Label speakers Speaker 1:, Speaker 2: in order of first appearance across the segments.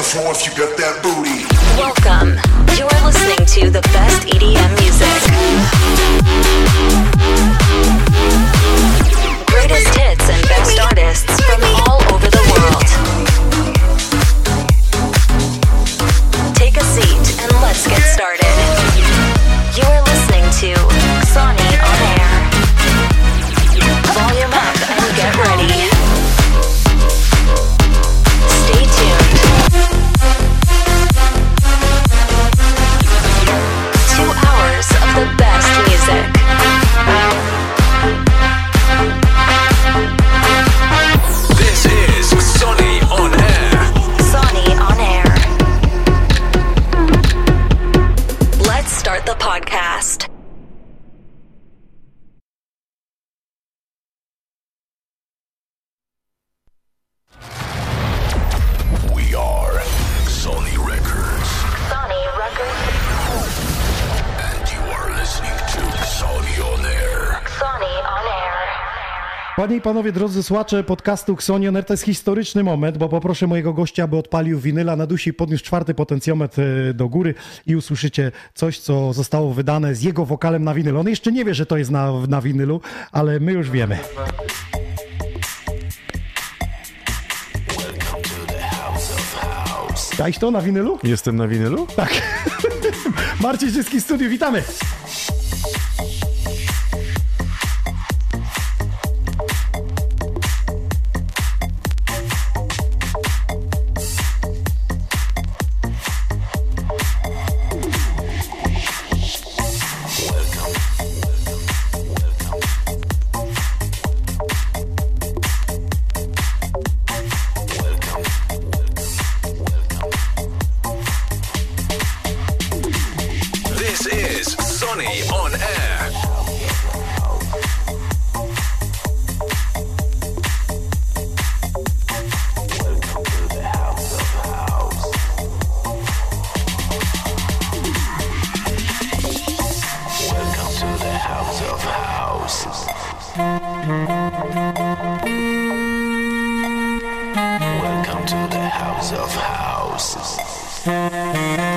Speaker 1: floor if you got that booty.
Speaker 2: Welcome. You're listening to the best EDM music. Greatest hits and best artists from all over the world. Take a seat and let's get started. You are listening to Xoni On Air. Volume up and get ready. Stay tuned. 2 hours of the best music.
Speaker 3: This is Xoni On Air.
Speaker 2: Xoni On Air. Let's start the podcast.
Speaker 3: We are Xoni Records.
Speaker 2: Xoni Records.
Speaker 3: And you are listening to Xoni On Air.
Speaker 2: Xoni On Air.
Speaker 4: Panie i panowie, drodzy słuchacze podcastu Xoni On Air, to jest historyczny moment, bo poproszę mojego gościa, aby odpalił winyla, nadusi, podniósł 4. potencjometr do góry i usłyszycie coś, co zostało wydane z jego wokalem na winylu. On jeszcze nie wie, że to jest na winylu, ale my już wiemy. Dajś to na winylu?
Speaker 5: Jestem na winylu?
Speaker 4: Tak. Marcin Czyski w studiu, witamy!
Speaker 3: This is Xoni On Air. Welcome to the House of House. Welcome to the House of House.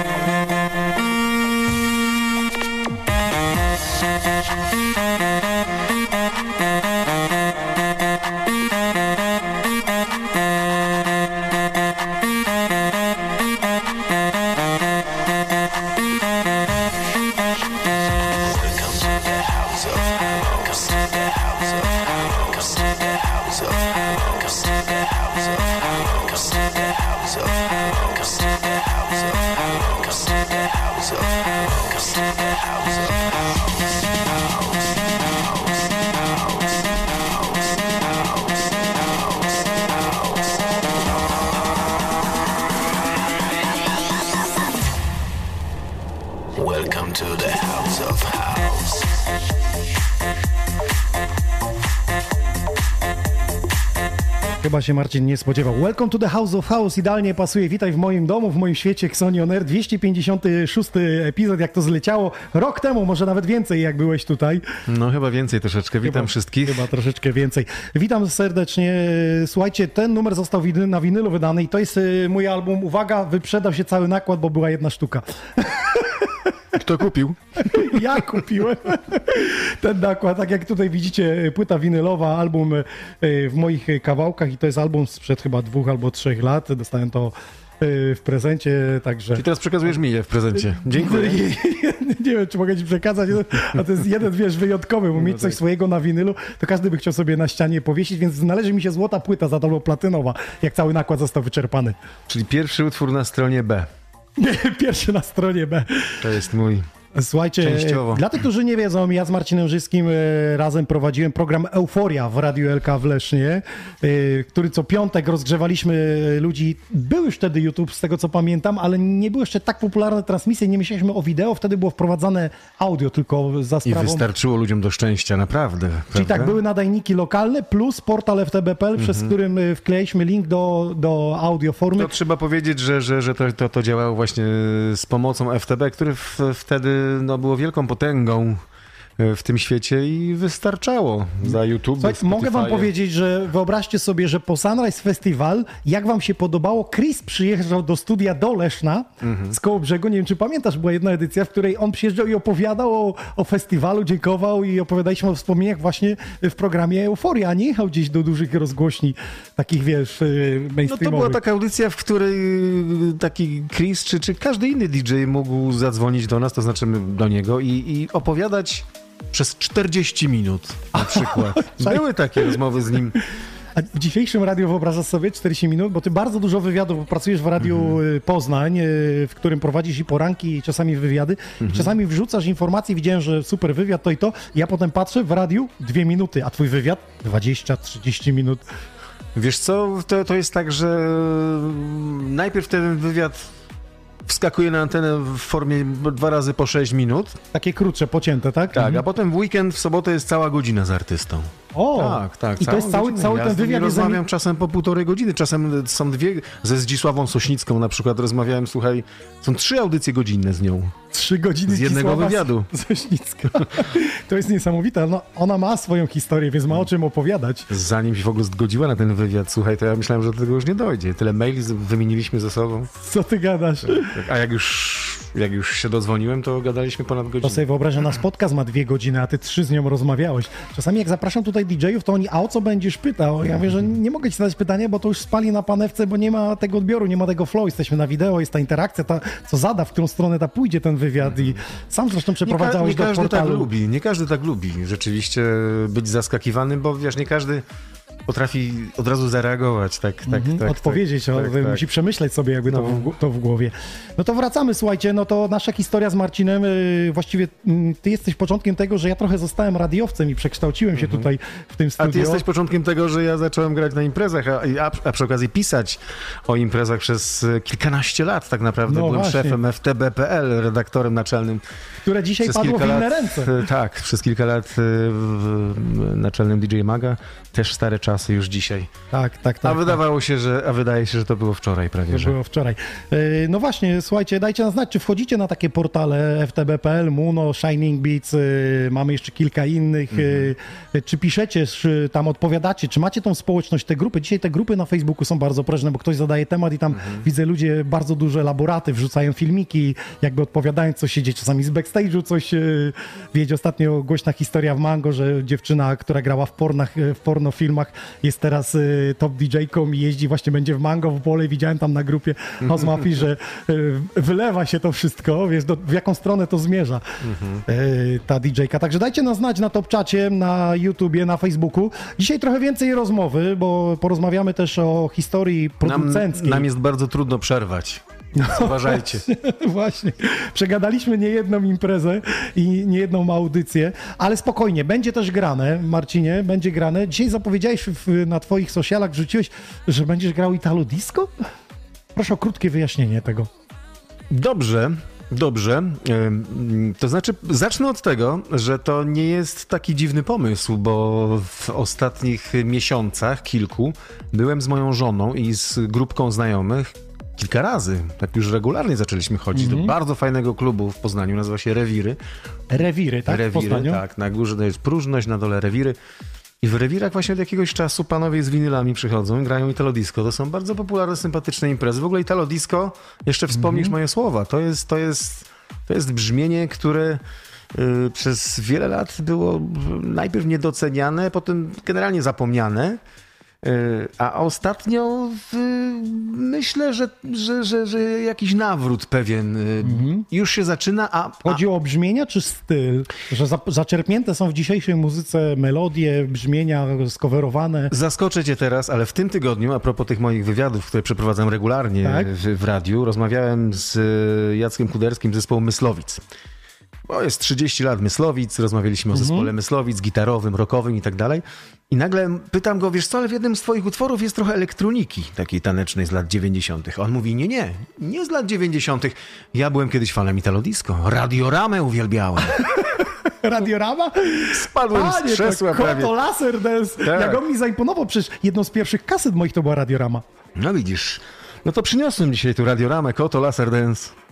Speaker 3: Welcome to the House of House.
Speaker 4: Chyba się Marcin nie spodziewał. Welcome to the House of House. Idealnie pasuje. Witaj w moim domu, w moim świecie Xoni On Air. 256 epizod, jak to zleciało. Rok temu, może nawet więcej, jak byłeś tutaj.
Speaker 5: No chyba więcej troszeczkę. Witam wszystkich.
Speaker 4: Chyba troszeczkę więcej. Witam serdecznie. Słuchajcie, ten numer został na winylu wydany i to jest mój album. Uwaga, wyprzedał się cały nakład, bo była jedna sztuka.
Speaker 5: Kto kupił?
Speaker 4: Ja kupiłem ten nakład, tak jak tutaj widzicie, płyta winylowa, album w moich kawałkach i to jest album sprzed chyba 2 albo 3 lat. Dostałem to w prezencie, także...
Speaker 5: I teraz przekazujesz mi je w prezencie. Dziękuję.
Speaker 4: Nie wiem, czy mogę ci przekazać, a to jest jeden, wiesz, wyjątkowy, bo mieć coś swojego na winylu, to każdy by chciał sobie na ścianie powiesić, więc należy mi się złota płyta za to platynowa, jak cały nakład został wyczerpany.
Speaker 5: Czyli pierwszy utwór na stronie B.
Speaker 4: Pierwszy na stronie B.
Speaker 5: To jest mój.
Speaker 4: Słuchajcie,
Speaker 5: Częściowo.
Speaker 4: dla tych, którzy nie wiedzą, ja z Marcinem Żyskim razem prowadziłem program Euforia w Radiu LK w Lesznie, który co piątek rozgrzewaliśmy ludzi. Był już wtedy YouTube, z tego co pamiętam, ale nie były jeszcze tak popularne transmisje, nie myśleliśmy o wideo, wtedy było wprowadzane audio tylko za sprawą...
Speaker 5: I wystarczyło ludziom do szczęścia, naprawdę.
Speaker 4: Czyli
Speaker 5: prawda?
Speaker 4: tak, były nadajniki lokalne plus portal FTB.pl, przez którym wkleiliśmy link do audioformy.
Speaker 5: To trzeba powiedzieć, że to działało właśnie z pomocą FTB, który wtedy było wielką potęgą w tym świecie i wystarczało za YouTube.
Speaker 4: Słuchaj, mogę wam powiedzieć, że wyobraźcie sobie, że po Sunrise Festival, jak wam się podobało, Chris przyjeżdżał do studia do Leszna z Kołobrzegu. Nie wiem, czy pamiętasz, była jedna edycja, w której on przyjeżdżał i opowiadał o festiwalu, dziękował i opowiadaliśmy o wspomnieniach właśnie w programie Euforia, a nie jechał gdzieś do dużych rozgłośni, takich wiesz, mainstreamowych.
Speaker 5: No to była taka audycja, w której taki Chris czy każdy inny DJ mógł zadzwonić do nas, to znaczy do niego i opowiadać przez 40 minut na przykład. Były takie rozmowy z nim.
Speaker 4: A w dzisiejszym radiu wyobrażasz sobie 40 minut, bo ty bardzo dużo wywiadów, bo pracujesz w Radiu Poznań, w którym prowadzisz i poranki, i czasami wywiady, i czasami wrzucasz informacje, widziałem, że super wywiad, to i to, ja potem patrzę w radiu 2 minuty, a twój wywiad 20-30 minut.
Speaker 5: Wiesz co, to jest tak, że najpierw ten wywiad wskakuje na antenę w formie 2 razy po 6 minut.
Speaker 4: Takie krótsze, pocięte, tak?
Speaker 5: Tak, a potem w weekend, w sobotę jest cała godzina z artystą.
Speaker 4: O!
Speaker 5: Tak.
Speaker 4: I to jest cały ten wywiad.
Speaker 5: Ja rozmawiam czasem po 1,5 godziny, czasem są 2, ze Zdzisławą Sośnicką na przykład rozmawiałem, słuchaj, są 3 audycje godzinne z nią.
Speaker 4: 3 godziny
Speaker 5: z jednego wywiadu.
Speaker 4: Sośnicka. To jest niesamowite. No, ona ma swoją historię, więc ma o czym opowiadać.
Speaker 5: Zanim się w ogóle zgodziła na ten wywiad, słuchaj, to ja myślałem, że do tego już nie dojdzie. Tyle maili wymieniliśmy ze sobą.
Speaker 4: Co ty gadasz?
Speaker 5: A jak już się dodzwoniłem, to gadaliśmy ponad godzinę.
Speaker 4: To sobie wyobraź, że nasz podcast ma 2 godziny, a ty 3 z nią rozmawiałeś. Czasami jak zapraszam tutaj DJ-ów, to oni, a o co będziesz pytał? Ja mówię, że nie mogę ci zadać pytania, bo to już spali na panewce, bo nie ma tego odbioru, nie ma tego flow, jesteśmy na wideo, jest ta interakcja, co zada, w którą stronę pójdzie ten wywiad i sam zresztą przeprowadzałeś do portalu.
Speaker 5: Nie każdy tak lubi rzeczywiście być zaskakiwanym, bo wiesz, nie każdy potrafi od razu zareagować, tak.
Speaker 4: Odpowiedzieć,
Speaker 5: tak.
Speaker 4: Musi przemyśleć sobie jakby to w głowie. No to wracamy, słuchajcie, no to nasza historia z Marcinem, właściwie ty jesteś początkiem tego, że ja trochę zostałem radiowcem i przekształciłem się tutaj w tym studiu.
Speaker 5: A ty jesteś początkiem tego, że ja zacząłem grać na imprezach, a przy okazji pisać o imprezach przez kilkanaście lat tak naprawdę. Byłem
Speaker 4: właśnie
Speaker 5: szefem FTB.pl, redaktorem naczelnym.
Speaker 4: Które dzisiaj padło w inne ręce.
Speaker 5: Tak, przez kilka lat naczelnym DJ Maga. Też stare czasy już dzisiaj.
Speaker 4: Tak.
Speaker 5: A wydaje się, że to było wczoraj prawie.
Speaker 4: To było wczoraj. No właśnie, słuchajcie, dajcie nam znać, czy wchodzicie na takie portale FTB.pl, Muno, Shining Beats, mamy jeszcze kilka innych. Czy piszecie, czy tam odpowiadacie, czy macie tą społeczność, te grupy? Dzisiaj te grupy na Facebooku są bardzo prężne, bo ktoś zadaje temat i tam widzę ludzie bardzo duże elaboraty, wrzucają filmiki, jakby odpowiadając, co się dzieje. Czasami z backstage'u coś, wiecie, ostatnio głośna historia w Mango, że dziewczyna, która grała w pornofilmach, jest teraz top DJ-ką i jeździ, właśnie będzie w Mango w pole. Widziałem tam na grupie House Mafii, że wylewa się to wszystko, wiesz, w jaką stronę to zmierza ta DJ-ka. Także dajcie nam znać na Top Czacie, na YouTubie, na Facebooku. Dzisiaj trochę więcej rozmowy, bo porozmawiamy też o historii producenckiej.
Speaker 5: Nam jest bardzo trudno przerwać. Uważajcie.
Speaker 4: Właśnie. Przegadaliśmy niejedną imprezę i niejedną audycję, ale spokojnie, będzie też grane, Marcinie, będzie grane. Dzisiaj zapowiedziałeś na twoich socialach, wrzuciłeś, że będziesz grał Italo Disco? Proszę o krótkie wyjaśnienie tego.
Speaker 5: Dobrze. To znaczy, zacznę od tego, że to nie jest taki dziwny pomysł, bo w ostatnich miesiącach, kilku, byłem z moją żoną i z grupką znajomych kilka razy. Tak już regularnie zaczęliśmy chodzić do bardzo fajnego klubu w Poznaniu, nazywa się Rewiry.
Speaker 4: Rewiry, tak?
Speaker 5: Rewiry,
Speaker 4: w Poznaniu?
Speaker 5: Tak. Na górze to jest Próżność, na dole Rewiry. I w Rewirach właśnie od jakiegoś czasu panowie z winylami przychodzą i grają Italo Disco. To są bardzo popularne, sympatyczne imprezy. W ogóle Italo Disco, jeszcze wspomnisz moje słowa, to jest brzmienie, które przez wiele lat było najpierw niedoceniane, potem generalnie zapomniane. A ostatnio myślę, że jakiś nawrót pewien już się zaczyna.
Speaker 4: Chodzi o brzmienia czy styl? Że zaczerpnięte są w dzisiejszej muzyce melodie, brzmienia skowerowane?
Speaker 5: Zaskoczę cię teraz, ale w tym tygodniu, a propos tych moich wywiadów, które przeprowadzam regularnie w radiu, rozmawiałem z Jackiem Kuderskim z zespołu Myslowic. Bo jest 30 lat Myslowic, rozmawialiśmy o zespole Myslowic, gitarowym, rockowym i tak dalej. I nagle pytam go, wiesz co, ale w jednym z twoich utworów jest trochę elektroniki, takiej tanecznej z lat 90. On mówi, nie z lat 90. Ja byłem kiedyś fanem Italo Disco, Radioramę uwielbiałem.
Speaker 4: Radiorama?
Speaker 5: Spadłem z krzesła prawie.
Speaker 4: Koto Laser Dance.
Speaker 5: Tak.
Speaker 4: Jak on mi zaimponował, przecież jedną z pierwszych kaset moich to była Radiorama.
Speaker 5: No widzisz, no to przyniosłem dzisiaj tu Radioramę, Koto Laser Dance.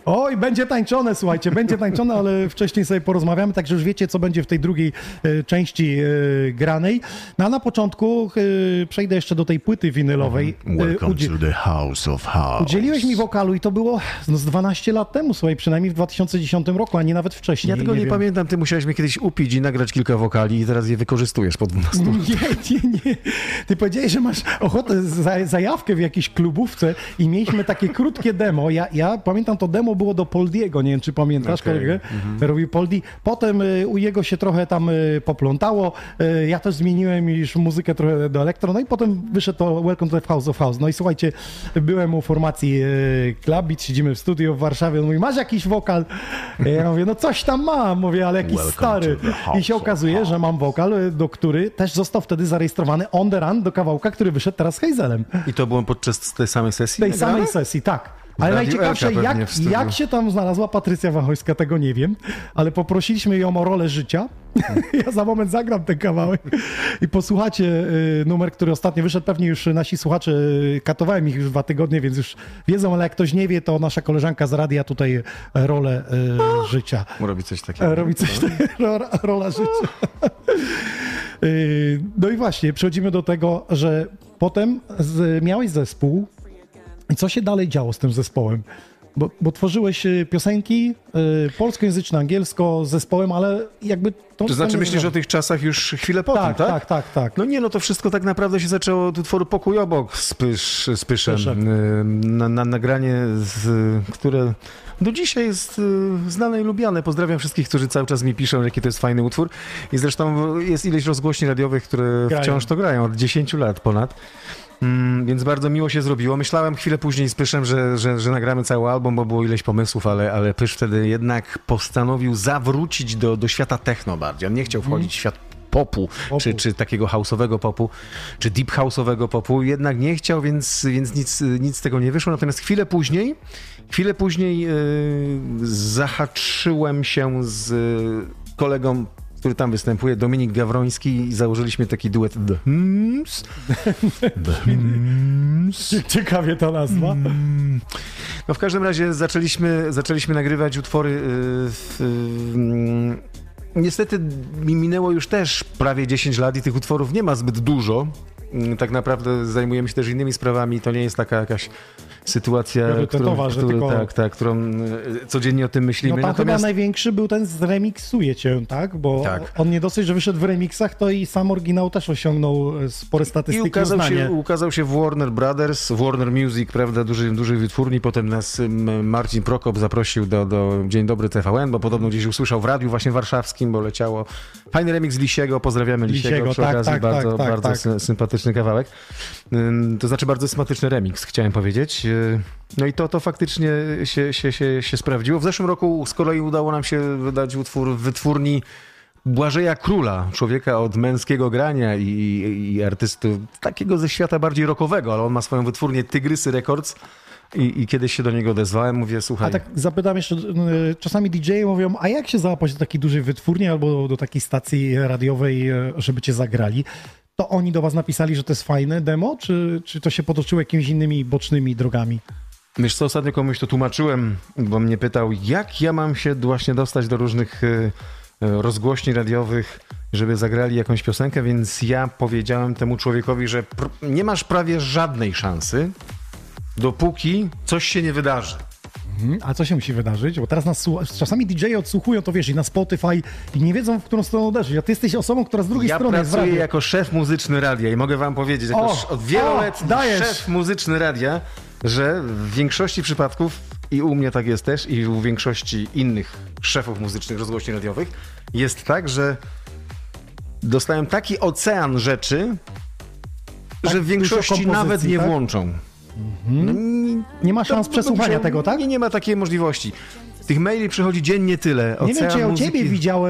Speaker 4: Oj, będzie tańczone, słuchajcie, będzie tańczone, ale wcześniej sobie porozmawiamy, także już wiecie, co będzie w tej drugiej części granej. No a na początku przejdę jeszcze do tej płyty winylowej.
Speaker 3: Welcome to the House of House.
Speaker 4: Udzieliłeś mi wokalu i to było z 12 lat temu, słuchaj, przynajmniej w 2010 roku, a nie nawet wcześniej.
Speaker 5: Ja tego nie
Speaker 4: wiem.
Speaker 5: pamiętam, ty musiałeś mnie kiedyś upić i nagrać kilka wokali i teraz je wykorzystujesz po 12 latach.
Speaker 4: Nie. Ty powiedziałeś, że masz ochotę zajawkę w jakiejś klubówce i mieliśmy takie krótkie demo. Ja pamiętam, to demo było do Poldiego, nie wiem, czy pamiętasz, kolegę? Robił Poldi. Potem u jego się trochę tam poplątało. Ja też zmieniłem już muzykę trochę do elektro, no i potem wyszedł to Welcome to the House of House. No i słuchajcie, byłem u formacji Club Beat, siedzimy w studio w Warszawie, on mówi, masz jakiś wokal? Ja mówię, no coś tam mam, mówię, ale jakiś
Speaker 3: Welcome
Speaker 4: stary.
Speaker 3: to the House
Speaker 4: I się
Speaker 3: of
Speaker 4: okazuje,
Speaker 3: House.
Speaker 4: że mam wokal, do który też został wtedy zarejestrowany on the run do kawałka, który wyszedł teraz z Hazelem.
Speaker 5: I to było podczas tej samej sesji?
Speaker 4: Tej
Speaker 5: nagrane?
Speaker 4: samej sesji, tak. Ale
Speaker 5: Radiu
Speaker 4: najciekawsze,
Speaker 5: Elka pewnie w studiu.
Speaker 4: jak się tam znalazła Patrycja Wachojska, tego nie wiem, ale poprosiliśmy ją o rolę życia. Ja za moment zagram ten kawałek i posłuchacie numer, który ostatnio wyszedł. Pewnie już nasi słuchacze, katowałem ich już 2 tygodnie, więc już wiedzą, ale jak ktoś nie wie, to nasza koleżanka z radia tutaj rolę życia.
Speaker 5: Robi coś takiego.
Speaker 4: Robi coś takiego, rola życia. No i właśnie, przechodzimy do tego, że potem miałeś zespół. I co się dalej działo z tym zespołem? Bo tworzyłeś piosenki polskojęzyczne, angielsko z zespołem, ale jakby
Speaker 5: To znaczy myślisz o tych czasach już chwilę po tym, tak?
Speaker 4: Tak.
Speaker 5: No nie, no to wszystko tak naprawdę się zaczęło od utworu Pokój obok z Pyszem. Na nagranie, które do dzisiaj jest znane i lubiane. Pozdrawiam wszystkich, którzy cały czas mi piszą, jaki to jest fajny utwór. I zresztą jest ileś rozgłośni radiowych, które wciąż to grają, od 10 lat ponad. Więc bardzo miło się zrobiło. Myślałem chwilę później z Pyszem, że nagramy cały album, bo było ileś pomysłów, ale Pysz wtedy jednak postanowił zawrócić do świata techno bardziej. On nie chciał wchodzić w świat popu. Czy takiego house'owego popu, czy deep house'owego popu. Jednak nie chciał, więc nic z tego nie wyszło. Natomiast chwilę później zahaczyłem się z kolegą, który tam występuje, Dominik Gawroński, i założyliśmy taki duet The Hymns.
Speaker 4: Ciekawie ta nazwa.
Speaker 5: No w każdym razie zaczęliśmy nagrywać utwory. Niestety mi minęło już też prawie 10 lat i tych utworów nie ma zbyt dużo. Tak naprawdę zajmujemy się też innymi sprawami. To nie jest taka jakaś sytuacja, którą codziennie o tym myślimy.
Speaker 4: No tam chyba największy był ten z Remiksuje Cię, tak? Bo on nie dosyć, że wyszedł w remixach, to i sam oryginał też osiągnął spore statystyki i
Speaker 5: ukazał się w Warner Brothers, w Warner Music, prawda, dużej wytwórni. Potem nas Marcin Prokop zaprosił do Dzień Dobry TVN, bo podobno gdzieś usłyszał w radiu właśnie warszawskim, bo leciało fajny remix Lisiego. Pozdrawiamy Lisiego przy okazji. Bardzo sympatyczny kawałek. To znaczy bardzo sympatyczny remix, chciałem powiedzieć. No i to faktycznie się sprawdziło. W zeszłym roku z kolei udało nam się wydać utwór w wytwórni Błażeja Króla, człowieka od męskiego grania i artysty takiego ze świata bardziej rockowego, ale on ma swoją wytwórnię Tygrysy Records. I kiedyś się do niego odezwałem, mówię, słuchaj...
Speaker 4: A tak zapytam jeszcze, czasami DJ-e mówią, a jak się załapać do takiej dużej wytwórni albo do takiej stacji radiowej, żeby cię zagrali? To oni do was napisali, że to jest fajne demo, czy to się potoczyło jakimiś innymi bocznymi drogami?
Speaker 5: Wiesz co, ostatnio komuś to tłumaczyłem, bo mnie pytał, jak ja mam się właśnie dostać do różnych rozgłośni radiowych, żeby zagrali jakąś piosenkę, więc ja powiedziałem temu człowiekowi, że nie masz prawie żadnej szansy, dopóki coś się nie wydarzy.
Speaker 4: A co się musi wydarzyć? Bo teraz nas czasami DJ-e odsłuchują, to wiesz, i na Spotify i nie wiedzą, w którą stronę uderzyć. A ty jesteś osobą, która z drugiej strony jest w
Speaker 5: pracuję
Speaker 4: radiu.
Speaker 5: jako szef muzyczny radia i mogę wam powiedzieć, jako od wieloletni szef muzyczny radia, że w większości przypadków, i u mnie tak jest też, i u większości innych szefów muzycznych rozgłośni radiowych, jest tak, że dostałem taki ocean rzeczy, że w większości nawet nie włączą.
Speaker 4: No, nie ma szans przesłuchania tego, tak?
Speaker 5: Nie ma takiej możliwości. Tych maili przychodzi dziennie tyle.
Speaker 4: Nie wiem, czy ja u ciebie widziałem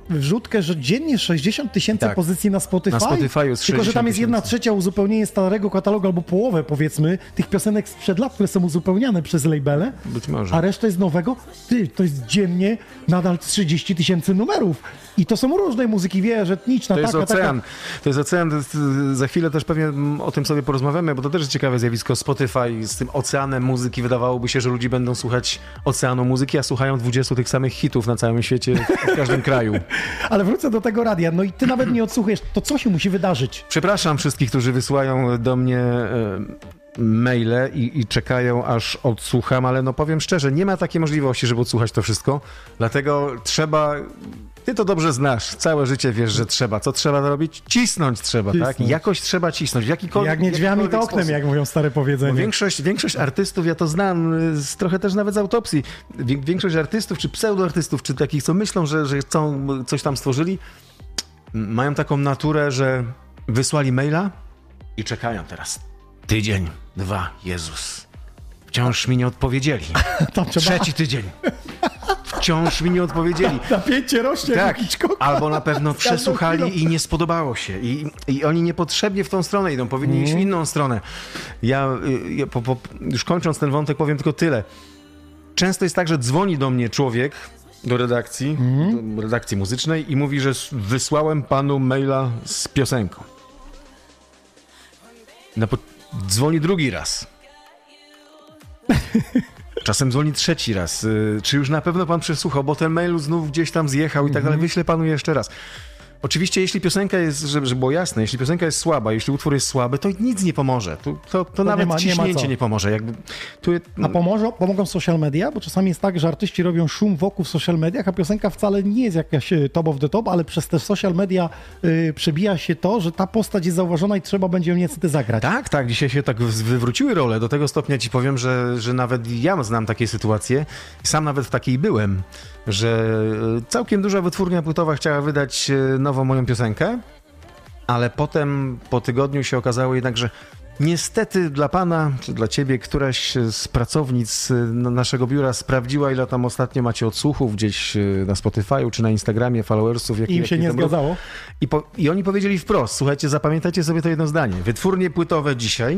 Speaker 4: wrzutkę, że dziennie 60 000
Speaker 5: Tak.
Speaker 4: pozycji na Spotify.
Speaker 5: Na Spotify jest
Speaker 4: Tylko, że tam
Speaker 5: 60
Speaker 4: jest 1/3 uzupełnienie starego katalogu, albo połowę, powiedzmy, tych piosenek sprzed lat, które są uzupełniane przez labele,
Speaker 5: Być może.
Speaker 4: a reszta jest nowego. To jest dziennie nadal 30 000 numerów. I to są różne muzyki, wiesz, etniczna,
Speaker 5: To jest
Speaker 4: taka,
Speaker 5: ocean.
Speaker 4: taka.
Speaker 5: To jest ocean. Za chwilę też pewnie o tym sobie porozmawiamy, bo to też jest ciekawe zjawisko. Spotify z tym oceanem muzyki. Wydawałoby się, że ludzie będą słuchać oceanu muzyki, a słuchają 20 tych samych hitów na całym świecie, w każdym kraju.
Speaker 4: Ale wrócę do tego radia. No i ty nawet nie odsłuchujesz. To co się musi wydarzyć?
Speaker 5: Przepraszam wszystkich, którzy wysyłają do mnie maile i czekają, aż odsłucham, ale no powiem szczerze, nie ma takiej możliwości, żeby odsłuchać to wszystko, dlatego trzeba... Ty to dobrze znasz, całe życie wiesz, że trzeba. Co trzeba robić? Cisnąć trzeba, tak? Jakoś trzeba cisnąć, w jakikolwiek
Speaker 4: Jak nie drzwiami, to oknem,
Speaker 5: sposób.
Speaker 4: jak mówią stare powiedzenie.
Speaker 5: Bo większość artystów, ja to znam trochę też nawet z autopsji, większość artystów, czy pseudoartystów, czy takich, co myślą, że chcą, coś tam stworzyli, mają taką naturę, że wysłali maila i czekają teraz. Tydzień, 2, Jezus. Wciąż mi nie odpowiedzieli.
Speaker 4: Tam trzeba...
Speaker 5: 3. tydzień. Wciąż mi nie odpowiedzieli.
Speaker 4: Napięcie rośnie.
Speaker 5: Tak,
Speaker 4: Hitchcocka.
Speaker 5: albo na pewno przesłuchali i nie spodobało się. I oni niepotrzebnie w tą stronę idą, powinni iść w inną stronę. Ja już kończąc ten wątek powiem tylko tyle. Często jest tak, że dzwoni do mnie człowiek do redakcji, do redakcji muzycznej i mówi, że wysłałem panu maila z piosenką. Dzwoni drugi raz. Czasem dzwoni 3. raz. Czy już na pewno pan przesłuchał, bo ten mail znów gdzieś tam zjechał i tak dalej. Wyślę panu jeszcze raz. Oczywiście, jeśli piosenka jest, żeby było jasne, jeśli piosenka jest słaba, jeśli utwór jest słaby, to nic nie pomoże. To nawet ciśnięcie nie pomoże.
Speaker 4: A pomogą social media? Bo czasami jest tak, że artyści robią szum wokół w social mediach, a piosenka wcale nie jest jakaś top of the top, ale przez te social media przebija się to, że ta postać jest zauważona i trzeba będzie ją niestety zagrać.
Speaker 5: Tak. Dzisiaj się tak wywróciły role. Do tego stopnia ci powiem, że nawet ja znam takie sytuacje. Sam nawet w takiej byłem, że całkiem duża wytwórnia płytowa chciała wydać nową moją piosenkę, ale potem po tygodniu się okazało jednak, że niestety dla pana, czy dla ciebie, któraś z pracownic naszego biura sprawdziła, ile tam ostatnio macie odsłuchów gdzieś na Spotify'u, czy na Instagramie, followersów.
Speaker 4: I im się nie zgadzało.
Speaker 5: I oni powiedzieli wprost, słuchajcie, zapamiętajcie sobie to jedno zdanie. Wytwórnie płytowe dzisiaj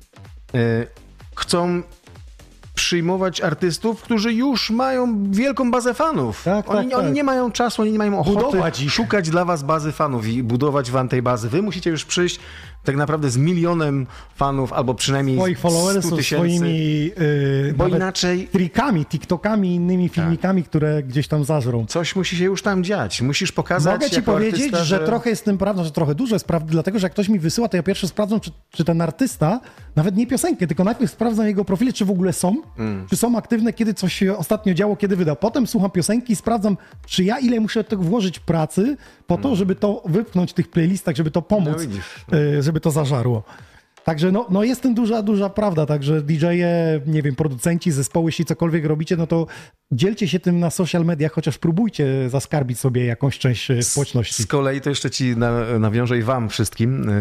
Speaker 5: chcą przyjmować artystów, którzy już mają wielką bazę fanów. Oni nie mają czasu, oni nie mają ochoty szukać dla was bazy fanów i budować wam tej bazy. Wy musicie już przyjść tak naprawdę z 1 milionem fanów, albo przynajmniej
Speaker 4: swoich followersów,
Speaker 5: 100 000.
Speaker 4: Swoimi
Speaker 5: bo inaczej
Speaker 4: trikami, TikTokami, innymi filmikami, które gdzieś tam zażrą.
Speaker 5: Coś musi się już tam dziać. Musisz pokazać.
Speaker 4: Mogę ci powiedzieć,
Speaker 5: artysta,
Speaker 4: że trochę jest tym prawdą, że trochę dużo jest prawdy, dlatego że jak ktoś mi wysyła, to ja pierwszy sprawdzam, czy ten artysta, nawet nie piosenkę, tylko najpierw sprawdzam jego profile, czy w ogóle są, czy są aktywne, kiedy coś się ostatnio działo, kiedy wydał. Potem słucham piosenki i sprawdzam, czy ja ile muszę tego włożyć pracy po to, żeby to wypchnąć w tych playlistach, żeby to pomóc, żeby to zażarło. Także no jest tym duża prawda, także DJ-e, nie wiem, producenci, zespoły, jeśli cokolwiek robicie, no to dzielcie się tym na social mediach, chociaż próbujcie zaskarbić sobie jakąś część społeczności.
Speaker 5: Z kolei to jeszcze ci nawiążę i wam wszystkim.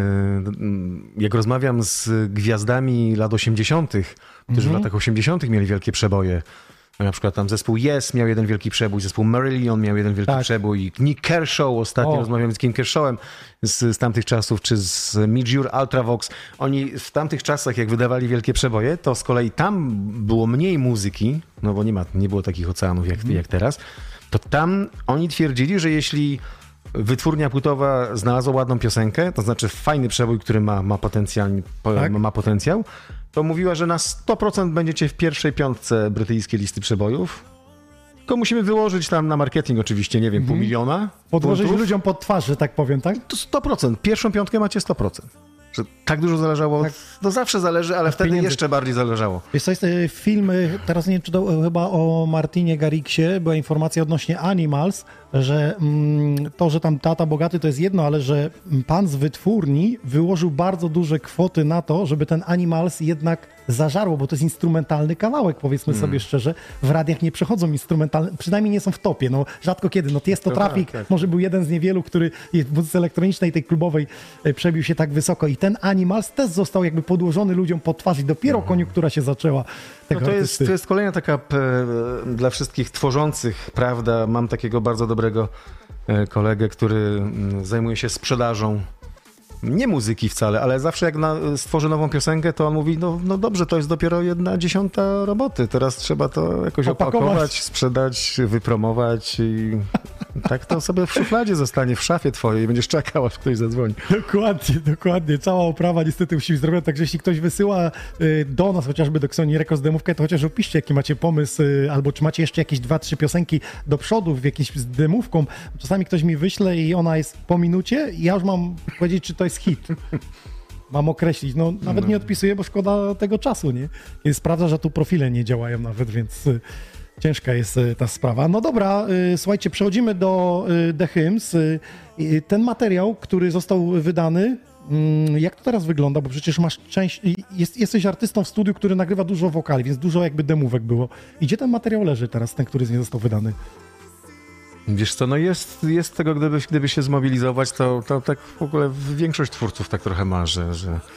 Speaker 5: Jak rozmawiam z gwiazdami lat 80., którzy w latach 80. mieli wielkie przeboje, na przykład tam zespół Yes miał jeden wielki przebój, zespół Marillion miał jeden wielki przebój, Nick Kershaw, ostatnio rozmawiałem z Kim Kershawem z tamtych czasów, czy z Midge Ure, Ultravox. Oni w tamtych czasach, jak wydawali wielkie przeboje, to z kolei tam było mniej muzyki, no bo nie było takich oceanów jak teraz, to tam oni twierdzili, że jeśli wytwórnia płytowa znalazła ładną piosenkę, to znaczy fajny przebój, który ma potencjał, to mówiła, że na 100% będziecie w pierwszej 5 brytyjskiej listy przebojów. Tylko musimy wyłożyć tam na marketing oczywiście, nie wiem, 500 000.
Speaker 4: Podłożyć ludziom pod twarz, że tak powiem, tak?
Speaker 5: To 100%. Pierwszą 5 macie 100%. Że tak dużo zależało. Tak. To zawsze zależy, ale wtedy pieniędzy. Jeszcze bardziej zależało.
Speaker 4: Wiesz co, jest film, teraz nie wiem, czy to chyba o Martinie Garrixie, była informacja odnośnie Animals, że to, że tam tata bogaty to jest jedno, ale że pan z wytwórni wyłożył bardzo duże kwoty na to, żeby ten Animals jednak zażarło, bo to jest instrumentalny kawałek, powiedzmy sobie szczerze. W radiach nie przechodzą instrumentalne, przynajmniej nie są w topie, no rzadko kiedy. No Tiesto Traffic tak. Może był jeden z niewielu, który w muzyce elektronicznej, tej klubowej przebił się tak wysoko i ten Animals też został jakby podłożony ludziom pod twarz i dopiero koniunktura się zaczęła.
Speaker 5: No to jest kolejna taka dla wszystkich tworzących, prawda, mam takiego bardzo dobrego kolegę, który zajmuje się sprzedażą nie muzyki wcale, ale zawsze jak stworzy nową piosenkę, to on mówi, no dobrze, to jest dopiero 1/10 roboty, teraz trzeba to jakoś opakować, sprzedać, wypromować i tak to sobie w szufladzie zostanie, w szafie twojej i będziesz czekał, aż ktoś zadzwoni.
Speaker 4: Dokładnie. Cała oprawa niestety musi być zrobiona, także jeśli ktoś wysyła do nas, chociażby do Xoni Records demówkę, to chociaż opiszcie, jaki macie pomysł, albo czy macie jeszcze jakieś 2-3 piosenki do przodu, w jakimś z demówką. Czasami ktoś mi wyśle i ona jest po minucie i ja już mam powiedzieć, czy to jest hit. Mam określić. Nawet nie odpisuję, bo szkoda tego czasu, nie? I sprawdza, że tu profile nie działają nawet, więc ciężka jest ta sprawa. No dobra, słuchajcie, przechodzimy do The Hymns. Ten materiał, który został wydany, jak to teraz wygląda? Bo przecież masz jesteś artystą w studiu, który nagrywa dużo wokali, więc dużo jakby demówek było. I gdzie ten materiał leży teraz, ten, który nie został wydany?
Speaker 5: Wiesz co, jest tego, gdyby się zmobilizować, to tak w ogóle większość twórców tak trochę ma, że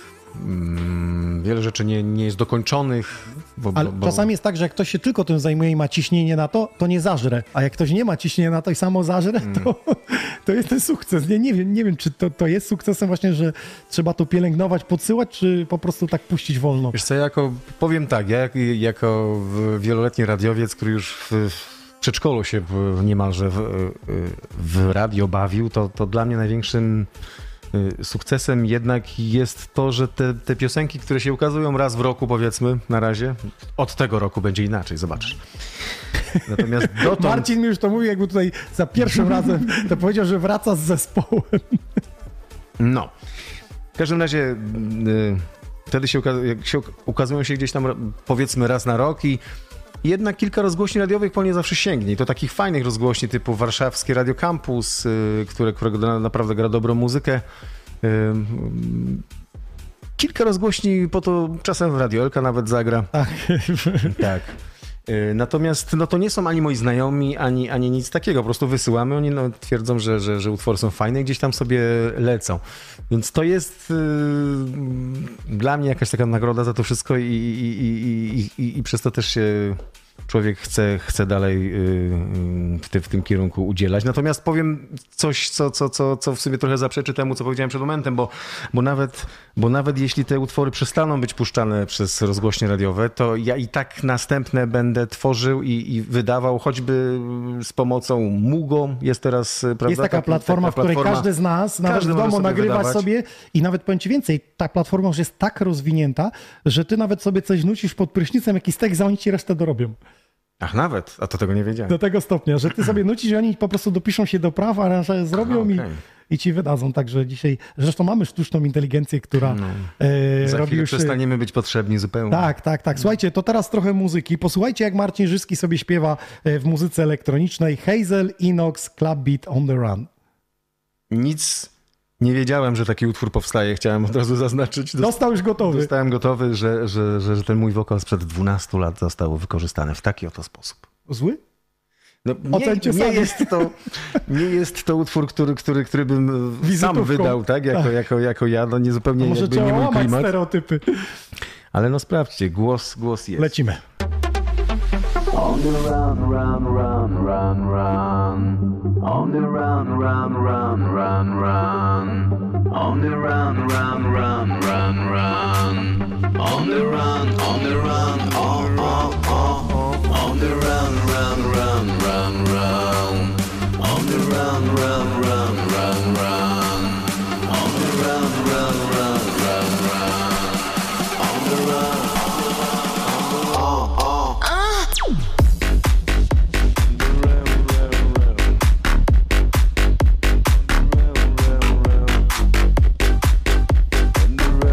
Speaker 5: wiele rzeczy nie jest dokończonych.
Speaker 4: Ale czasami jest tak, że jak ktoś się tylko tym zajmuje i ma ciśnienie na to nie zażre. A jak ktoś nie ma ciśnienia na to i samo zażre, to jest ten sukces. Nie wiem, czy to jest sukcesem właśnie, że trzeba to pielęgnować, podsyłać, czy po prostu tak puścić wolno.
Speaker 5: Wiesz co, powiem tak, ja jako wieloletni radiowiec, który już w przedszkolu się niemalże w radio bawił, to dla mnie największym sukcesem jednak jest to, że te piosenki, które się ukazują raz w roku, powiedzmy, na razie, od tego roku będzie inaczej, zobaczysz. Natomiast dotąd...
Speaker 4: Marcin mi już to mówił, jakby tutaj za pierwszym razem to powiedział, że wraca z zespołem.
Speaker 5: No. W każdym razie wtedy ukazują się gdzieś tam, powiedzmy, raz na rok i jednak kilka rozgłośni radiowych po nie zawsze sięgnie. I to takich fajnych rozgłośni typu warszawskie Radio Campus, którego naprawdę gra dobrą muzykę. Kilka rozgłośni po to czasem w Radio Elka nawet zagra. Tak. Natomiast to nie są ani moi znajomi, ani nic takiego. Po prostu wysyłamy. Oni twierdzą, że utwory są fajne i gdzieś tam sobie lecą. Więc to jest dla mnie jakaś taka nagroda za to wszystko i przez to też się człowiek chce dalej w tym kierunku udzielać. Natomiast powiem coś, co w sobie trochę zaprzeczy temu, co powiedziałem przed momentem, bo nawet jeśli te utwory przestaną być puszczane przez rozgłośnie radiowe, to ja i tak następne będę tworzył i wydawał, choćby z pomocą Mugo. Jest teraz, prawda?
Speaker 4: Jest taka platforma, w której każdy z nas, nawet w domu nagrywa sobie i nawet powiem ci więcej, ta platforma już jest tak rozwinięta, że ty nawet sobie coś nucisz pod prysznicem, jakiś tekst, a oni ci resztę dorobią.
Speaker 5: Ach, nawet? A to tego nie wiedziałem.
Speaker 4: Do tego stopnia, że ty sobie nucisz i oni po prostu dopiszą się do prawa, aranże zrobią i ci wydadzą. Także dzisiaj, zresztą mamy sztuczną inteligencję, która
Speaker 5: za
Speaker 4: robi
Speaker 5: chwilę
Speaker 4: już...
Speaker 5: przestaniemy być potrzebni zupełnie.
Speaker 4: Tak. Słuchajcie, to teraz trochę muzyki. Posłuchajcie, jak Marcin Żyski sobie śpiewa w muzyce elektronicznej. Hazel, Inox, Club Beat on the Run.
Speaker 5: Nic nie wiedziałem, że taki utwór powstaje. Chciałem od razu zaznaczyć.
Speaker 4: Dostał już gotowy.
Speaker 5: Dostałem gotowy, że ten mój wokal sprzed 12 lat został wykorzystany w taki oto sposób.
Speaker 4: Zły?
Speaker 5: No, nie jest to utwór, który bym sam wydał, tak? Jako ja, no nie zupełnie
Speaker 4: może
Speaker 5: jakby nie mój klimat.
Speaker 4: Stereotypy.
Speaker 5: Ale no sprawdźcie, głos jest.
Speaker 4: Lecimy.
Speaker 1: On the run, run, run, run, run. On the run, run, run, run, run. On the run, run, run, run, run. On the run, oh, oh, oh. On the run, run, run, run, run. On the run, run, run, run, run. On the run, run, run, run, run. On the run, oh, oh. On the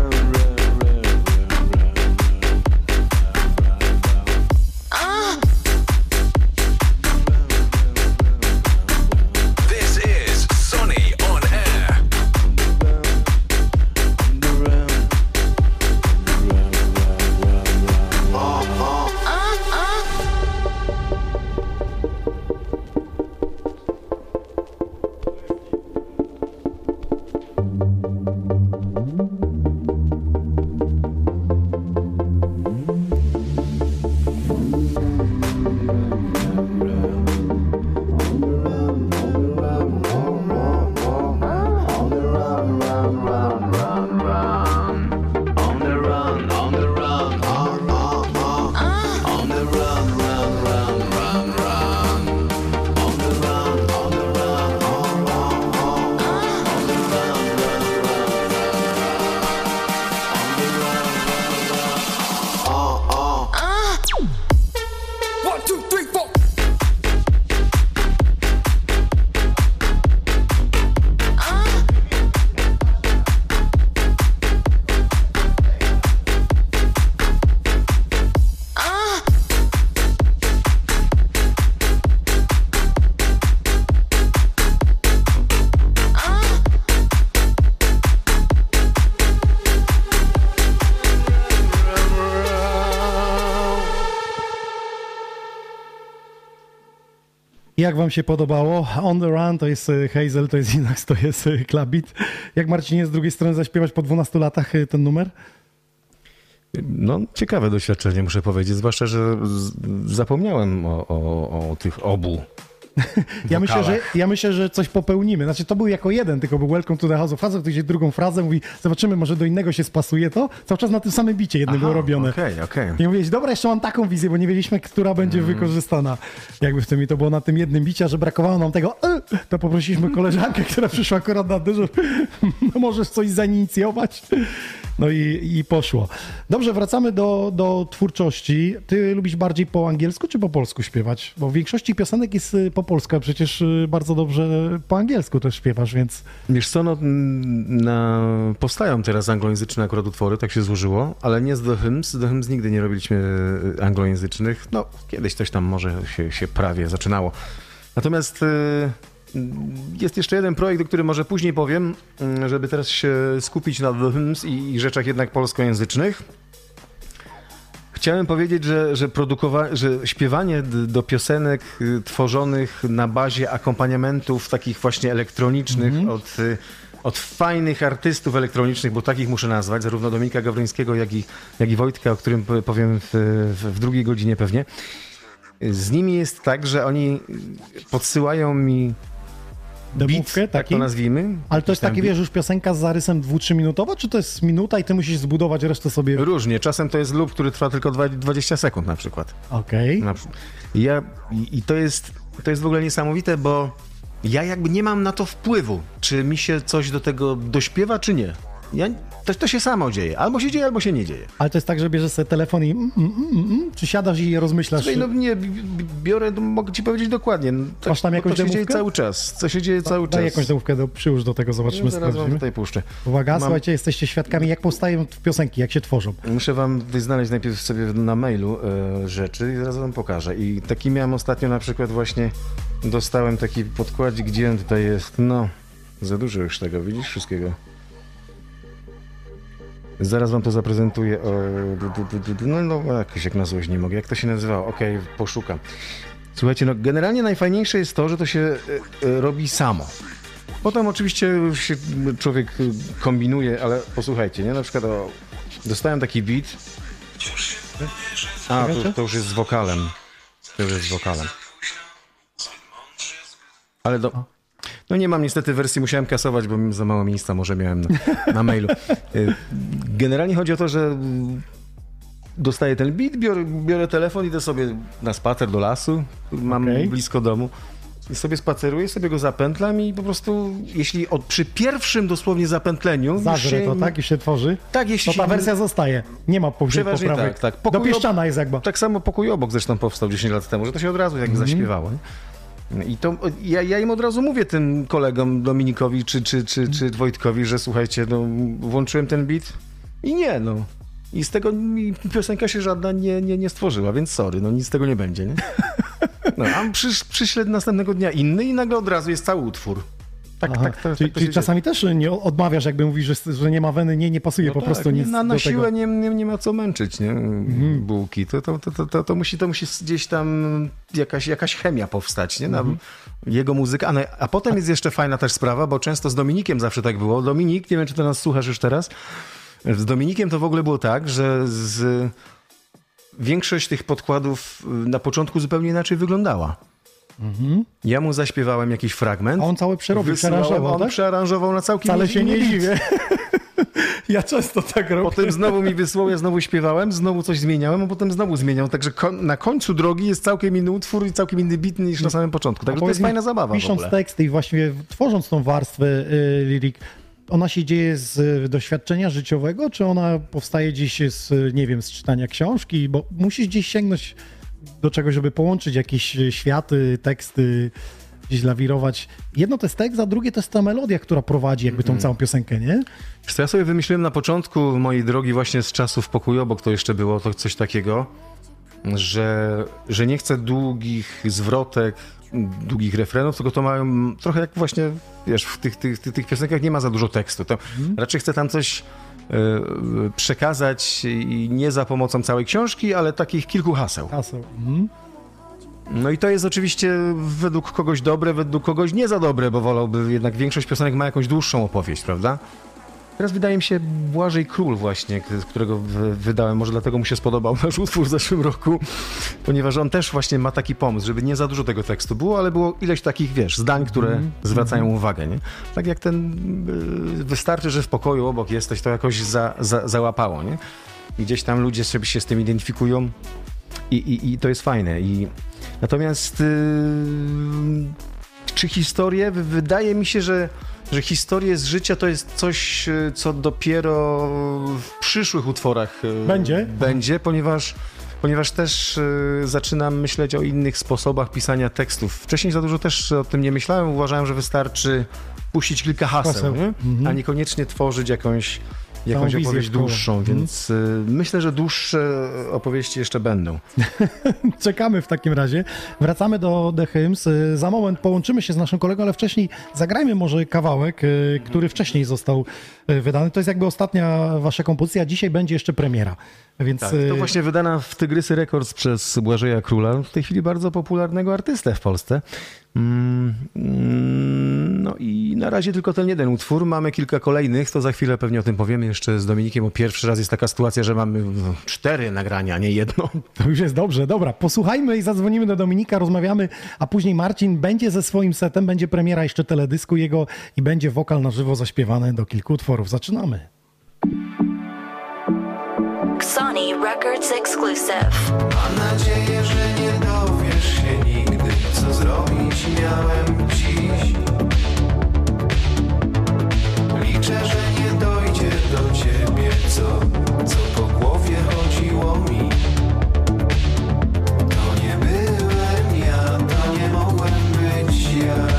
Speaker 4: Jak wam się podobało? On the Run to jest Hazel, to jest Inax, to jest Clubbit. Jak Marcinie z drugiej strony zaśpiewać po 12 latach ten numer?
Speaker 5: No, ciekawe doświadczenie, muszę powiedzieć, zwłaszcza, że zapomniałem o tych obu.
Speaker 4: Ja myślę, że coś popełnimy. Znaczy, to był jako jeden, tylko był Welcome to the House of Hazard, ktoś drugą frazę mówi, zobaczymy, może do innego się spasuje to. Cały czas na tym samym bicie jednego robione.
Speaker 5: Okej.
Speaker 4: I mówiłeś, dobra, jeszcze mam taką wizję, bo nie wiedzieliśmy, która będzie wykorzystana jakby w tym. I to było na tym jednym bicie, a że brakowało nam tego, to poprosiliśmy koleżankę, która przyszła akurat na dyżur, no możesz coś zainicjować. No i poszło. Dobrze, wracamy do twórczości. Ty lubisz bardziej po angielsku czy po polsku śpiewać? Bo w większości piosenek jest po polsku, a przecież bardzo dobrze po angielsku też śpiewasz, więc...
Speaker 5: Wiesz co, powstają teraz anglojęzyczne akurat utwory, tak się złożyło, ale nie z The Hymns. The Hymns nigdy nie robiliśmy anglojęzycznych. No, kiedyś coś tam może się prawie zaczynało. Natomiast jest jeszcze jeden projekt, o którym może później powiem, żeby teraz się skupić na The Hymns i rzeczach jednak polskojęzycznych. Chciałem powiedzieć, że śpiewanie do piosenek tworzonych na bazie akompaniamentów takich właśnie elektronicznych od fajnych artystów elektronicznych, bo takich muszę nazwać, zarówno Dominika Gawrońskiego, jak i Wojtka, o którym powiem w drugiej godzinie pewnie. Z nimi jest tak, że oni podsyłają mi
Speaker 4: demówkę,
Speaker 5: beat, tak to nazwijmy.
Speaker 4: Ale to jest takie, wiesz, już piosenka z zarysem 2-3 minutowa, czy to jest minuta i ty musisz zbudować resztę sobie?
Speaker 5: Różnie. Czasem to jest loop, który trwa tylko 20 sekund na przykład.
Speaker 4: Okej.
Speaker 5: I to jest w ogóle niesamowite, bo ja jakby nie mam na to wpływu, czy mi się coś do tego dośpiewa, czy nie. To się samo dzieje. Albo się dzieje, albo się nie dzieje.
Speaker 4: Ale to jest tak, że bierzesz sobie telefon i czy siadasz i rozmyślasz?
Speaker 5: Słuchaj, no nie, biorę, mogę ci powiedzieć dokładnie.
Speaker 4: Masz tam jakąś
Speaker 5: to się
Speaker 4: demówkę?
Speaker 5: dzieje cały czas. Co się dzieje cały czas.
Speaker 4: Daj jakąś demówkę, przyłóż do tego, zobaczymy,
Speaker 5: Zaraz wam
Speaker 4: sprawdzimy.
Speaker 5: tutaj puszczę.
Speaker 4: Uwaga, słuchajcie, jesteście świadkami, jak powstają piosenki, jak się tworzą.
Speaker 5: Muszę wam znaleźć najpierw sobie na mailu rzeczy i zaraz wam pokażę. I taki miałem ostatnio na przykład właśnie, dostałem taki podkładzik, gdzie on tutaj jest. No, za dużo już tego, widzisz, wszystkiego. Zaraz wam to zaprezentuję. No, jakoś jak na złość nie mogę. Jak to się nazywało? Okej, poszukam. Słuchajcie, no generalnie najfajniejsze jest to, że to się robi samo. Potem oczywiście się człowiek kombinuje, ale posłuchajcie, nie? Na przykład dostałem taki beat. To już jest z wokalem. Ale no nie mam niestety wersji, musiałem kasować, bo za mało miejsca może miałem na mailu. Generalnie chodzi o to, że dostaję ten beat, biorę telefon, idę sobie na spacer do lasu, mam blisko domu i sobie spaceruję, sobie go zapętlam i po prostu, jeśli przy pierwszym dosłownie zapętleniu...
Speaker 4: Zażre to, tak? I się tworzy?
Speaker 5: Tak, jeśli
Speaker 4: to ta wersja zostaje. Nie ma
Speaker 5: przeważnie
Speaker 4: poprawek.
Speaker 5: tak.
Speaker 4: Dopieszczana jest jakby.
Speaker 5: Tak samo Pokój obok zresztą powstał 10 lat temu, że to się od razu jakby zaśpiewało. Nie? I to ja im od razu mówię, tym kolegom Dominikowi czy Wojtkowi, że słuchajcie, no, włączyłem ten beat i nie, no. I z tego piosenka się żadna nie stworzyła, więc sorry, no nic z tego nie będzie, nie? No, a przyślę następnego dnia inny i nagle od razu jest cały utwór.
Speaker 4: Czyli czasami też nie odmawiasz, jakby mówisz, że nie ma weny, nie pasuje po prostu nic
Speaker 5: na siłę nie ma co męczyć, nie? Bułki. To musi gdzieś tam jakaś chemia powstać, nie? Jego muzyka. A potem jest jeszcze fajna też sprawa, bo często z Dominikiem zawsze tak było. Dominik, nie wiem, czy ty nas słuchasz już teraz. Z Dominikiem to w ogóle było tak, że większość tych podkładów na początku zupełnie inaczej wyglądała. Ja mu zaśpiewałem jakiś fragment.
Speaker 4: A on cały przearanżował,
Speaker 5: on
Speaker 4: tak?
Speaker 5: przearanżował na całkiem
Speaker 4: Wcale się nie
Speaker 5: beat.
Speaker 4: dziwię. Ja często tak robię.
Speaker 5: Potem znowu mi wysłał, ja znowu śpiewałem, znowu coś zmieniałem, a potem znowu zmieniał. Także na końcu drogi jest całkiem inny utwór i całkiem inny beat niż na samym początku. Także to jest fajna zabawa.
Speaker 4: Pisząc teksty i właściwie tworząc tą warstwę lirik, ona się dzieje z doświadczenia życiowego, czy ona powstaje gdzieś z, nie wiem, z czytania książki? Bo musisz gdzieś sięgnąć do czegoś, żeby połączyć jakieś światy, teksty, gdzieś lawirować. Jedno to jest tekst, a drugie to jest ta melodia, która prowadzi jakby tą całą piosenkę, nie?
Speaker 5: Wiesz co, ja sobie wymyśliłem na początku mojej drogi właśnie z czasów Pokój obok, to jeszcze było to coś takiego, że nie chcę długich zwrotek, długich refrenów, tylko to mają trochę jak właśnie, wiesz, w tych piosenkach nie ma za dużo tekstu. To raczej chcę tam coś przekazać i nie za pomocą całej książki, ale takich kilku haseł. No i to jest oczywiście według kogoś dobre, według kogoś nie za dobre, bo wolałby, jednak większość piosenek ma jakąś dłuższą opowieść, prawda? Teraz wydaje mi się Błażej Król właśnie, którego wydałem, może dlatego mu się spodobał nasz utwór w zeszłym roku, ponieważ on też właśnie ma taki pomysł, żeby nie za dużo tego tekstu było, ale było ileś takich, wiesz, zdań, które zwracają uwagę, nie? Tak jak ten wystarczy, że w pokoju obok jesteś, to jakoś załapało, nie? I gdzieś tam ludzie sobie się z tym identyfikują i to jest fajne. Natomiast czy historie? Wydaje mi się, że historie z życia to jest coś, co dopiero w przyszłych utworach będzie, ponieważ też zaczynam myśleć o innych sposobach pisania tekstów. Wcześniej za dużo też o tym nie myślałem, uważałem, że wystarczy puścić kilka haseł. Nie? A niekoniecznie tworzyć jakąś opowieść dłuższą, więc myślę, że dłuższe opowieści jeszcze będą.
Speaker 4: Czekamy w takim razie. Wracamy do The Hymns. Za moment połączymy się z naszym kolegą, ale wcześniej zagrajmy może kawałek, który wcześniej został wydany. To jest jakby ostatnia wasza kompozycja, dzisiaj będzie jeszcze premiera. Więc...
Speaker 5: Tak, to właśnie wydana w Tygrysy Records przez Błażeja Króla, w tej chwili bardzo popularnego artystę w Polsce. No i na razie tylko ten jeden utwór. Mamy kilka kolejnych, to za chwilę pewnie o tym powiemy jeszcze z Dominikiem, bo pierwszy raz jest taka sytuacja, że mamy 4 nagrania, a nie jedno.
Speaker 4: To już jest dobrze, dobra. Posłuchajmy i zadzwonimy do Dominika, rozmawiamy, a później Marcin będzie ze swoim setem, będzie premiera jeszcze teledysku jego i będzie wokal na żywo zaśpiewany do kilku utworów. Zaczynamy.
Speaker 2: Sony Records Exclusive.
Speaker 6: Mam nadzieję, że nie dowiesz się nigdy, co zrobić miałem dziś. Liczę, że nie dojdzie do ciebie, co po głowie chodziło mi. To nie byłem ja, to nie mogłem być ja.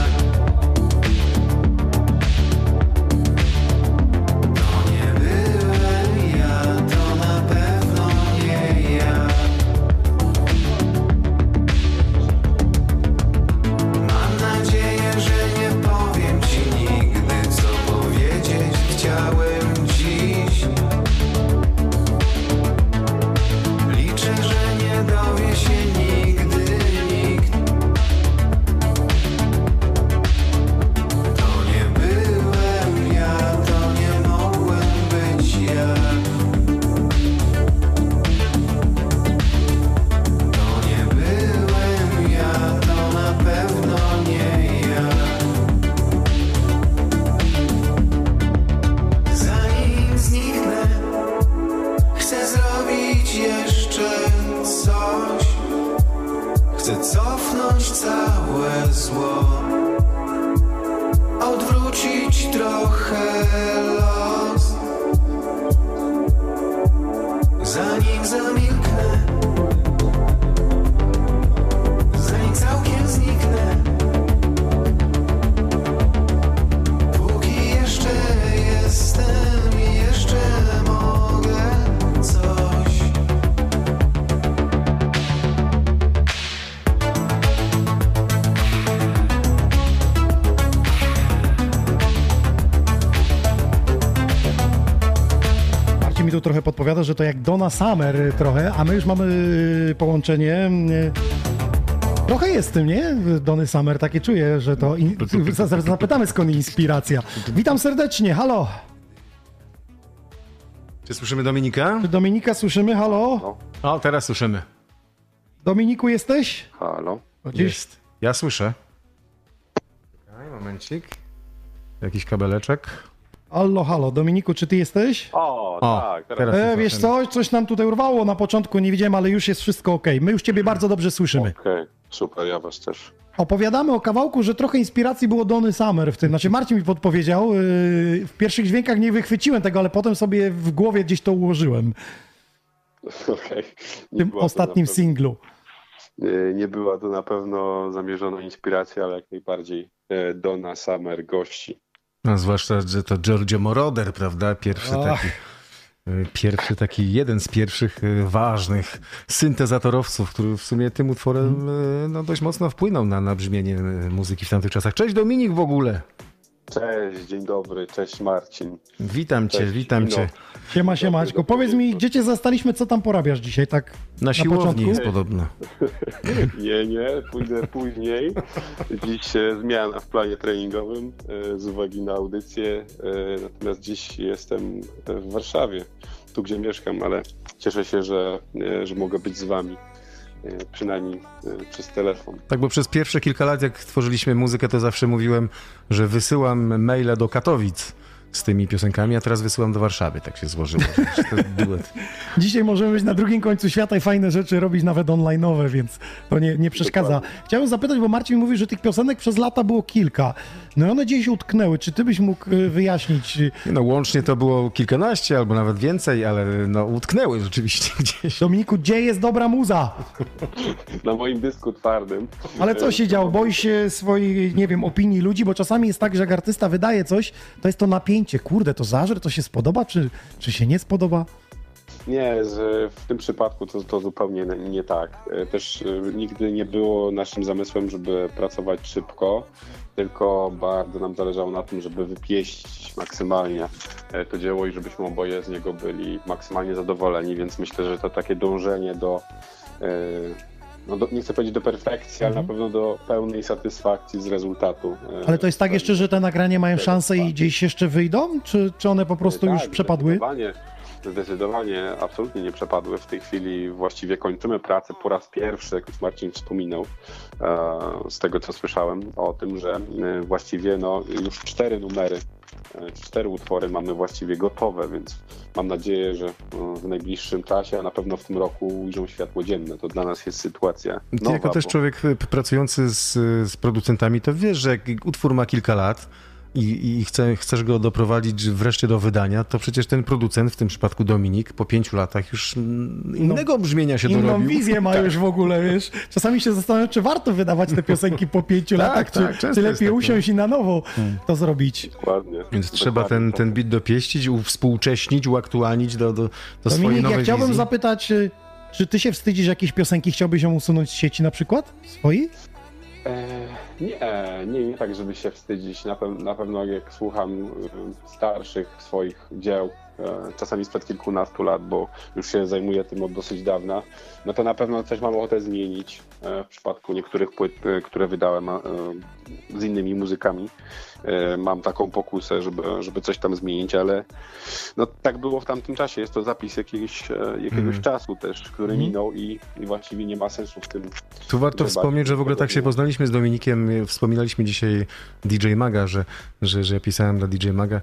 Speaker 4: Trochę podpowiada, że to jak Donna Summer trochę, a my już mamy połączenie. Trochę jest w tym, nie? Donny Summer, takie czuję, że to... Zaraz zapytamy, skąd inspiracja. Witam serdecznie, halo.
Speaker 5: Czy słyszymy Dominika?
Speaker 4: Czy Dominika słyszymy, halo?
Speaker 5: O, teraz słyszymy.
Speaker 4: Dominiku, jesteś?
Speaker 7: Halo.
Speaker 5: Jest. Ja słyszę. Czekaj, momencik. Jakiś kabeleczek.
Speaker 4: Halo, halo. Dominiku, czy ty jesteś?
Speaker 7: Tak. Teraz
Speaker 4: wiesz coś nam tutaj urwało na początku, nie widziałem, ale już jest wszystko okej. My już ciebie bardzo dobrze słyszymy.
Speaker 7: Okej, super, ja was też.
Speaker 4: Opowiadamy o kawałku, że trochę inspiracji było Donny Summer w tym. Znaczy Marcin mi podpowiedział. W pierwszych dźwiękach nie wychwyciłem tego, ale potem sobie w głowie gdzieś to ułożyłem.
Speaker 7: Okej.
Speaker 4: W tym ostatnim singlu.
Speaker 7: Nie była to na pewno zamierzona inspiracja, ale jak najbardziej Donna Summer gości.
Speaker 5: No, zwłaszcza, że to Giorgio Moroder, prawda? Jeden z pierwszych ważnych syntezatorowców, który w sumie tym utworem dość mocno wpłynął na brzmienie muzyki w tamtych czasach. Cześć Dominik w ogóle!
Speaker 7: Cześć, dzień dobry, cześć Marcin.
Speaker 5: Witam cię,
Speaker 7: Cześć,
Speaker 5: witam
Speaker 7: Ino.
Speaker 5: cię.
Speaker 4: Siemaczko. Powiedz mi, gdzie cię zastaliśmy, co tam porabiasz dzisiaj, tak
Speaker 5: Na siłowni
Speaker 4: początku?
Speaker 5: jest podobno.
Speaker 7: Nie, pójdę później. Dziś zmiana w planie treningowym z uwagi na audycję, natomiast dziś jestem w Warszawie, tu gdzie mieszkam, ale cieszę się, że mogę być z wami, przynajmniej przez telefon.
Speaker 5: Tak, bo przez pierwsze kilka lat, jak tworzyliśmy muzykę, to zawsze mówiłem, że wysyłam maile do Katowic z tymi piosenkami, a teraz wysyłam do Warszawy. Tak się złożyło, że to duet.
Speaker 4: Dzisiaj możemy być na drugim końcu świata i fajne rzeczy robić nawet online'owe, więc to nie przeszkadza.
Speaker 7: Dokładnie.
Speaker 4: Chciałem zapytać, bo Marcin mówi, że tych piosenek przez lata było kilka. No i one gdzieś utknęły. Czy ty byś mógł wyjaśnić?
Speaker 5: No łącznie to było kilkanaście albo nawet więcej, ale no utknęły rzeczywiście gdzieś.
Speaker 4: Dominiku, gdzie jest dobra muza?
Speaker 7: Na moim dysku twardym.
Speaker 4: Ale co się działo? Boisz się swojej, nie wiem, opinii ludzi? Bo czasami jest tak, że jak artysta wydaje coś, to jest to napięcie. Kurde, to zażre, to się spodoba, czy się nie spodoba?
Speaker 7: Nie, w tym przypadku to zupełnie nie tak. Też nigdy nie było naszym zamysłem, żeby pracować szybko, tylko bardzo nam zależało na tym, żeby wypieścić maksymalnie to dzieło i żebyśmy oboje z niego byli maksymalnie zadowoleni, więc myślę, że to takie dążenie nie chcę powiedzieć do perfekcji, ale na pewno do pełnej satysfakcji z rezultatu.
Speaker 4: Ale to jest tak jeszcze, że te nagrania mają szansę i gdzieś jeszcze wyjdą? Czy one po prostu już
Speaker 7: Tak,
Speaker 4: przepadły?
Speaker 7: Zdecydowanie, absolutnie nie przepadły. W tej chwili właściwie kończymy pracę po raz pierwszy, jak już Marcin wspominał, z tego co słyszałem o tym, że właściwie już 4 numery, 4 utwory mamy właściwie gotowe, więc mam nadzieję, że w najbliższym czasie, a na pewno w tym roku ujrzą światło dzienne. To dla nas jest sytuacja
Speaker 5: Ty
Speaker 7: nowa.
Speaker 5: jako też człowiek pracujący z producentami, to wiesz, że jak utwór ma kilka lat i chcesz go doprowadzić wreszcie do wydania, to przecież ten producent, w tym przypadku Dominik, po 5 latach już innego brzmienia się
Speaker 4: Inną
Speaker 5: dorobił.
Speaker 4: wizję ma już w ogóle, wiesz. Czasami się zastanawiam, czy warto wydawać te piosenki po 5 latach,
Speaker 5: tak,
Speaker 4: czy
Speaker 5: często
Speaker 4: lepiej
Speaker 5: jest tak,
Speaker 4: usiąść i na nowo to zrobić.
Speaker 7: Dokładnie.
Speaker 5: Więc trzeba
Speaker 7: Dokładnie.
Speaker 5: ten beat dopieścić, współcześnić, uaktualnić do swojej
Speaker 4: Dominik,
Speaker 5: nowej
Speaker 4: ja chciałbym
Speaker 5: wizji.
Speaker 4: zapytać, czy ty się wstydzisz jakieś piosenki, chciałbyś ją usunąć z sieci na przykład? Swoi?
Speaker 7: Nie tak, żeby się wstydzić. Na pewno jak słucham starszych swoich dzieł, czasami sprzed kilkunastu lat, bo już się zajmuję tym od dosyć dawna, no to na pewno coś mam ochotę zmienić w przypadku niektórych płyt, które wydałem z innymi muzykami. Mam taką pokusę, żeby coś tam zmienić, ale no tak było w tamtym czasie. Jest to zapis jakiegoś czasu też, który minął i właściwie nie ma sensu w tym.
Speaker 5: Tu warto wspomnieć, że w ogóle tak się poznaliśmy z Dominikiem. Wspominaliśmy dzisiaj DJ Maga, że ja pisałem dla DJ Maga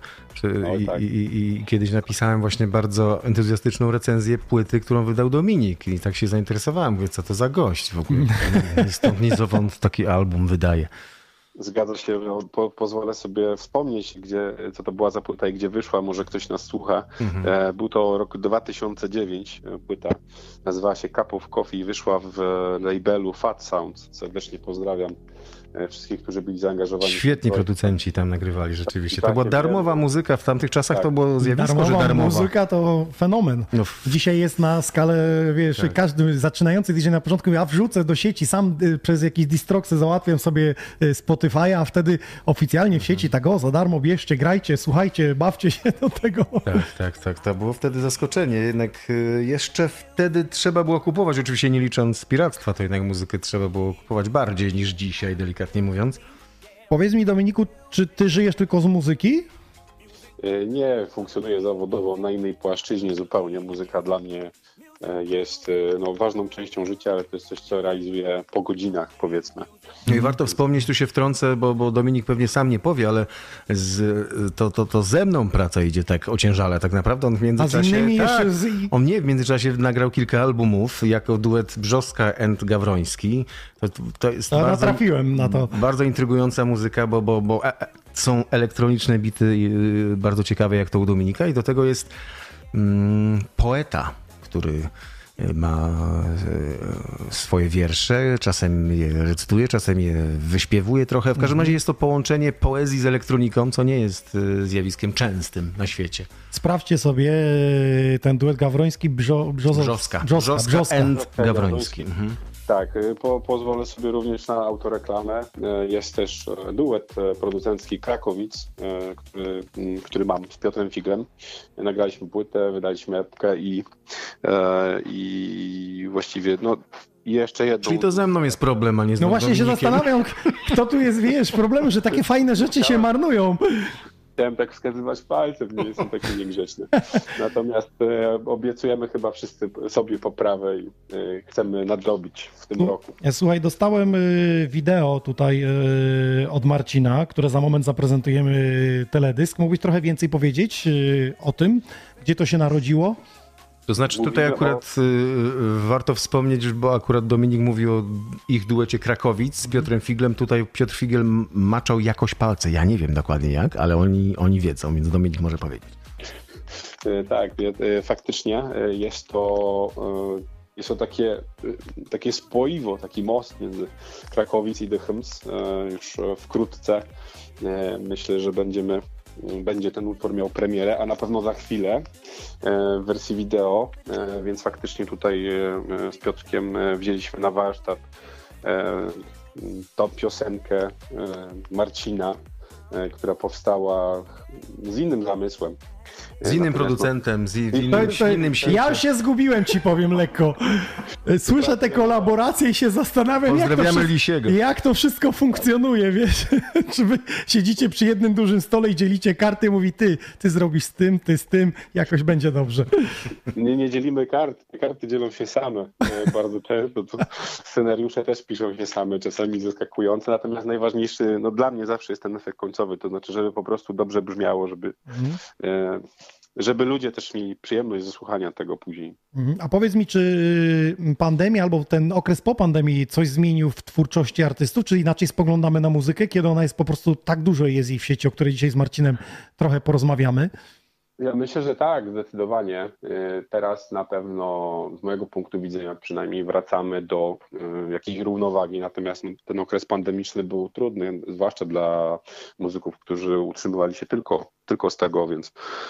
Speaker 5: i kiedyś napisałem właśnie bardzo entuzjastyczną recenzję płyty, którą wydał Dominik i tak się zainteresowałem. Mówię, co to za gość w ogóle. Stąd ni zowąd taki album wydaje.
Speaker 7: Zgadza się, pozwolę sobie wspomnieć, co to była za płyta i gdzie wyszła, może ktoś nas słucha. Był to rok 2009, płyta nazywała się Cup of Coffee i wyszła w labelu Fat Sounds. Serdecznie pozdrawiam wszystkich, którzy byli zaangażowani.
Speaker 5: Świetni producenci tam nagrywali rzeczywiście. To była darmowa muzyka, w tamtych czasach to było zjawisko, że darmowa.
Speaker 4: Muzyka to fenomen.
Speaker 5: No,
Speaker 4: Dzisiaj jest na skalę, wiesz, każdy zaczynający DJ na początku mówi, a wrzucę do sieci, sam przez jakieś distroksy załatwiam sobie Spotify'a, a wtedy oficjalnie w sieci tak za darmo bierzcie, grajcie, słuchajcie, bawcie się do tego.
Speaker 5: Tak. To było wtedy zaskoczenie. Jednak jeszcze wtedy trzeba było kupować, oczywiście nie licząc piractwa, to jednak muzykę trzeba było kupować bardziej niż dzisiaj, delikatnie mówiąc.
Speaker 4: Powiedz mi, Dominiku, czy ty żyjesz tylko z muzyki?
Speaker 7: Nie, funkcjonuję zawodowo na innej płaszczyźnie zupełnie. Muzyka dla mnie jest ważną częścią życia, ale to jest coś, co realizuję po godzinach, powiedzmy.
Speaker 5: No i warto wspomnieć, tu się wtrącę, bo Dominik pewnie sam nie powie, ale to ze mną praca idzie tak ociężale. Tak naprawdę on w międzyczasie...
Speaker 4: A z innymi
Speaker 5: tak,
Speaker 4: jeszcze...
Speaker 5: On w międzyczasie nagrał kilka albumów jako duet Brzoska and Gawroński. To jest bardzo,
Speaker 4: trafiłem na to.
Speaker 5: Bardzo intrygująca muzyka, bo są elektroniczne bity bardzo ciekawe, jak to u Dominika i do tego jest poeta, który ma swoje wiersze, czasem je recytuje, czasem je wyśpiewuje trochę. W każdym razie jest to połączenie poezji z elektroniką, co nie jest zjawiskiem częstym na świecie.
Speaker 4: Sprawdźcie sobie ten duet Gawroński, Brzoska
Speaker 5: and Gawroński.
Speaker 7: Tak, pozwolę sobie również na autoreklamę. Jest też duet producencki Krakowic, który mam z Piotrem Figlem. Nagraliśmy płytę, wydaliśmy epkę i właściwie jeszcze jedną.
Speaker 5: Czyli to ze mną jest problem, a nie z
Speaker 4: No właśnie się
Speaker 5: Dominikiem.
Speaker 4: zastanawiam, kto tu jest, wiesz, problemem, że takie fajne rzeczy się marnują.
Speaker 7: Chciałem tak wskazywać palcem, nie jestem taki niegrzeczny. Natomiast obiecujemy chyba wszyscy sobie poprawę i chcemy nadrobić w tym roku.
Speaker 4: Słuchaj, dostałem wideo tutaj od Marcina, które za moment zaprezentujemy teledysk. Mógłbyś trochę więcej powiedzieć o tym, gdzie to się narodziło?
Speaker 5: To znaczy tutaj
Speaker 7: Mówimy
Speaker 5: akurat warto wspomnieć, bo akurat Dominik mówi o ich duecie Krakowic z Piotrem Figlem. Tutaj Piotr Figel maczał jakoś palce. Ja nie wiem dokładnie jak, ale oni wiedzą, więc Dominik może powiedzieć.
Speaker 7: Tak, faktycznie jest to takie spoiwo, taki most między Krakowic i Dychems. Już wkrótce myślę, że będzie ten utwór miał premierę, a na pewno za chwilę w wersji wideo, więc faktycznie tutaj z Piotrkiem wzięliśmy na warsztat tą piosenkę Marcina, która powstała z innym zamysłem.
Speaker 5: Z innym producentem, z innym świecie.
Speaker 4: Ja już się zgubiłem, ci powiem lekko. Słyszę te kolaboracje i się zastanawiam, jak to wszystko funkcjonuje, wiesz? Czy wy siedzicie przy jednym dużym stole i dzielicie karty i mówi ty zrobisz z tym, ty z tym, jakoś będzie dobrze.
Speaker 7: Nie dzielimy kart, karty dzielą się same bardzo często. Scenariusze też piszą się same, czasami zaskakujące, natomiast najważniejszy, dla mnie zawsze jest ten efekt końcowy, to znaczy, żeby po prostu dobrze brzmiało, żeby ludzie też mieli przyjemność ze słuchania tego później.
Speaker 4: A powiedz mi, czy pandemia albo ten okres po pandemii coś zmienił w twórczości artystów, czy inaczej spoglądamy na muzykę, kiedy ona jest po prostu tak dużo jest jej w sieci, o której dzisiaj z Marcinem trochę porozmawiamy?
Speaker 7: Ja myślę, że tak, zdecydowanie. Teraz na pewno z mojego punktu widzenia przynajmniej wracamy do jakiejś równowagi, natomiast ten okres pandemiczny był trudny, zwłaszcza dla muzyków, którzy utrzymywali się tylko z tego, więc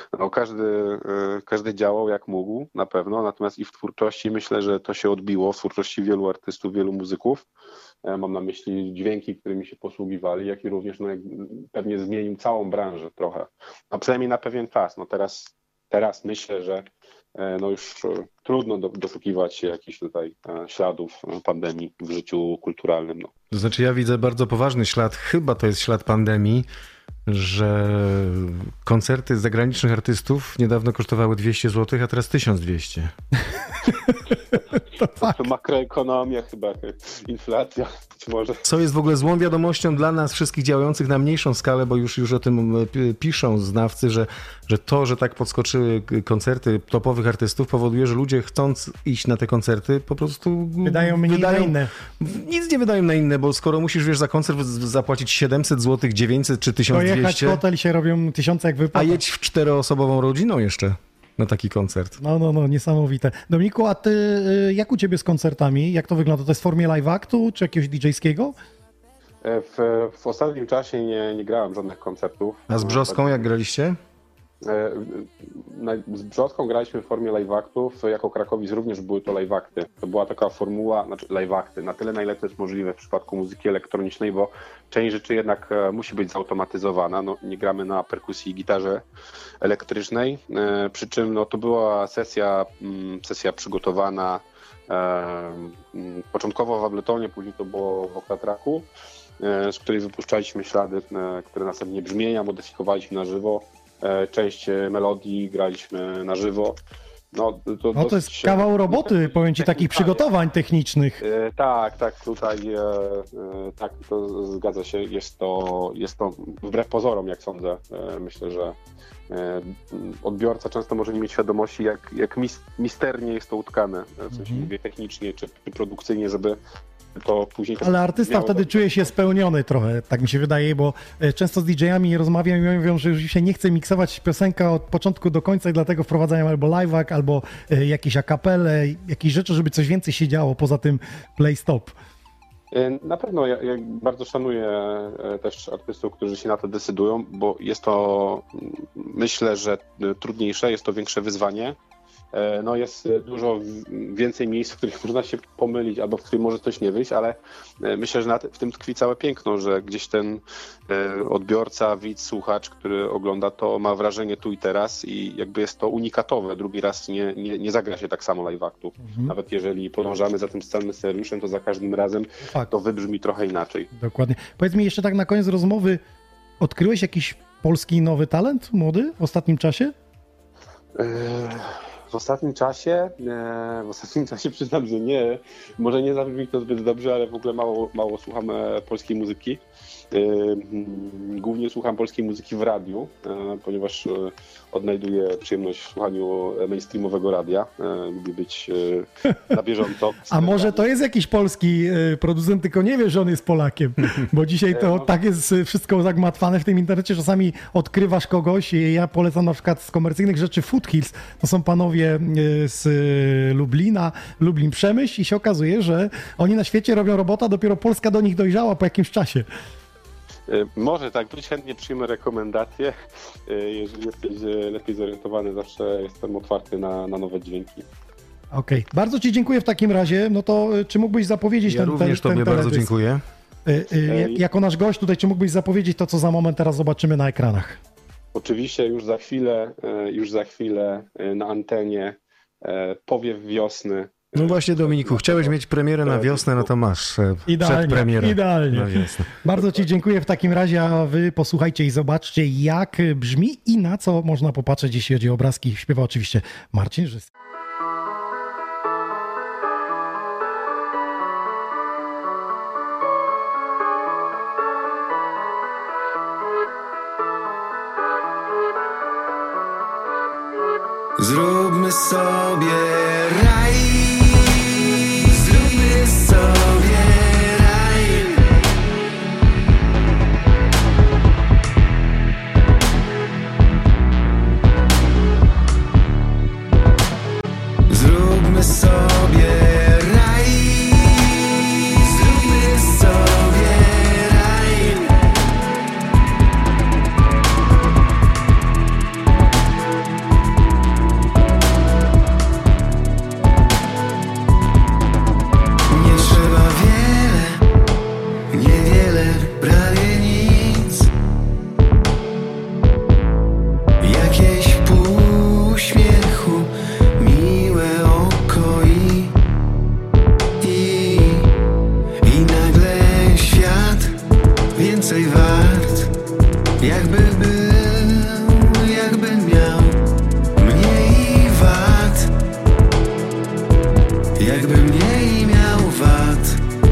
Speaker 7: każdy działał jak mógł na pewno, natomiast i w twórczości myślę, że to się odbiło, w twórczości wielu artystów, wielu muzyków. Mam na myśli dźwięki, którymi się posługiwali, jak i również pewnie zmienił całą branżę trochę. A przynajmniej na pewien czas. Teraz myślę, że już trudno doszukiwać się jakichś tutaj śladów pandemii w życiu kulturalnym.
Speaker 5: To znaczy ja widzę bardzo poważny ślad, chyba to jest ślad pandemii, że koncerty zagranicznych artystów niedawno kosztowały 200 zł, a teraz 1200.
Speaker 7: To makroekonomia chyba, inflacja być może.
Speaker 5: Co jest w ogóle złą wiadomością dla nas wszystkich działających na mniejszą skalę, bo już o tym piszą znawcy, że to, że tak podskoczyły koncerty topowych artystów powoduje, że ludzie chcąc iść na te koncerty po prostu
Speaker 4: wydają mniej na inne.
Speaker 5: Nic nie wydają na inne, bo skoro musisz, za koncert zapłacić 700 zł, 900 czy 1200.
Speaker 4: Pojechać w hotel i się robią 1000 jak wypada.
Speaker 5: A jedź w 4-osobową rodziną jeszcze na taki koncert.
Speaker 4: No, niesamowite. Dominiku, a ty, jak u ciebie z koncertami? Jak to wygląda? To jest w formie live actu czy jakiegoś DJ-skiego?
Speaker 7: W ostatnim czasie nie grałem żadnych koncertów.
Speaker 5: A z Brzoską jak graliście?
Speaker 7: Z Brzoską graliśmy w formie live actów, jako Krakowic również były to live acty. To była taka formuła, znaczy live acty, na tyle na ile to jest możliwe w przypadku muzyki elektronicznej, bo część rzeczy jednak musi być zautomatyzowana. Nie gramy na perkusji i gitarze elektrycznej, przy czym to była sesja przygotowana początkowo w Abletonie, później to było w Oktatraku, z której wypuszczaliśmy ślady, które następnie brzmienia modyfikowaliśmy na żywo. Część melodii graliśmy na żywo.
Speaker 4: To jest kawał roboty, powiem ci, takich przygotowań technicznych.
Speaker 7: Tak, tutaj tak, to zgadza się. Jest to wbrew pozorom, jak sądzę. Myślę, że odbiorca często może nie mieć świadomości, jak misternie jest to utkane, w sensie mówię technicznie czy produkcyjnie, żeby to później...
Speaker 4: Ale artysta wtedy czuje się spełniony trochę, tak mi się wydaje, bo często z DJ-ami rozmawiam i mówią, że już się nie chce miksować piosenka od początku do końca i dlatego wprowadzają albo live'ak, albo jakieś a cappelle, jakieś rzeczy, żeby coś więcej się działo poza tym play-stop.
Speaker 7: Na pewno ja bardzo szanuję też artystów, którzy się na to decydują, bo jest to, myślę, że trudniejsze, jest to większe wyzwanie no jest dużo więcej miejsc, w których można się pomylić albo w których może coś nie wyjść, ale myślę, że w tym tkwi całe piękno, że gdzieś ten odbiorca, widz, słuchacz, który ogląda to, ma wrażenie tu i teraz i jakby jest to unikatowe. Drugi raz nie zagra się tak samo live actu. Nawet jeżeli podążamy za tym samym scenariuszem, to za każdym razem to wybrzmi trochę inaczej.
Speaker 4: Dokładnie. Powiedz mi jeszcze tak na koniec rozmowy, odkryłeś jakiś polski nowy talent młody w ostatnim czasie?
Speaker 7: W ostatnim czasie przyznam, że nie. Może nie zabrzmi to zbyt dobrze, ale w ogóle mało słucham polskiej muzyki. Głównie słucham polskiej muzyki w radiu, ponieważ odnajduję przyjemność w słuchaniu mainstreamowego radia. Lubię być na bieżąco.
Speaker 4: A może to jest jakiś polski producent, tylko nie wie, że on jest Polakiem, bo dzisiaj to tak jest wszystko zagmatwane w tym internecie, czasami odkrywasz kogoś. Ja polecam na przykład z komercyjnych rzeczy Foothills, to są panowie z Lublina, Lublin-Przemyśl i się okazuje, że oni na świecie robią robota, dopiero Polska do nich dojrzała po jakimś czasie.
Speaker 7: Może tak być, chętnie przyjmę rekomendacje. Jeżeli jesteś lepiej zorientowany, zawsze jestem otwarty na nowe dźwięki.
Speaker 4: Okej. Bardzo Ci dziękuję w takim razie. No to czy mógłbyś zapowiedzieć
Speaker 5: Ja również Tobie bardzo dziękuję.
Speaker 4: Jako nasz gość tutaj, czy mógłbyś zapowiedzieć to, co za moment teraz zobaczymy na ekranach?
Speaker 7: Oczywiście już za chwilę na antenie powiew wiosny.
Speaker 5: No właśnie, Dominiku, chciałeś mieć premierę na wiosnę, no to masz przedpremierę.
Speaker 4: Idealnie.
Speaker 5: Na wiosnę.
Speaker 4: Bardzo Ci dziękuję w takim razie, a Wy posłuchajcie i zobaczcie, jak brzmi i na co można popatrzeć, jeśli chodzi o obrazki. Śpiewa oczywiście Marcin Rzyski.
Speaker 6: Zróbmy sobie raj, zróbmy sobie raj. Zróbmy sobie raj, zróbmy sobie raj. Nie trzeba wiele, niewiele, prawie nic. Jakieś pół uśmiechu, miłe oko i nagle świat więcej wart. Jakby był, jakby miał mniej wad. Jakby mniej miał wad.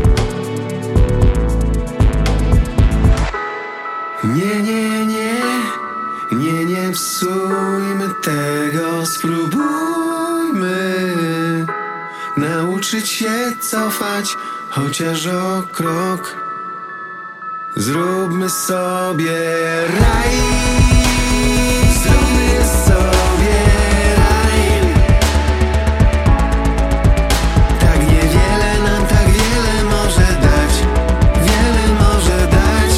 Speaker 6: Nie psujmy tego, spróbujmy nauczyć się cofać chociaż o krok. Zróbmy sobie raj, zróbmy sobie raj. Tak niewiele nam, tak wiele może dać, wiele może dać.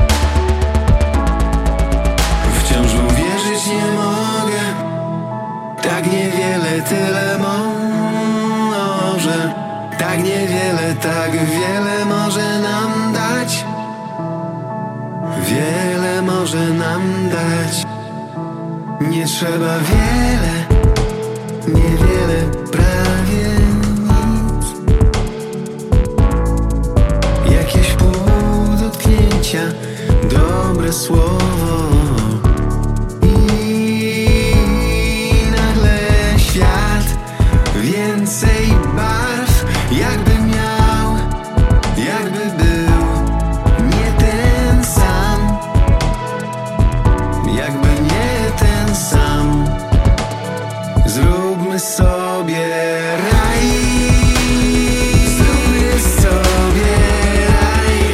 Speaker 6: Wciąż uwierzyć nie mogę, tak niewiele, tyle może. Tak niewiele, tak wiele może nam dać. Wiele może nam dać. Nie trzeba wiele, niewiele, prawie nic. Jakieś pół dotknięcia, dobre słowo i nagle świat więcej barw. Jakby miał, jakby był nie ten sam. Jakby nie ten sam. Zróbmy sobie raj, zróbmy sobie raj.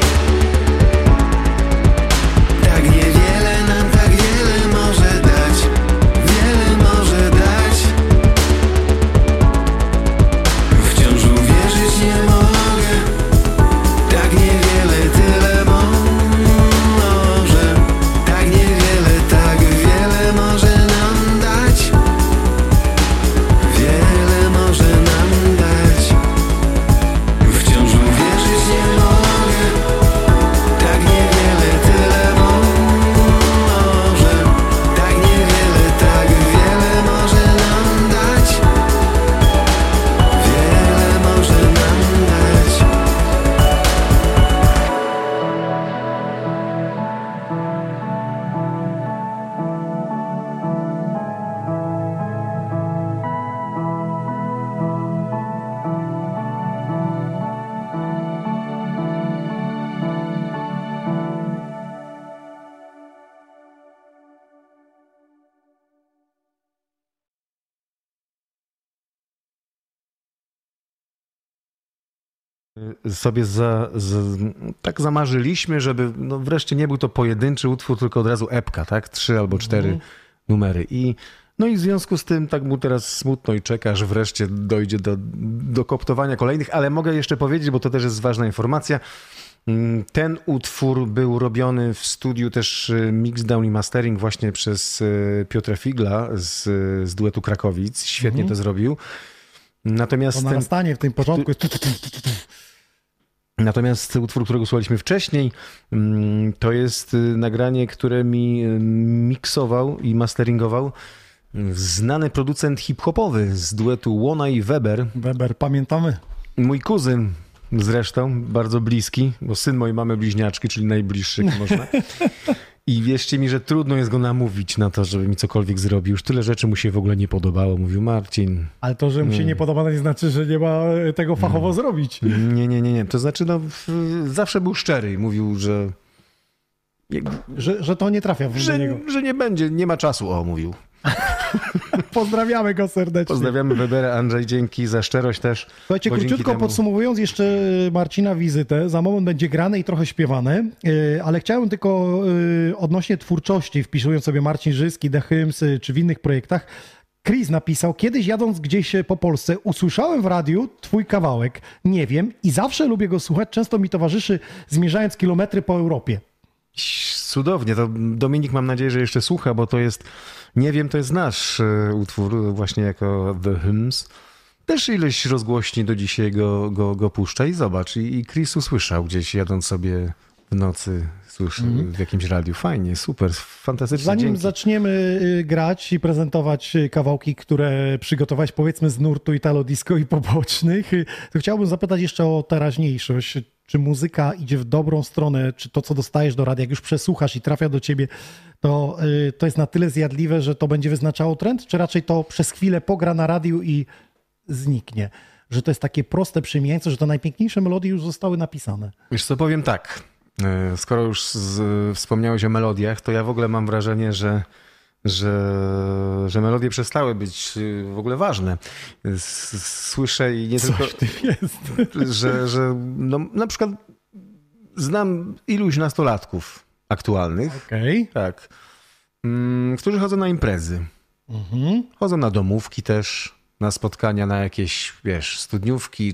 Speaker 6: Tak niewiele nam, tak wiele może dać, wiele może dać. Wciąż uwierzyć nie mogę, tak niewiele, tyle może. Tak niewiele, tak wiele może nam dać.
Speaker 5: sobie tak zamarzyliśmy, żeby no wreszcie nie był to pojedynczy utwór, tylko od razu epka, tak? 3 albo 4 numery. No i w związku z tym tak mu teraz smutno i czeka, że wreszcie dojdzie do koptowania kolejnych, ale mogę jeszcze powiedzieć, bo to też jest ważna informacja, ten utwór był robiony w studiu też mixdown i mastering właśnie przez Piotra Figla z duetu Krakowic. Świetnie to zrobił. Natomiast
Speaker 4: To narastanie w tym początku jest...
Speaker 5: Natomiast utwór, którego słuchaliśmy wcześniej, to jest nagranie, które mi miksował i masteringował znany producent hip-hopowy z duetu Łona i Weber.
Speaker 4: Weber, pamiętamy?
Speaker 5: Mój kuzyn zresztą, bardzo bliski, bo syn mojej mamy bliźniaczki, czyli najbliższy, jak można. I wierzcie mi, że trudno jest go namówić na to, żeby mi cokolwiek zrobił. Już tyle rzeczy mu się w ogóle nie podobało. Mówił: Marcin...
Speaker 4: Ale to, że mu się nie podoba, to nie znaczy, że nie ma tego fachowo zrobić.
Speaker 5: Nie. To znaczy, no, zawsze był szczery i mówił, że...
Speaker 4: Że to nie trafia do niego.
Speaker 5: Że nie będzie, nie ma czasu, mówił.
Speaker 4: Pozdrawiamy go serdecznie.
Speaker 5: Pozdrawiamy Webera. Andrzej, dzięki za szczerość też.
Speaker 4: Słuchajcie, króciutko podsumowując jeszcze Marcina wizytę, za moment będzie grane i trochę śpiewane, ale chciałem tylko odnośnie twórczości, wpisując sobie Marcin Żyski, The Hymns czy w innych projektach, Chris napisał: kiedyś jadąc gdzieś po Polsce usłyszałem w radiu twój kawałek, nie wiem, i zawsze lubię go słuchać, często mi towarzyszy zmierzając kilometry po Europie.
Speaker 5: Cudownie, to Dominik, mam nadzieję, że jeszcze słucha, bo to jest, nie wiem, to jest nasz utwór właśnie jako The Hymns. Też ileś rozgłośni do dzisiaj go puszcza i zobacz. I Chris usłyszał gdzieś jadąc sobie w nocy, w jakimś radiu. Fajnie, super, fantastycznie.
Speaker 4: Zanim zaczniemy grać i prezentować kawałki, które przygotowałeś, powiedzmy, z nurtu Italo Disco i pobocznych, to chciałbym zapytać jeszcze o teraźniejszość. Czy muzyka idzie w dobrą stronę, czy to, co dostajesz do radia, jak już przesłuchasz i trafia do ciebie, to jest na tyle zjadliwe, że to będzie wyznaczało trend, czy raczej to przez chwilę pogra na radiu i zniknie? Że to jest takie proste przymieńce, że te najpiękniejsze melodie już zostały napisane.
Speaker 5: Wiesz co, powiem tak, skoro już wspomniałeś o melodiach, to ja w ogóle mam wrażenie, że melodie przestały być w ogóle ważne. Słyszę i nie tylko... że no, na przykład znam iluś nastolatków aktualnych, tak, którzy chodzą na imprezy. Chodzą na domówki też, na spotkania, na jakieś, wiesz, studniówki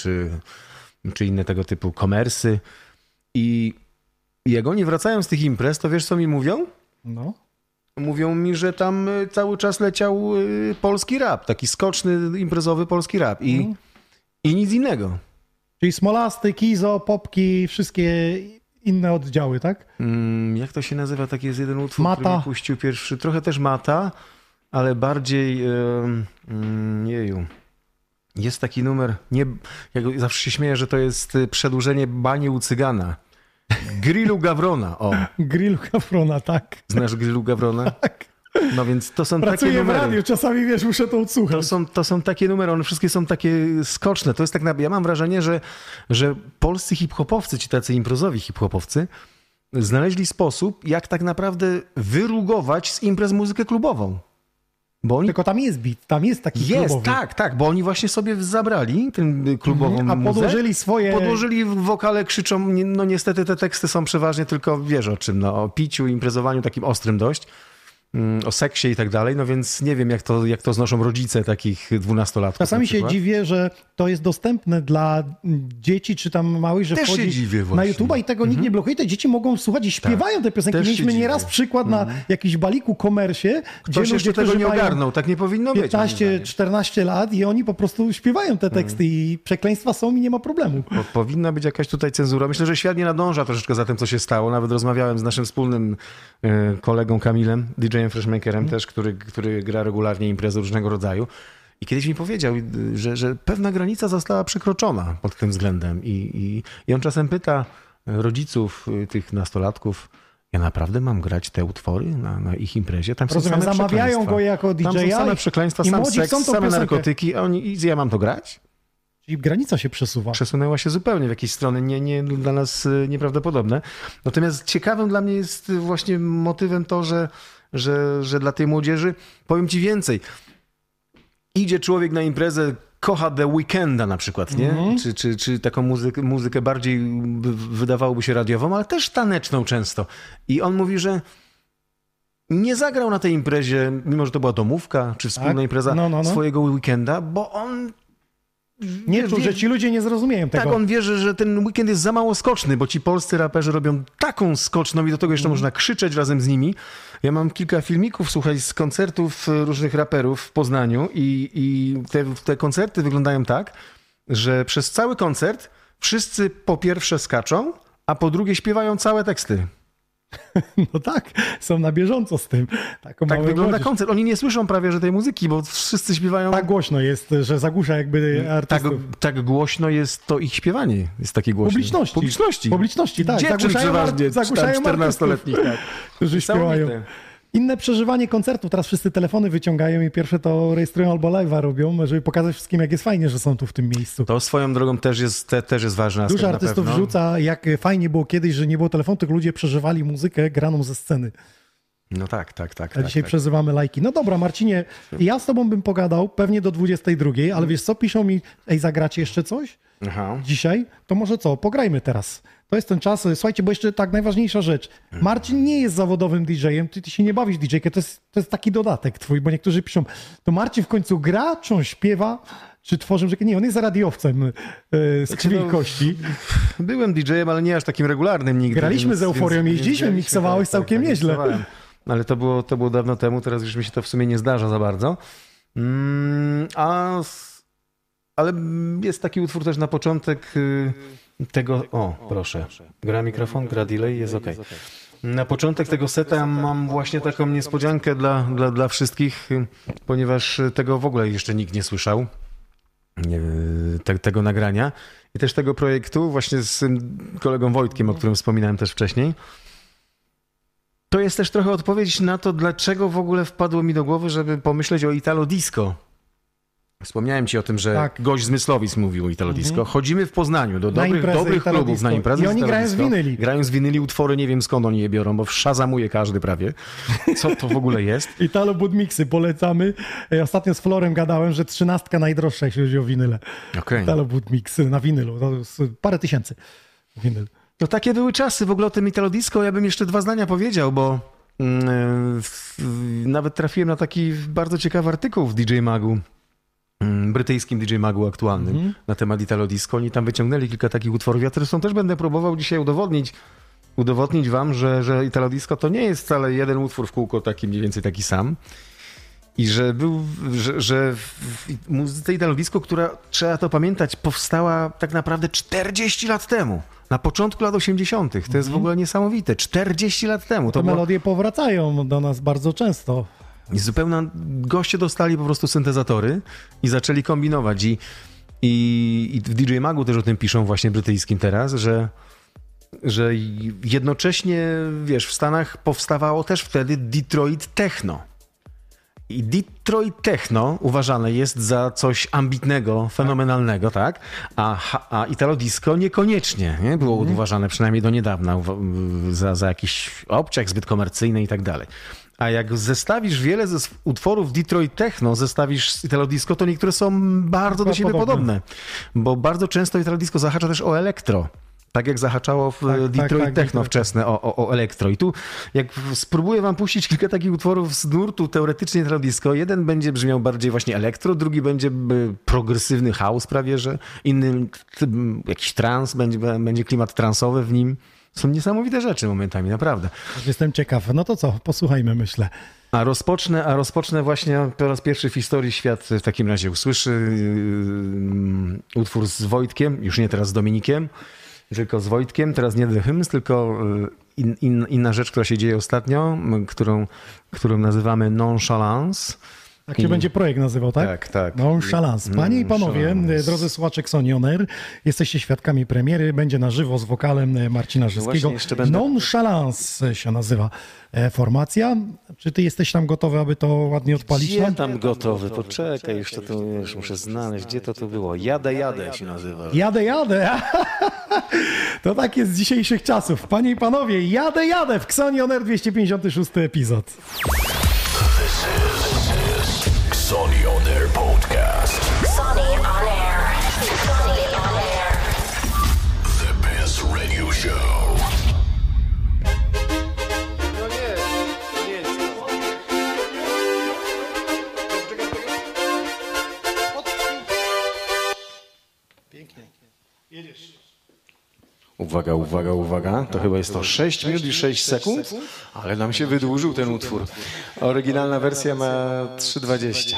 Speaker 5: czy inne tego typu komersy. I jak oni wracają z tych imprez, to wiesz, co mi mówią?
Speaker 4: No.
Speaker 5: Mówią mi, że tam cały czas leciał polski rap, taki skoczny, imprezowy polski rap i nic innego.
Speaker 4: Czyli Smolasty, Kizo, Popki, wszystkie inne oddziały, tak?
Speaker 5: Jak to się nazywa? Taki jest jeden utwór,
Speaker 4: Mata.
Speaker 5: który mi puścił pierwszy. Trochę też Mata, ale bardziej... jeju. Jest taki numer, ja zawsze się śmieję, że to jest przedłużenie Bani u Cygana. Grillu Gawrona, o.
Speaker 4: Grillu Gawrona, tak.
Speaker 5: Znasz Grillu Gawrona?
Speaker 4: Tak.
Speaker 5: No więc to są
Speaker 4: Pracuję
Speaker 5: takie numery.
Speaker 4: w radiu, czasami, wiesz, muszę to odsłuchać.
Speaker 5: To są takie numery, one wszystkie są takie skoczne. To jest tak, ja mam wrażenie, że polscy hip-hopowcy, ci tacy imprezowi hip-hopowcy, znaleźli sposób, jak tak naprawdę wyrugować z imprez muzykę klubową. Bo oni...
Speaker 4: Tylko tam jest beat, tam jest taki klubowy.
Speaker 5: Tak, bo oni właśnie sobie zabrali tę klubową muzę.
Speaker 4: A podłożyli swoje...
Speaker 5: Podłożyli w wokale, krzyczą, no niestety te teksty są przeważnie tylko, wiesz o czym, no, o piciu, imprezowaniu takim ostrym dość, o seksie i tak dalej, no więc nie wiem, jak to znoszą rodzice takich 12-latków.
Speaker 4: Czasami się dziwię, że to jest dostępne dla dzieci, czy tam małych, że
Speaker 5: też
Speaker 4: wchodzi na YouTube'a i tego nikt nie blokuje. Te dzieci mogą słuchać i śpiewają te piosenki.
Speaker 5: Też
Speaker 4: Mieliśmy
Speaker 5: się
Speaker 4: nieraz
Speaker 5: dziwię.
Speaker 4: przykład na jakiś baliku komersie, gdzie
Speaker 5: Ktoś jeszcze
Speaker 4: ludzie,
Speaker 5: tego
Speaker 4: którzy
Speaker 5: nie
Speaker 4: mają
Speaker 5: ogarnął, tak nie powinno być.
Speaker 4: 15-14 lat i oni po prostu śpiewają te teksty i przekleństwa są i nie ma problemu.
Speaker 5: Powinna być jakaś tutaj cenzura. Myślę, że świat nie nadąża troszeczkę za tym, co się stało. Nawet rozmawiałem z naszym wspólnym kolegą Kamilem, DJ-em Freshmakerem też, który gra regularnie imprezy różnego rodzaju. I kiedyś mi powiedział, że pewna granica została przekroczona pod tym względem. I on czasem pyta rodziców tych nastolatków: ja naprawdę mam grać te utwory na ich imprezie? Tam są same
Speaker 4: zamawiają go jako DJ-a.
Speaker 5: Tam są same przekleństwa, sam seks, same narkotyki. Ja mam to grać?
Speaker 4: Czyli granica się przesuwa.
Speaker 5: Przesunęła się zupełnie w jakieś strony, nie dla nas nieprawdopodobne. Natomiast ciekawym dla mnie jest właśnie motywem to, że dla tej młodzieży, powiem ci więcej, idzie człowiek na imprezę kocha The Weekenda na przykład, nie? Czy taką muzykę bardziej wydawałoby się radiową, ale też taneczną często. I on mówi, że nie zagrał na tej imprezie, mimo że to była domówka, czy wspólna impreza swojego weekenda, bo on...
Speaker 4: Nie czuł, że ci ludzie nie zrozumieją tego.
Speaker 5: Tak, on wierzy, że ten weekend jest za mało skoczny, bo ci polscy raperzy robią taką skoczną i do tego jeszcze można krzyczeć razem z nimi. Ja mam kilka filmików, słuchaj, z koncertów różnych raperów w Poznaniu i te koncerty wyglądają tak, że przez cały koncert wszyscy po pierwsze skaczą, a po drugie śpiewają całe teksty.
Speaker 4: No tak, są na bieżąco z tym.
Speaker 5: Tak wygląda koncert. Oni nie słyszą prawie, że tej muzyki, bo wszyscy śpiewają...
Speaker 4: Tak głośno jest, że zagłusza jakby artystów.
Speaker 5: Tak głośno jest to ich śpiewanie. Jest takie głośne.
Speaker 4: Publiczności, tak.
Speaker 5: Dziewczyn przeważnie,
Speaker 4: zagłuszają
Speaker 5: 14-letnich. Tak.
Speaker 4: Którzy śpiewają. Inne przeżywanie koncertu. Teraz wszyscy telefony wyciągają i pierwsze to rejestrują albo live'a robią, żeby pokazać wszystkim, jak jest fajnie, że są tu w tym miejscu.
Speaker 5: To swoją drogą też jest ważne.
Speaker 4: Dużo artystów wrzuca, jak fajnie było kiedyś, że nie było telefonu, tylko ludzie przeżywali muzykę graną ze sceny.
Speaker 5: No tak.
Speaker 4: A dzisiaj przeżywamy lajki. No dobra, Marcinie, ja z tobą bym pogadał pewnie do 22, ale wiesz co, piszą mi, zagracie jeszcze coś? Dzisiaj? To może co, pograjmy teraz. To jest ten czas, słuchajcie, bo jeszcze tak najważniejsza rzecz. Marcin nie jest zawodowym DJ-em, ty się nie bawisz DJ-kiem, to jest taki dodatek twój, bo niektórzy piszą, to Marcin w końcu gra, czy on śpiewa, czy tworzy muzykę? Nie, on jest radiowcem z krwi i kości.
Speaker 5: Byłem DJ-em, ale nie aż takim regularnym nigdy.
Speaker 4: Graliśmy z Euforią, jeździliśmy, miksowałeś całkiem nieźle.
Speaker 5: Ale to było dawno temu, teraz już mi się to w sumie nie zdarza za bardzo. Ale jest taki utwór też na początek tego... O, proszę. Gra mikrofon, gra delay, jest okej. Na początek tego seta mam właśnie taką niespodziankę dla wszystkich, ponieważ tego w ogóle jeszcze nikt nie słyszał. Tego nagrania. I też tego projektu właśnie z kolegą Wojtkiem, o którym wspominałem też wcześniej. To jest też trochę odpowiedź na to, dlaczego w ogóle wpadło mi do głowy, żeby pomyśleć o Italo Disco. Wspomniałem ci o tym, że gość z Myslowic mówił o Italo Disco. Chodzimy w Poznaniu do dobrych klubów na imprezy.
Speaker 4: I oni grają z winyli.
Speaker 5: Grają z winyli utwory, nie wiem skąd oni je biorą, bo szazamuje każdy prawie. Co to w ogóle jest?
Speaker 4: Italo Budmixy polecamy. Ostatnio z Florem gadałem, że 13 najdroższa, jeśli chodzi o winyle. Italo Budmixy na winylu. To jest parę tysięcy winyl.
Speaker 5: To takie były czasy. W ogóle o tym Italo Disco ja bym jeszcze 2 zdania powiedział, bo nawet trafiłem na taki bardzo ciekawy artykuł w DJ Magu. Brytyjskim DJ Magu aktualnym na temat Italo Disco. Oni tam wyciągnęli kilka takich utworów. Ja zresztą też będę próbował dzisiaj udowodnić wam, że Italo Disco to nie jest wcale jeden utwór w kółko taki mniej więcej taki sam. I że w muzyce Italo Disco, która, trzeba to pamiętać, powstała tak naprawdę 40 lat temu. Na początku lat 80. To jest w ogóle niesamowite. 40 lat temu.
Speaker 4: Te melodie powracają do nas bardzo często.
Speaker 5: I zupełnie goście dostali po prostu syntezatory i zaczęli kombinować. I w DJ Magu też o tym piszą właśnie brytyjskim teraz, że jednocześnie, wiesz, w Stanach powstawało też wtedy Detroit Techno. I Detroit Techno uważane jest za coś ambitnego, fenomenalnego, tak? A Italo Disco niekoniecznie, nie? Było uważane przynajmniej do niedawna za jakiś obciach zbyt komercyjny i tak dalej. A jak zestawisz wiele ze utworów Detroit Techno, zestawisz z Italo Disco, to niektóre są bardzo do siebie podobne. Bo bardzo często Italo Disco zahacza też o elektro. Tak jak zahaczało w Detroit Techno wczesne o elektro. I tu jak spróbuję wam puścić kilka takich utworów z nurtu teoretycznie Italo Disco, jeden będzie brzmiał bardziej właśnie elektro, drugi będzie progresywny house prawie, że inny jakiś trans, będzie klimat transowy w nim. Są niesamowite rzeczy momentami, naprawdę.
Speaker 4: Jestem ciekaw. No to co? Posłuchajmy, myślę.
Speaker 5: A rozpocznę właśnie po raz pierwszy w historii świat w takim razie usłyszy utwór z Wojtkiem, już nie teraz z Dominikiem, tylko z Wojtkiem. Teraz nie The Hymns, tylko inna rzecz, która się dzieje ostatnio, którą nazywamy Nonchalance.
Speaker 4: Tak się będzie projekt nazywał, tak?
Speaker 5: Tak.
Speaker 4: Nonchalance. Panie i panowie, drodzy słuchacze Xoni On Air, jesteście świadkami premiery. Będzie na żywo z wokalem Marcina Rzyskiego. Nonchalance się nazywa formacja. Czy ty jesteś tam gotowy, aby to ładnie odpalić?
Speaker 5: Gdzie tam gotowy? Poczekaj, jeszcze to już muszę znaleźć. Gdzie to było? Jadę się nazywa.
Speaker 4: Jadę. To tak jest z dzisiejszych czasów. Panie i panowie, jadę w Xoni On Air 256 epizod.
Speaker 3: Xoni On Air Podcast.
Speaker 2: Xoni On
Speaker 8: Uwaga, uwaga, uwaga. To chyba jest to 6 minut i 6 sekund, ale nam się wydłużył ten utwór. Oryginalna wersja ma 3:20.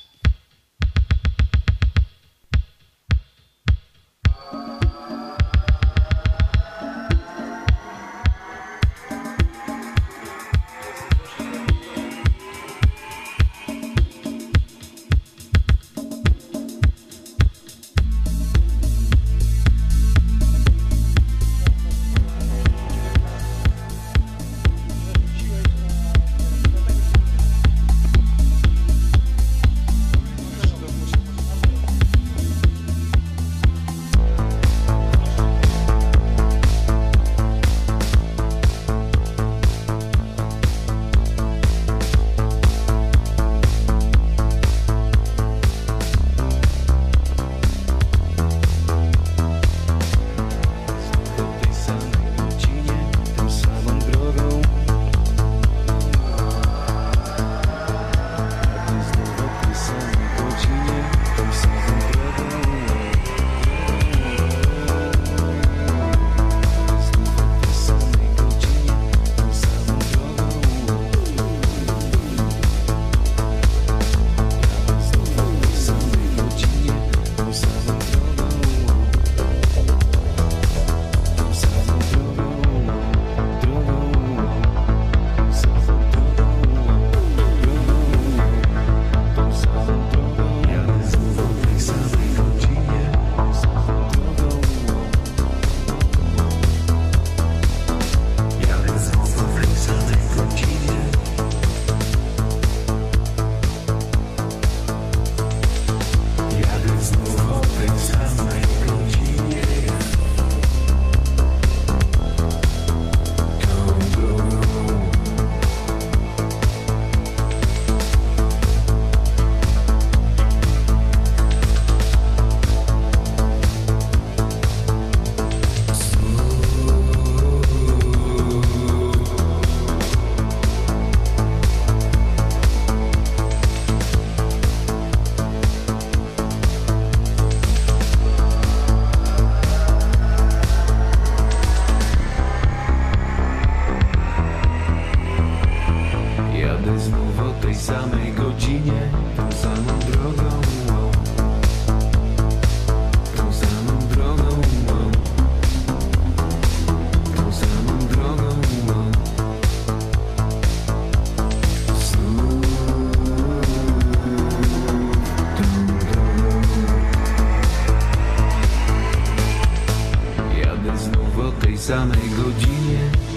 Speaker 6: samej godzinie.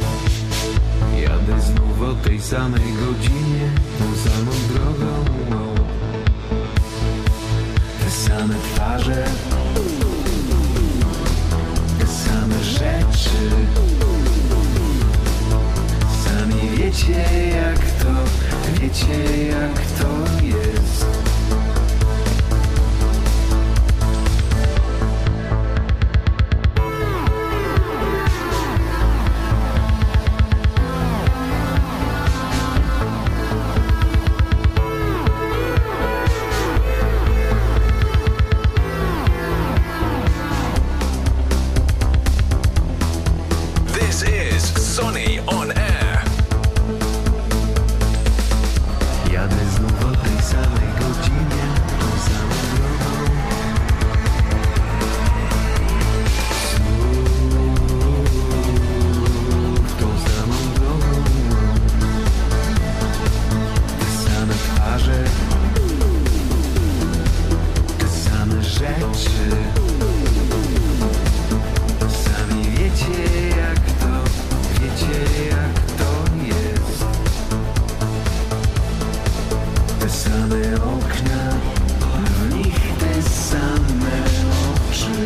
Speaker 6: Jadę znów o tej samej godzinie, tą samą drogą. Te same twarze, te same rzeczy. Sami wiecie jak to jest.
Speaker 3: Sonny on air.
Speaker 6: Jadę znów o tej samej godzinie, tą samą drogą. Znów tą samą drogą. Te same twarze, te same rzeczy. Sami wiecie jak to jest. Te same okna, w nich te same oczy.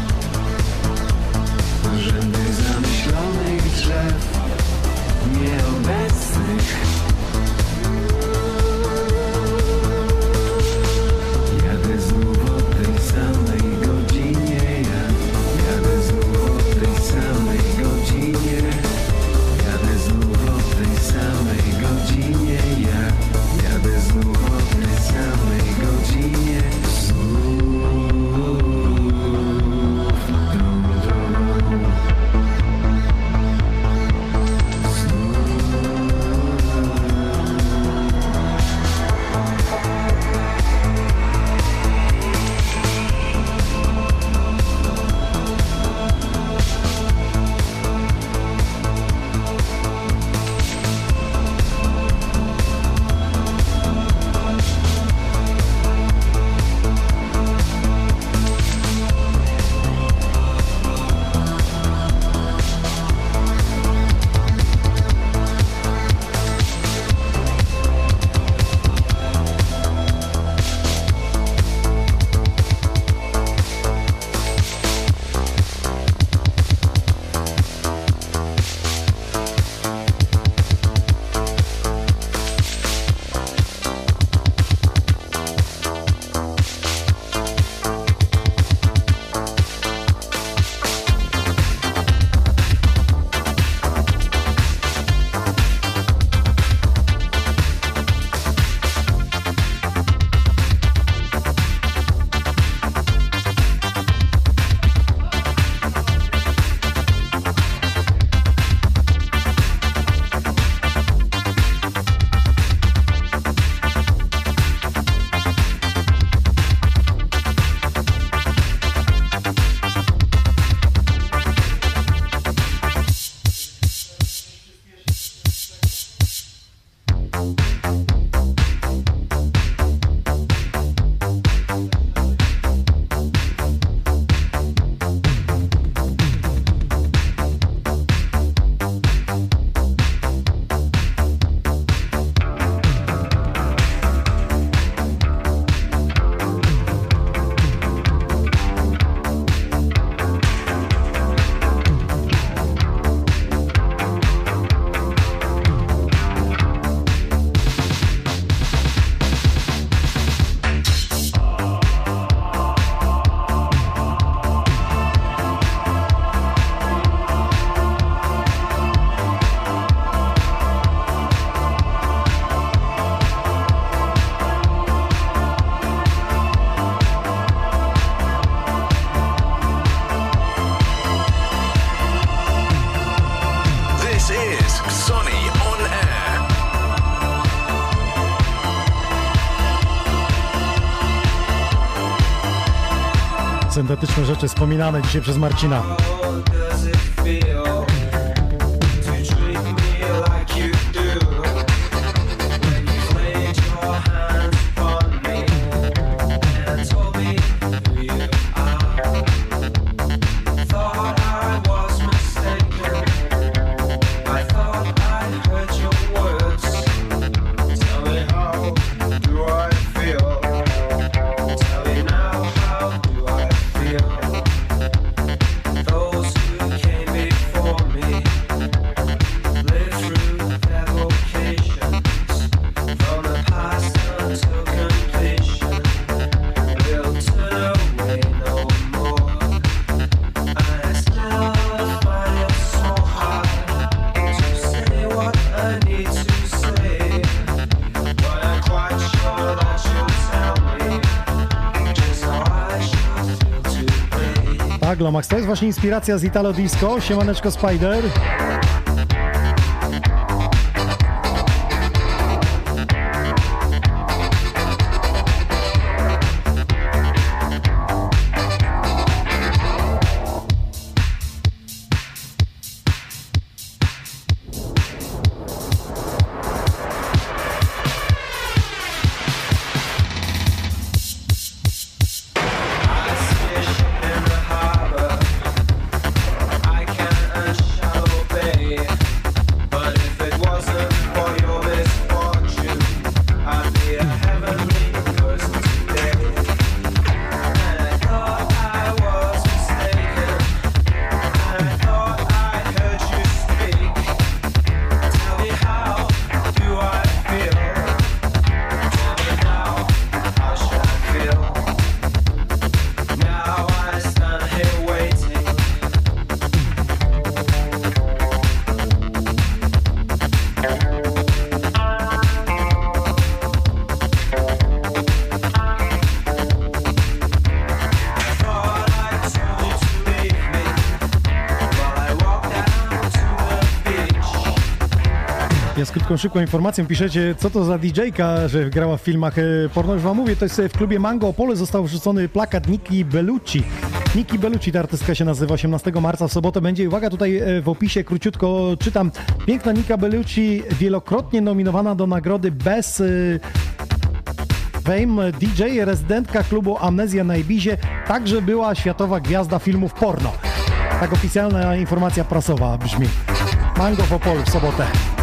Speaker 6: Rzędy zamyślonych drzew, nieobecnych. Jadę znów o tej samej godzinie.
Speaker 4: syntetyczne rzeczy wspominane dzisiaj przez Marcina. Tak, Lomax, to jest właśnie inspiracja z Italo Disco. Siemaneczko, Spider. Z krótką, szybką informacją piszecie, co to za DJ-ka, że grała w filmach porno. Już wam mówię, to jest w klubie Mango Opole został wrzucony plakat Niki Bellucci. Niki Bellucci, ta artystka się nazywa, 18 marca w sobotę będzie. Uwaga, tutaj w opisie króciutko czytam. Piękna Nika Bellucci, wielokrotnie nominowana do nagrody Best Fame DJ, rezydentka klubu Amnezja na Ibizie, także była światowa gwiazda filmów porno. Tak oficjalna informacja prasowa brzmi. Mango w Opolu w sobotę.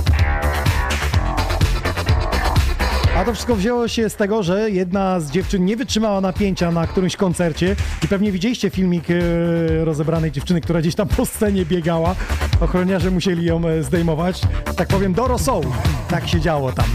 Speaker 4: A to wszystko wzięło się z tego, że jedna z dziewczyn nie wytrzymała napięcia na którymś koncercie i pewnie widzieliście filmik rozebranej dziewczyny, która gdzieś tam po scenie biegała. Ochroniarze musieli ją zdejmować. Tak powiem, do rosołu. Tak się działo tam.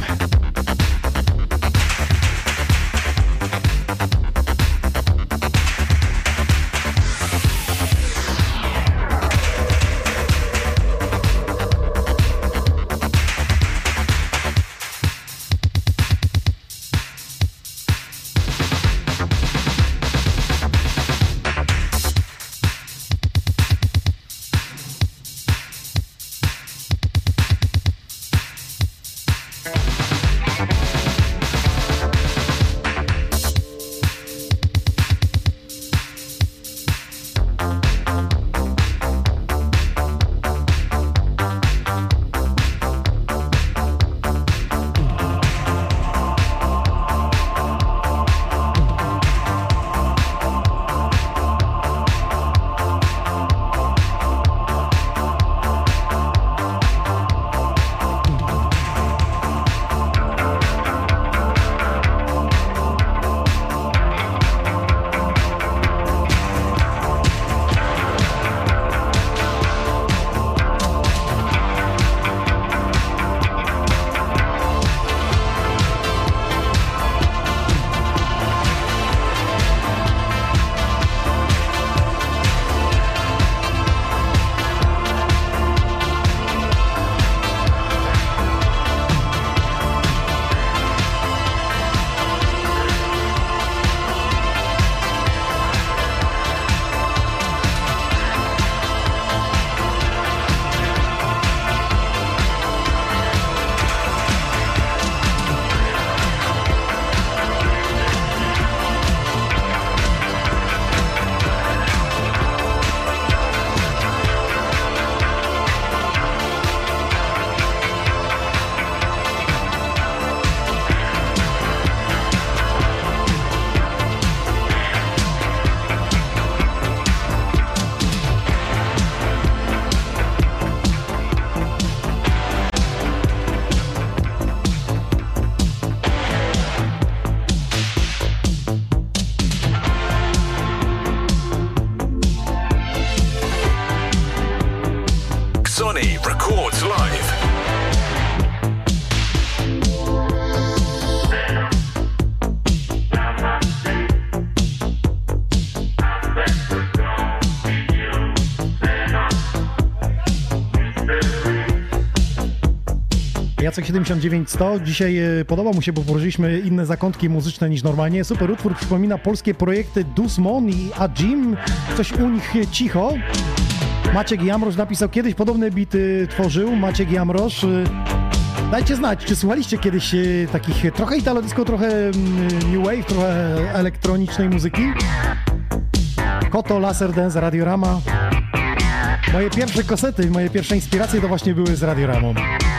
Speaker 4: Jacek 79100. Dzisiaj podoba mu się, bo poruszyliśmy inne zakątki muzyczne niż normalnie. Super utwór, przypomina polskie projekty Dusmon i Ajim. Coś u nich cicho. Maciek Jamrosz napisał, kiedyś podobne bity tworzył. Maciek Jamrosz. Dajcie znać, czy słuchaliście kiedyś takich trochę italo disco, trochę new wave, trochę elektronicznej muzyki? Koto, Laser Dance, Radiorama. Moje pierwsze kasety, moje pierwsze inspiracje to właśnie były z Radioramą.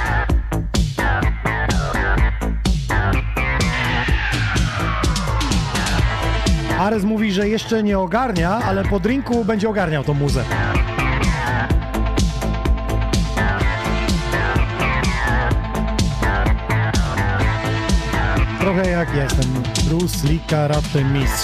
Speaker 4: Ares mówi, że jeszcze nie ogarnia, ale po drinku będzie ogarniał tą muzę. Trochę jak ja jestem Bruce Lee, karate mistrz.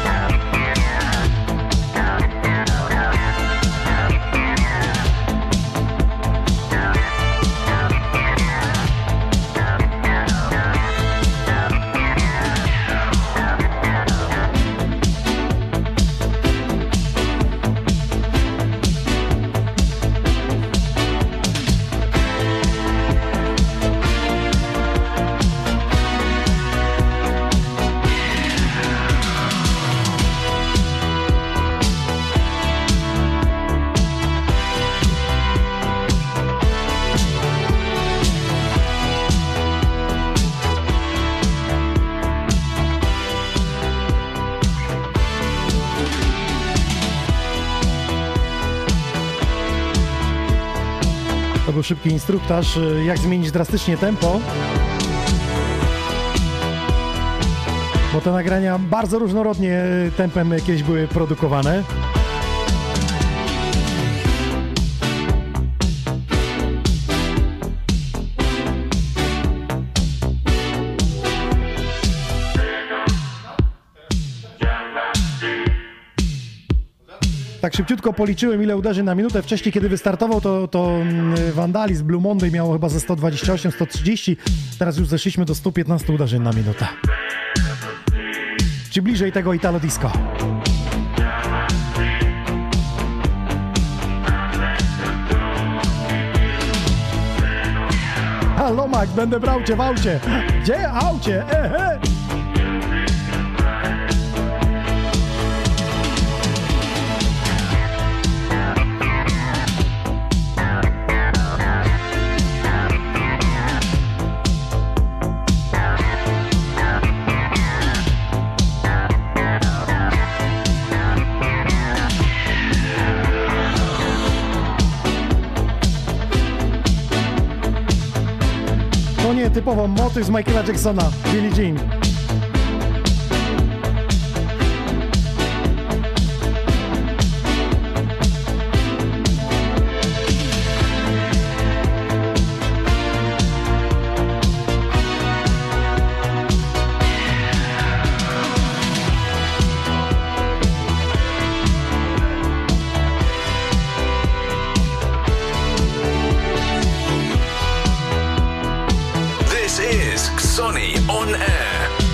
Speaker 4: To był szybki instruktaż, jak zmienić drastycznie tempo. Bo te nagrania bardzo różnorodnie tempem kiedyś były produkowane. Tak szybciutko policzyłem, ile uderzy na minutę. Wcześniej, kiedy wystartował, to Vandalizm Blue Monday miało chyba ze 128, 130. Teraz już zeszliśmy do 115 uderzeń na minutę. Czy bliżej tego Italo Disco. Halo Max, będę brał cię w aucie. Gdzie? Aucie? Ehe! Typowo motyw z Michaela Jacksona, Billie Jean.
Speaker 3: This is Xoni On Air.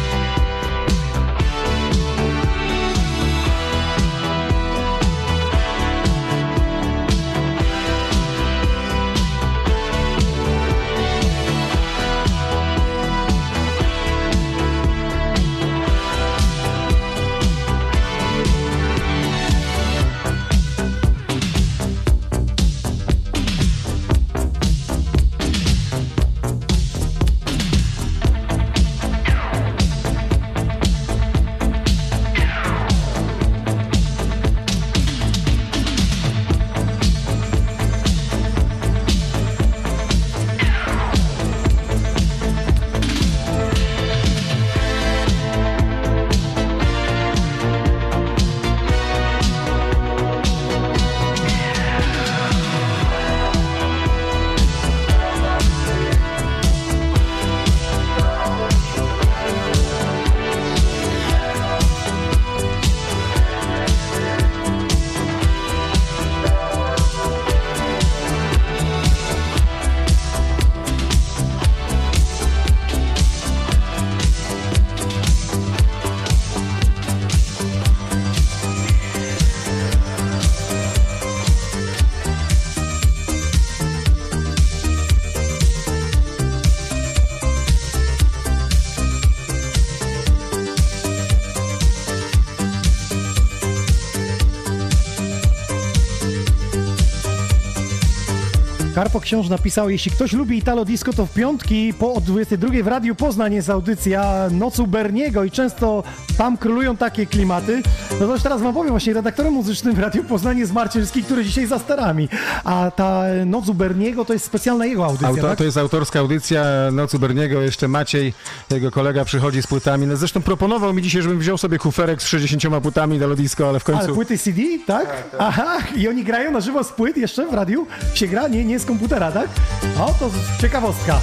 Speaker 4: Karpo Książ napisał, jeśli ktoś lubi Italo Disco, to w piątki o 22 w Radiu Poznań jest audycja Noc u Berniego i często tam królują takie klimaty. No to już teraz wam powiem, właśnie redaktorem muzycznym w Radiu Poznań jest Marcin Rzyski, który dzisiaj za sterami. A ta Noc u Berniego to jest specjalna jego audycja, tak?
Speaker 5: To jest autorska audycja Noc u Berniego. Jeszcze Maciej, jego kolega, przychodzi z płytami. No zresztą proponował mi dzisiaj, żebym wziął sobie kuferek z 60 płytami Italo Disco, ale w końcu...
Speaker 4: Ale płyty CD, tak? Aha, i oni grają na żywo z płyt jeszcze w radiu? Się gra? Nie z komputera, tak? O, to ciekawostka.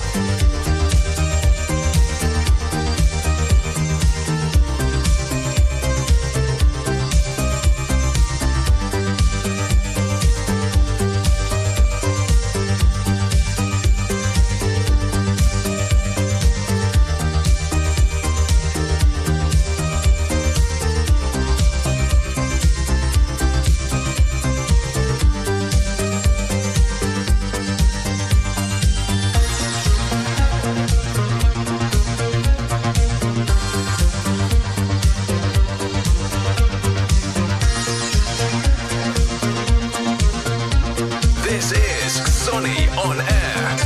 Speaker 3: This is Sonny on Air.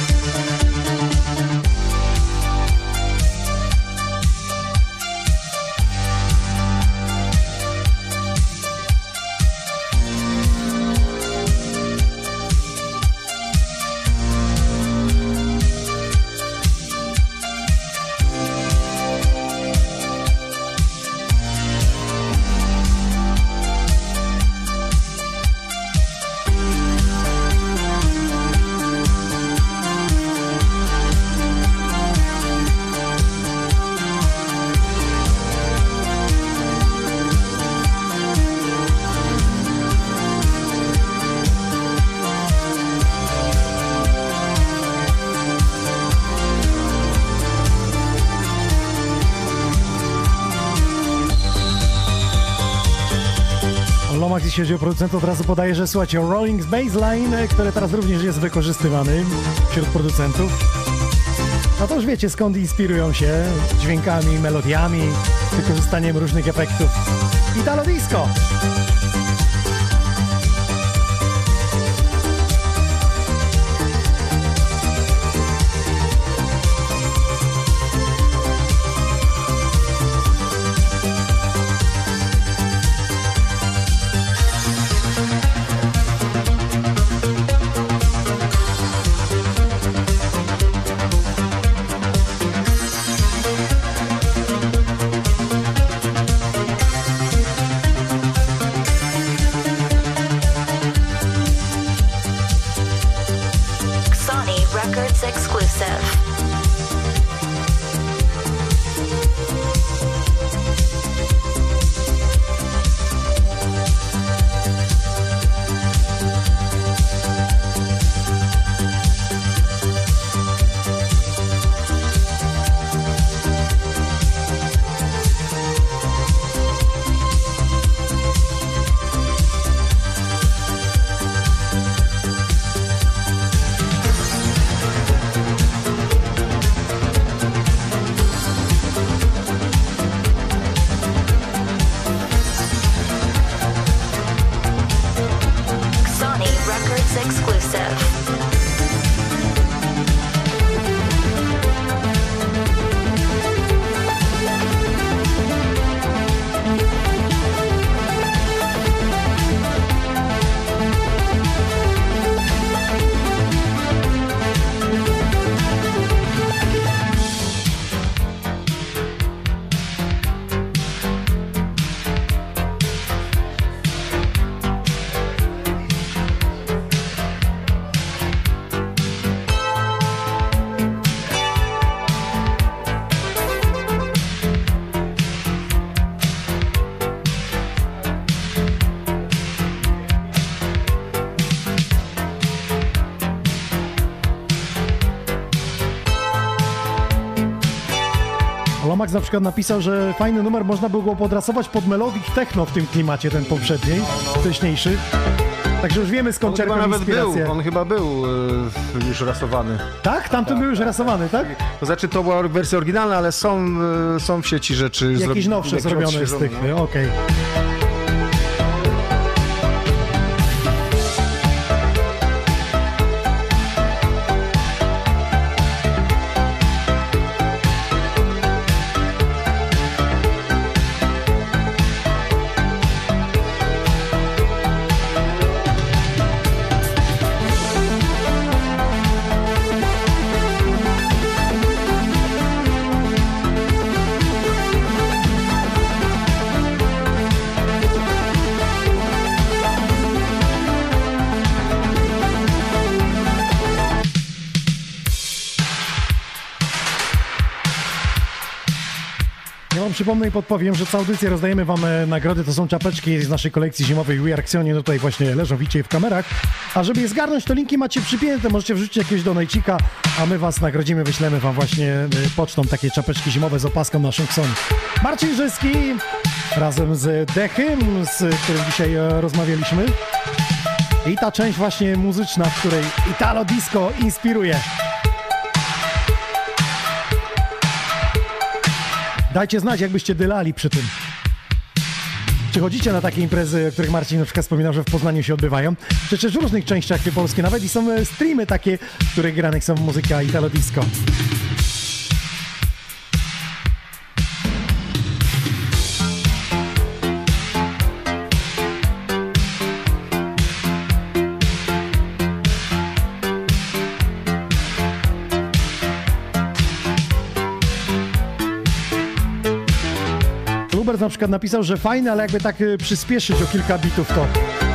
Speaker 4: Lomax, jeśli chodzi o producentów, od razu podaje, że słuchajcie, Rolling Bassline, który teraz również jest wykorzystywany wśród producentów. No to już wiecie, skąd inspirują się dźwiękami, melodiami, wykorzystaniem różnych efektów. Italo Disco!
Speaker 2: Records exclusive. Records exclusive.
Speaker 4: Lomax na przykład napisał, że fajny numer można było go podrasować pod melodic techno w tym klimacie, ten poprzedniej, wcześniejszy. Także już wiemy, skąd czerpał inspirację.
Speaker 5: On chyba był już rasowany.
Speaker 4: Tak? Tamten był już rasowany, tak?
Speaker 5: To znaczy, to była wersja oryginalna, ale są w sieci rzeczy...
Speaker 4: Jakieś nowsze zrobione z tych, okej. przypomnę i podpowiem, że co audycję rozdajemy wam nagrody, to są czapeczki z naszej kolekcji zimowej We Are Xionie, no tutaj właśnie leżą, widzicie w kamerach, a żeby je zgarnąć, to linki macie przypięte, możecie wrzucić jakiegoś donajcika, a my was nagrodzimy, wyślemy wam właśnie pocztą takie czapeczki zimowe z opaską naszą Xoni. Marcin Żyski razem z Dechem, z którym dzisiaj rozmawialiśmy. I ta część właśnie muzyczna, w której Italo Disco inspiruje. Dajcie znać, jakbyście dylali przy tym. Czy chodzicie na takie imprezy, o których Marcin na przykład wspominał, że w Poznaniu się odbywają? Przecież w różnych częściach Polski nawet i są streamy takie, w których granych są muzyka Italo Disco. Hubert na przykład napisał, że fajne, ale jakby tak przyspieszyć o kilka bitów to.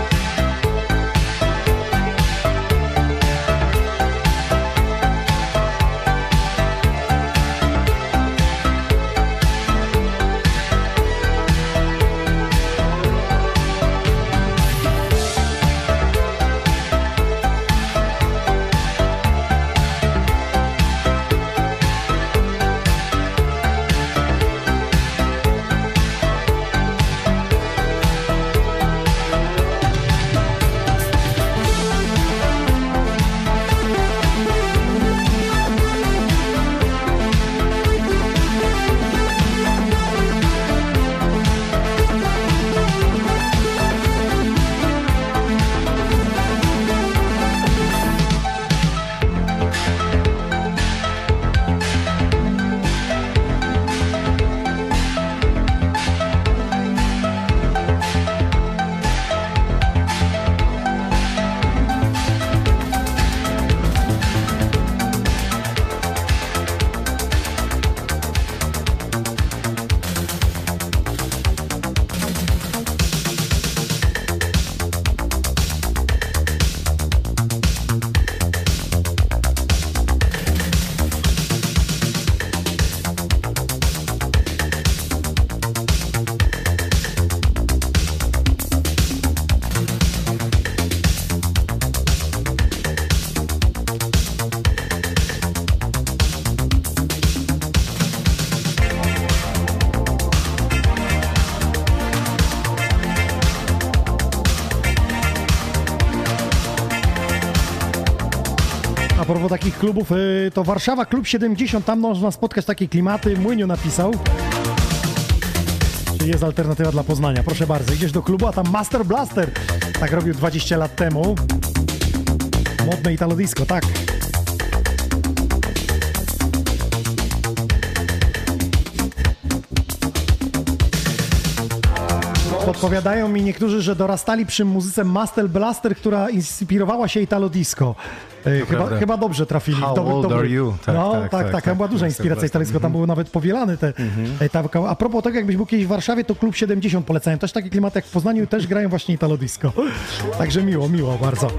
Speaker 4: A propos takich klubów, to Warszawa Klub 70, tam można spotkać takie klimaty. Młynio napisał, że jest alternatywa dla Poznania. Proszę bardzo, idziesz do klubu, a tam Master Blaster. Tak robił 20 lat temu. Modne Italo Disco, tak. Podpowiadają mi niektórzy, że dorastali przy muzyce Master Blaster, która inspirowała się Italo Disco. Chyba dobrze trafili.
Speaker 5: How old are you?
Speaker 4: Tak. Tam była duża inspiracja Italo Disco, tam były nawet powielane te. A propos tego, jakbyś był kiedyś w Warszawie, to Klub 70 polecają. Też takie klimaty jak w Poznaniu, też grają właśnie Italo Disco. Także miło bardzo.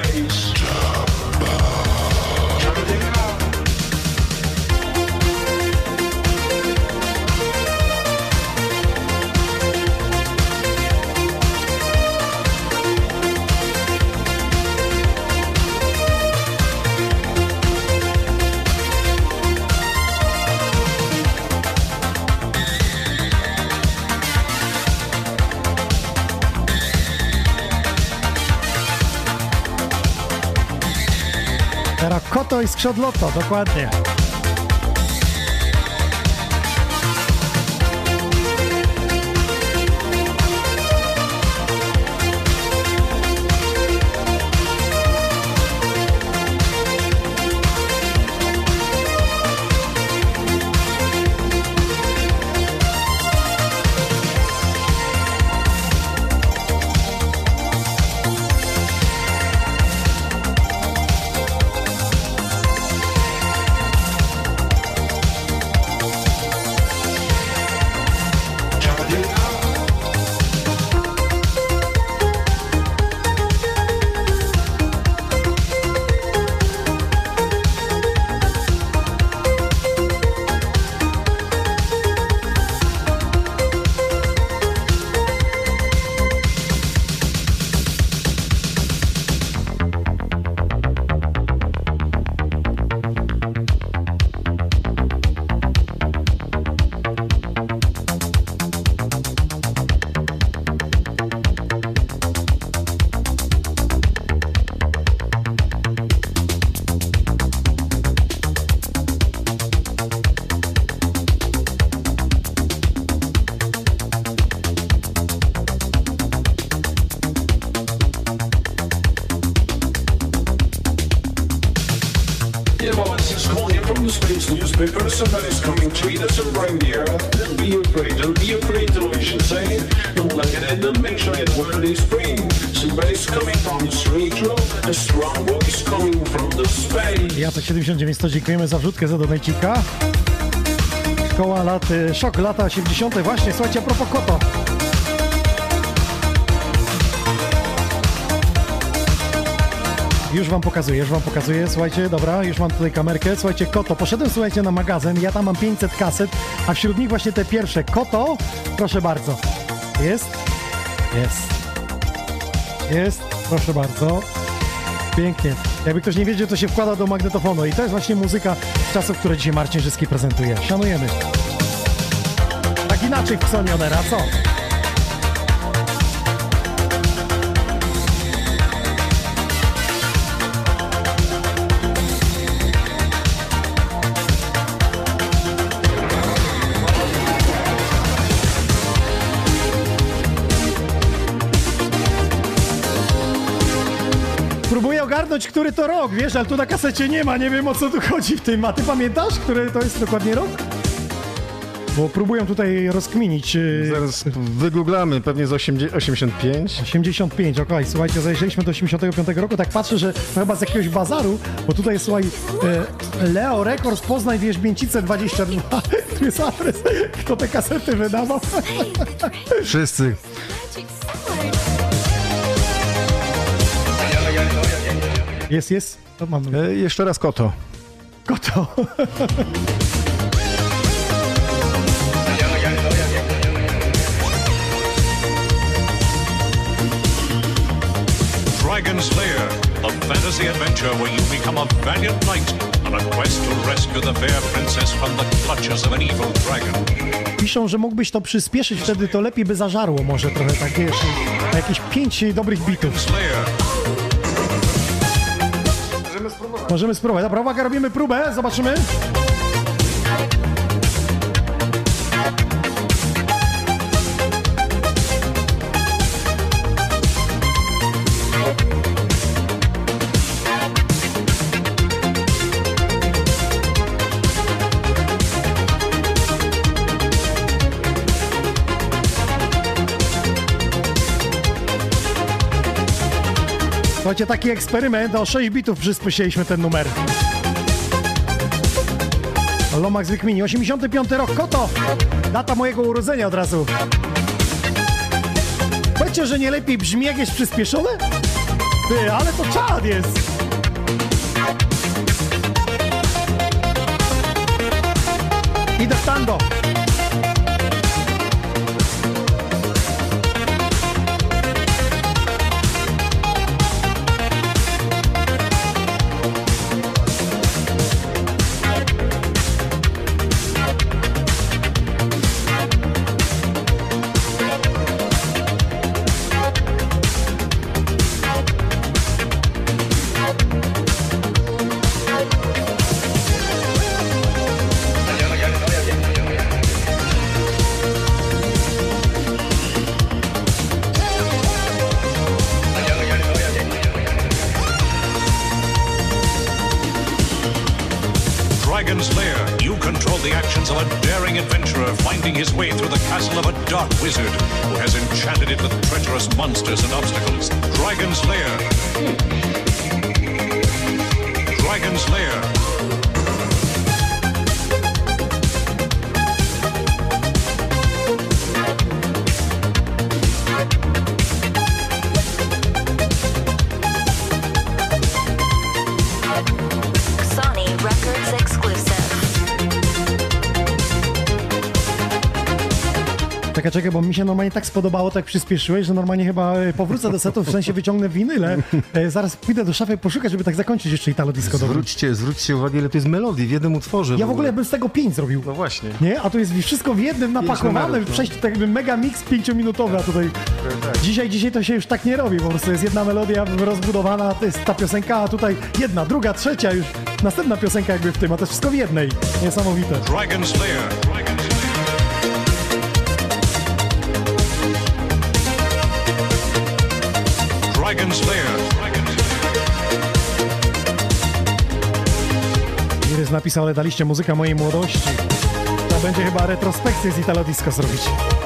Speaker 4: Koto i skrzodloto, dokładnie.
Speaker 9: space newspaper, somebody's coming to eat us and bring the earth. Don't be afraid, television saying, don't look at it and make sure the world is free. Somebody's coming from the street road, a strong voice coming from the space.
Speaker 4: Jacek 79, to dziękujemy za wrzutkę, za donajcika. Szkoła lat, szok, lata 80. Właśnie, słuchajcie, a propos Koto. Już wam pokazuję, słuchajcie, dobra, już mam tutaj kamerkę, słuchajcie, Koto, poszedłem, słuchajcie, na magazyn, ja tam mam 500 kaset, a wśród nich właśnie te pierwsze, Koto, proszę bardzo, jest, proszę bardzo, pięknie, jakby ktoś nie wiedział, to się wkłada do magnetofonu i to jest właśnie muzyka z czasów, które dzisiaj Marcin Żyski prezentuje, szanujemy, tak inaczej w Xonionera, co? Próbuję ogarnąć, który to rok, wiesz, ale tu na kasecie nie ma, nie wiem o co tu chodzi w tym. A ty pamiętasz, który to jest dokładnie rok? Bo próbują tutaj rozkminić.
Speaker 5: Zaraz wygooglamy, pewnie z 85.
Speaker 4: 85, okej, słuchajcie, zajrzeliśmy do 85 roku, tak patrzę, że to chyba z jakiegoś bazaru, bo tutaj, słuchaj, Leo Records Poznań Wierzbięcice 22, tu jest adres, kto te kasety wydawał.
Speaker 5: Wszyscy.
Speaker 4: Jest. To mamy.
Speaker 5: Jeszcze raz Koto.
Speaker 4: Koto.
Speaker 10: Dragon's Lair, a fantasy adventure where you become a valiant knight on a quest to rescue the fair princess from the clutches of an evil dragon.
Speaker 4: Piszą, że mógłbyś to przyspieszyć, wtedy to lepiej by zażarło może trochę, tak wiesz, jakieś 5 dobrych bitów. Możemy spróbować. Dobra, uwaga, robimy próbę, zobaczymy. Słuchajcie, taki eksperyment, o 6 bitów przyspieszyliśmy ten numer. Lomax wykmini, 85 rok, Koto! Data mojego urodzenia od razu. Powiedzcie, że nie lepiej brzmi, jak jest przyspieszone? Ty, ale to czad jest! Idę w tango!
Speaker 10: Dragon's Lair, you control the actions of a daring adventurer finding his way through the castle of a dark wizard who has enchanted it with treacherous monsters and obstacles. Dragon's Lair. Dragon's Lair.
Speaker 4: Czekaj, bo mi się normalnie tak spodobało, tak przyspieszyłeś, że normalnie chyba powrócę do setu, w sensie wyciągnę winyle. Zaraz pójdę do szafy poszukać, żeby tak zakończyć jeszcze Italo Disco.
Speaker 5: Zwróćcie uwagę, ile to jest melodii w jednym utworze.
Speaker 4: Ja w ogóle bym z tego 5 zrobił.
Speaker 5: No właśnie.
Speaker 4: Nie? A tu jest wszystko w jednym napakowane, przejść tak jakby mega mix 5-minutowy, a tutaj dzisiaj to się już tak nie robi, po prostu jest jedna melodia rozbudowana, to jest ta piosenka, a tutaj jedna, druga, trzecia, już następna piosenka jakby w tym, a to jest wszystko w jednej. Niesamowite.
Speaker 10: Dragon's Lair. Dragon's Lair.
Speaker 4: Andrzejus napisał, ale daliście muzykę mojej młodości. To będzie chyba retrospekcję z Italo Disco zrobić.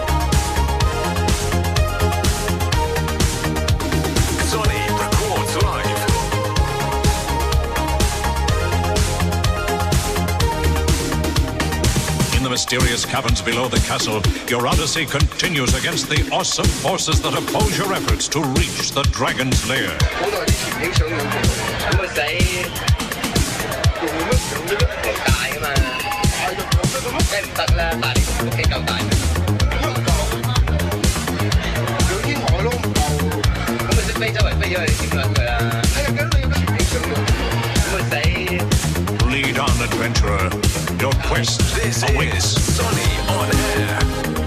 Speaker 10: In the mysterious caverns below the castle, your odyssey continues against the awesome forces that oppose your efforts to reach the dragon's lair. Lead on, adventurer. Your quest awaits.
Speaker 3: Sonny on air.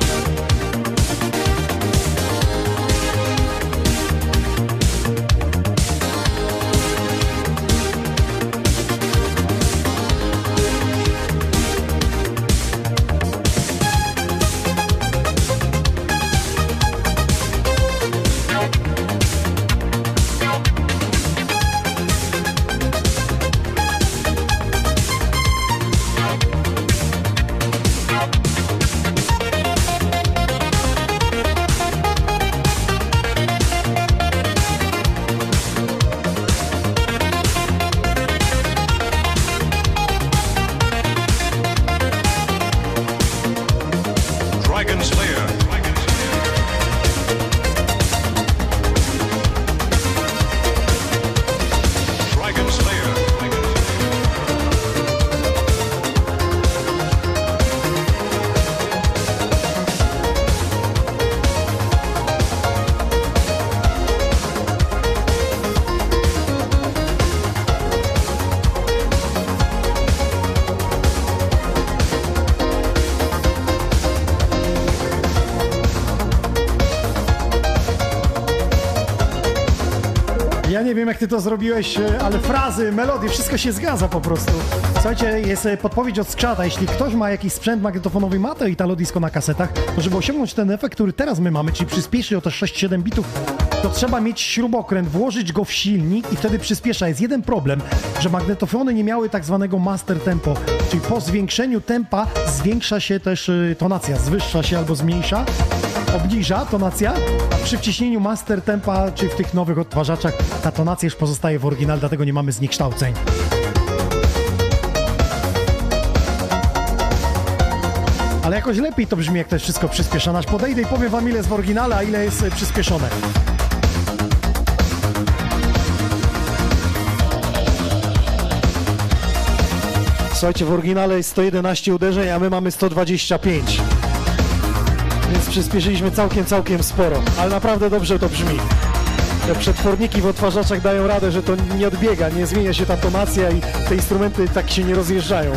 Speaker 4: Ja nie wiem, jak ty to zrobiłeś, ale frazy, melodie, wszystko się zgadza po prostu. Słuchajcie, jest podpowiedź od Skrzata. Jeśli ktoś ma jakiś sprzęt magnetofonowy, ma to Italo Disco na kasetach, to żeby osiągnąć ten efekt, który teraz my mamy, czyli przyspieszyć o te 6-7 bitów, to trzeba mieć śrubokręt, włożyć go w silnik i wtedy przyspiesza. Jest jeden problem, że magnetofony nie miały tak zwanego master tempo, czyli po zwiększeniu tempa zwiększa się też tonacja, zwyższa się albo zmniejsza, obniża tonacja, a przy wciśnieniu master tempa, czyli w tych nowych odtwarzaczach, ta tonacja już pozostaje w oryginale, dlatego nie mamy zniekształceń. Ale jakoś lepiej to brzmi, jak to jest wszystko przyspieszone. Aż podejdę i powiem wam, ile jest w oryginale, a ile jest przyspieszone. Słuchajcie, w oryginale jest 111 uderzeń, a my mamy 125. Więc przyspieszyliśmy całkiem sporo, ale naprawdę dobrze to brzmi. Te przetworniki w odtwarzaczach dają radę, że to nie odbiega, nie zmienia się ta tonacja i te instrumenty tak się nie rozjeżdżają.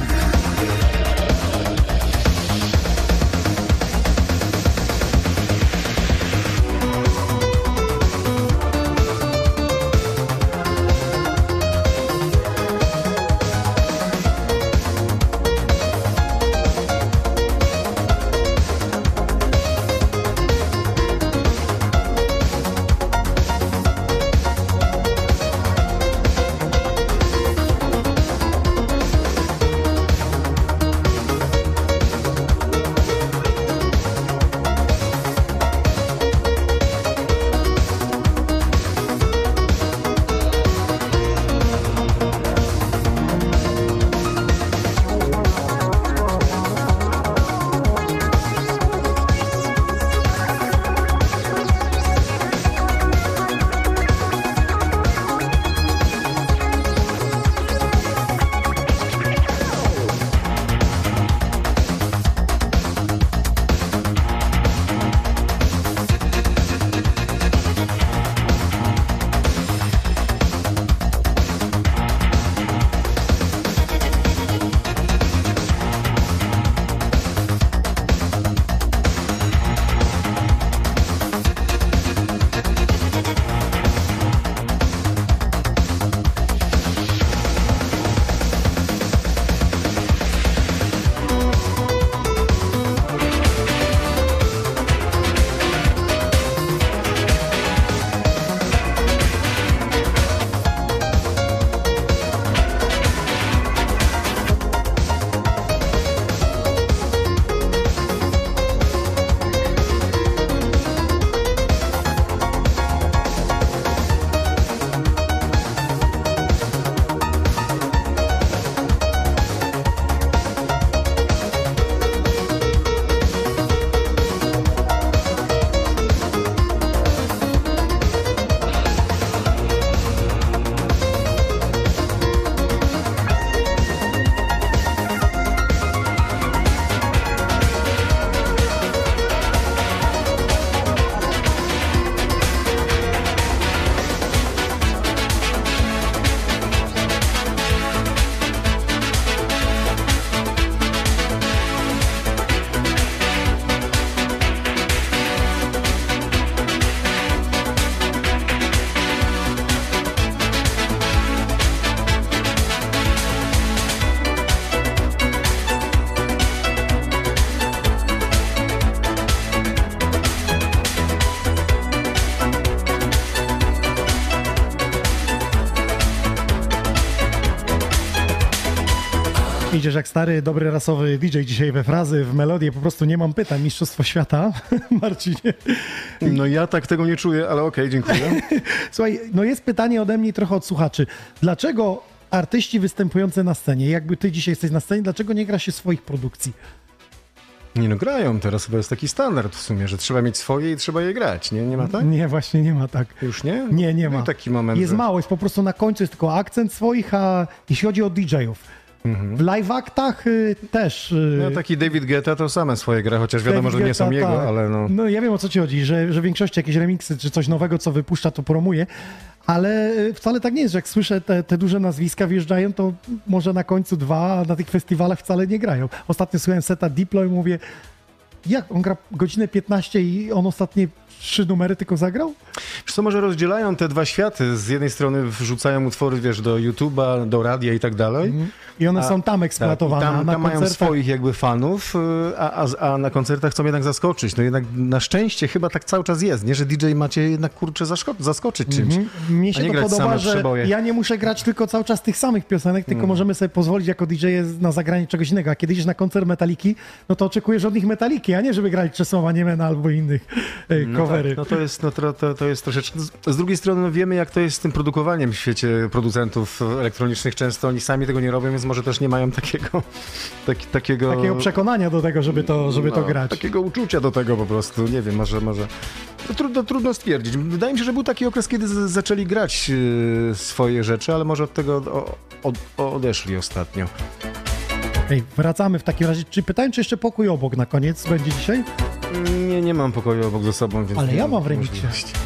Speaker 4: Idziesz jak stary, dobry, rasowy DJ dzisiaj we frazy, w melodię, po prostu nie mam pytań. Mistrzostwo świata, Marcinie.
Speaker 5: No ja tak tego nie czuję, ale okej, dziękuję.
Speaker 4: Słuchaj, no jest pytanie ode mnie i trochę od słuchaczy. Dlaczego artyści występujący na scenie, jakby ty dzisiaj jesteś na scenie, dlaczego nie gra się swoich produkcji?
Speaker 5: Nie no, grają teraz, chyba jest taki standard w sumie, że trzeba mieć swoje i trzeba je grać, nie? Nie ma tak?
Speaker 4: Nie, właśnie nie ma tak.
Speaker 5: Już nie?
Speaker 4: Nie
Speaker 5: No
Speaker 4: ma.
Speaker 5: i taki moment,
Speaker 4: Jest
Speaker 5: że...
Speaker 4: mało, jest po prostu na końcu jest tylko akcent swoich, a jeśli chodzi o DJ-ów, w live aktach też.
Speaker 5: No taki David Guetta to same swoje gra, chociaż wiadomo, że nie są jego,
Speaker 4: tak.
Speaker 5: ale no...
Speaker 4: No ja wiem, o co ci chodzi, że w większości jakieś remiksy czy coś nowego, co wypuszcza, to promuje, ale wcale tak nie jest, że jak słyszę te duże nazwiska wjeżdżają, to może na końcu a na tych festiwalach wcale nie grają. Ostatnio słuchałem seta Diplo i mówię, jak on gra godzinę 15 i on ostatnie 3 numery tylko zagrał?
Speaker 5: Wiesz co, może rozdzielają te dwa światy. Z jednej strony wrzucają utwory, wiesz, do YouTube'a, do radia i tak dalej.
Speaker 4: I one są tam eksploatowane.
Speaker 5: Tak,
Speaker 4: a
Speaker 5: tam mają swoich jakby fanów, a na koncertach chcą jednak zaskoczyć. No jednak na szczęście chyba tak cały czas jest, nie? Że DJ macie jednak, kurczę, zaskoczyć czymś.
Speaker 4: Mnie się
Speaker 5: nie
Speaker 4: to
Speaker 5: grać
Speaker 4: podoba,
Speaker 5: same
Speaker 4: że
Speaker 5: przeboje.
Speaker 4: ja nie muszę grać tylko cały czas tych samych piosenek, tylko możemy sobie pozwolić jako DJ na zagranie czegoś innego. A kiedy idziesz na koncert Metaliki, no to oczekujesz od nich Metaliki, a nie żeby grali Czesława Niemena albo innych covery.
Speaker 5: No to jest troszeczkę... Z drugiej strony no wiemy, jak to jest z tym produkowaniem w świecie producentów elektronicznych. Często oni sami tego nie robią, więc może też nie mają takiego
Speaker 4: przekonania do tego, żeby to grać.
Speaker 5: Takiego uczucia do tego po prostu. Nie wiem, może... To trudno stwierdzić. Wydaje mi się, że był taki okres, kiedy zaczęli grać swoje rzeczy, ale może od tego odeszli ostatnio.
Speaker 4: Ej, wracamy w takim razie. Czy pytałem, czy jeszcze pokój obok na koniec będzie dzisiaj?
Speaker 5: Nie mam pokoju obok ze sobą, więc...
Speaker 4: Ale ja mam w remiksie.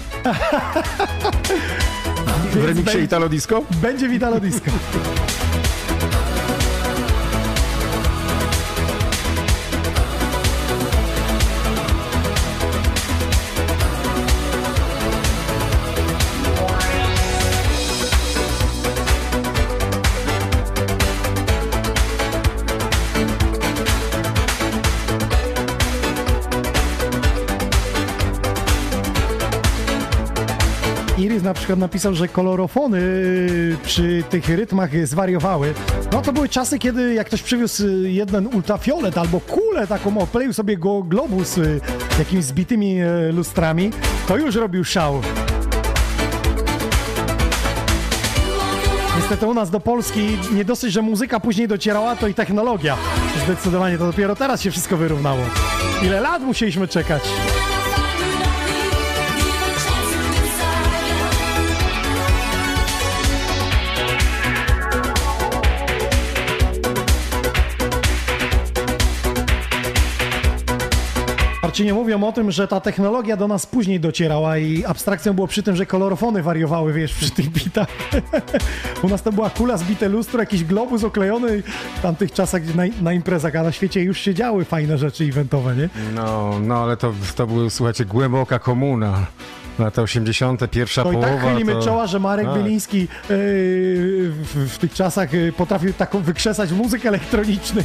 Speaker 5: W remiksie Italo Disco?
Speaker 4: Będzie w Italo Disco. Iris na przykład napisał, że kolorofony przy tych rytmach zwariowały. No to były czasy, kiedy jak ktoś przywiózł jeden ultrafiolet albo kulę taką, okleił sobie go globus jakimiś zbitymi lustrami, to już robił szał. Niestety u nas do Polski nie dosyć, że muzyka później docierała, to i technologia. Zdecydowanie to dopiero teraz się wszystko wyrównało. Ile lat musieliśmy czekać? Marcinie, mówią o tym, że ta technologia do nas później docierała i abstrakcją było przy tym, że kolorofony wariowały, wiesz, przy tych bitach. U nas to była kula, zbite lustro, jakiś globus oklejony w tamtych czasach na imprezach, a na świecie już się działy fajne rzeczy eventowe, nie?
Speaker 5: No, ale to były, słuchajcie, głęboka komuna. Lata 80., pierwsza
Speaker 4: to
Speaker 5: połowa.
Speaker 4: I tak chylimy czoła, że Marek
Speaker 5: tak.
Speaker 4: Bieliński w tych czasach potrafił taką wykrzesać muzykę elektroniczną.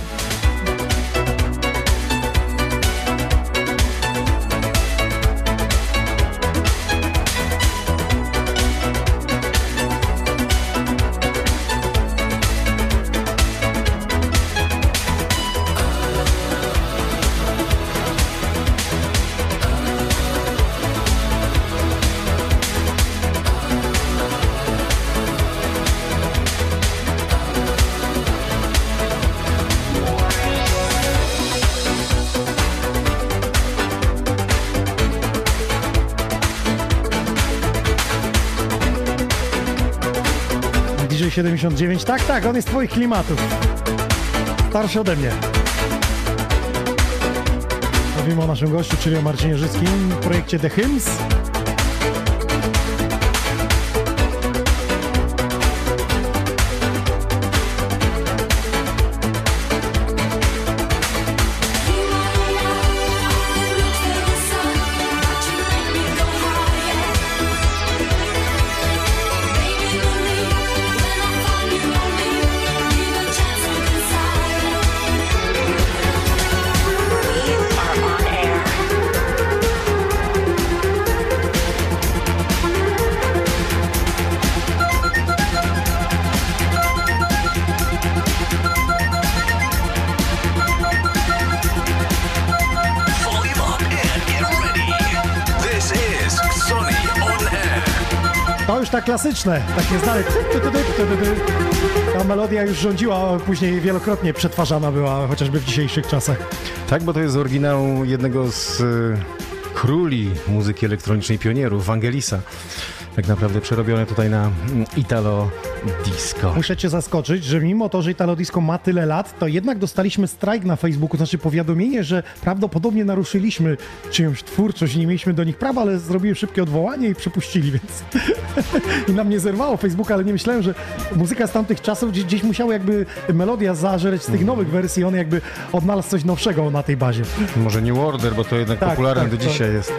Speaker 4: DJ 79, tak, on jest twoich klimatów. Starszy ode mnie. Mówimy o naszym gościu, czyli o Marcinie Życkim w projekcie The Hymns. To już tak klasyczne, takie znane. Ta melodia już rządziła, później wielokrotnie przetwarzana była, chociażby w dzisiejszych czasach.
Speaker 5: Tak, bo to jest oryginał jednego z króli muzyki elektronicznej, pionierów, Vangelisa. Tak naprawdę przerobione tutaj na Italo Disco.
Speaker 4: Muszę cię zaskoczyć, że mimo to, że Italo Disco ma tyle lat, to jednak dostaliśmy strajk na Facebooku, znaczy powiadomienie, że prawdopodobnie naruszyliśmy czyjąś twórczość i nie mieliśmy do nich prawa, ale zrobiłem szybkie odwołanie i przepuścili, więc i nam nie zerwało Facebooka, ale nie myślałem, że muzyka z tamtych czasów gdzieś musiała jakby melodia zażreć z tych nowych wersji, on jakby odnalazł coś nowszego na tej bazie.
Speaker 5: Może New Order, bo to jednak popularne do dzisiaj jest.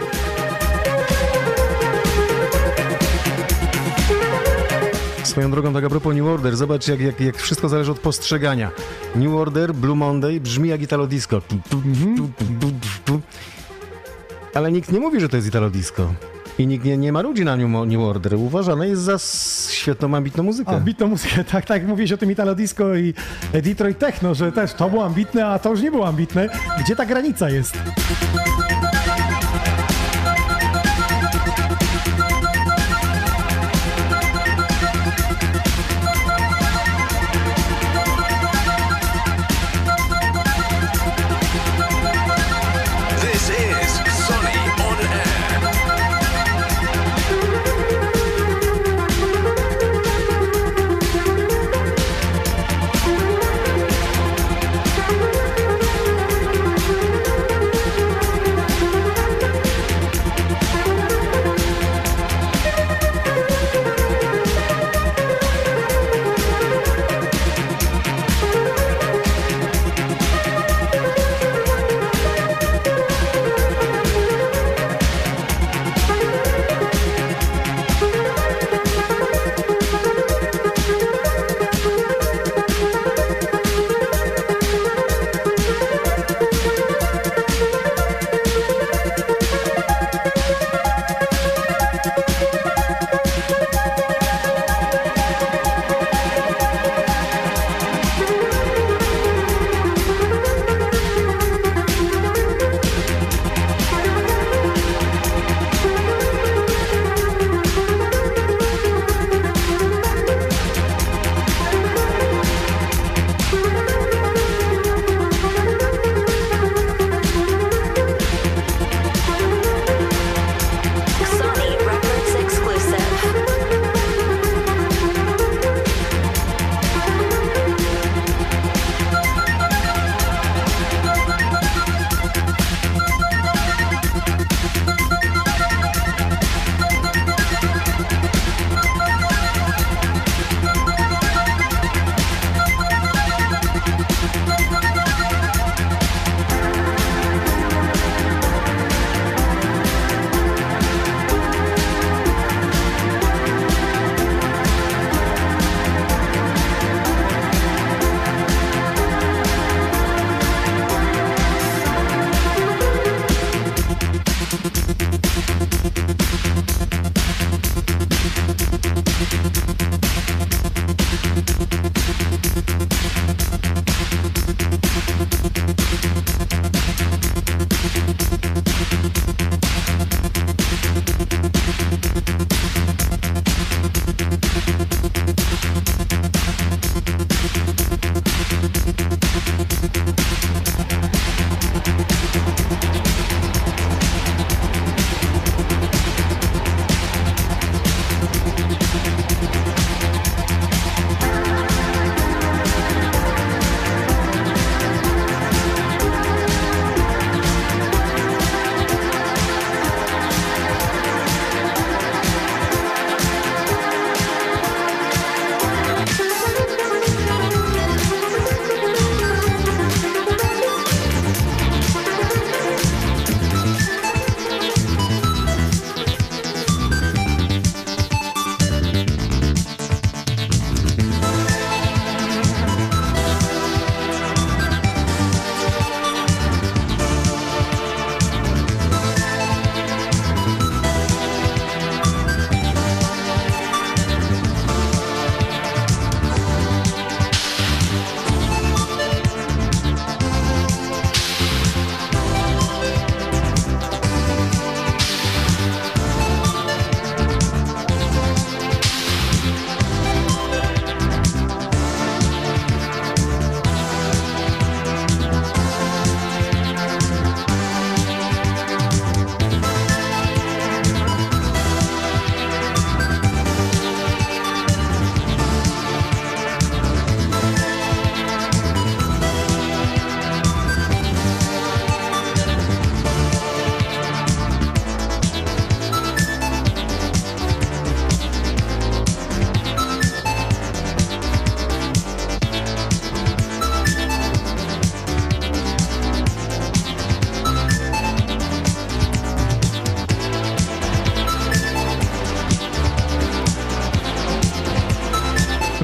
Speaker 5: Swoją drogą, tak a propos New Order, zobacz jak wszystko zależy od postrzegania. New Order, Blue Monday brzmi jak Italo Disco. Ale nikt nie mówi, że to jest Italo Disco. I nikt nie marudzi na New Order. Uważane jest za świetną, ambitną muzykę.
Speaker 4: Ambitną muzykę, tak mówiłeś o tym Italo Disco i Detroit Techno, że też to było ambitne, a to już nie było ambitne. Gdzie ta granica jest?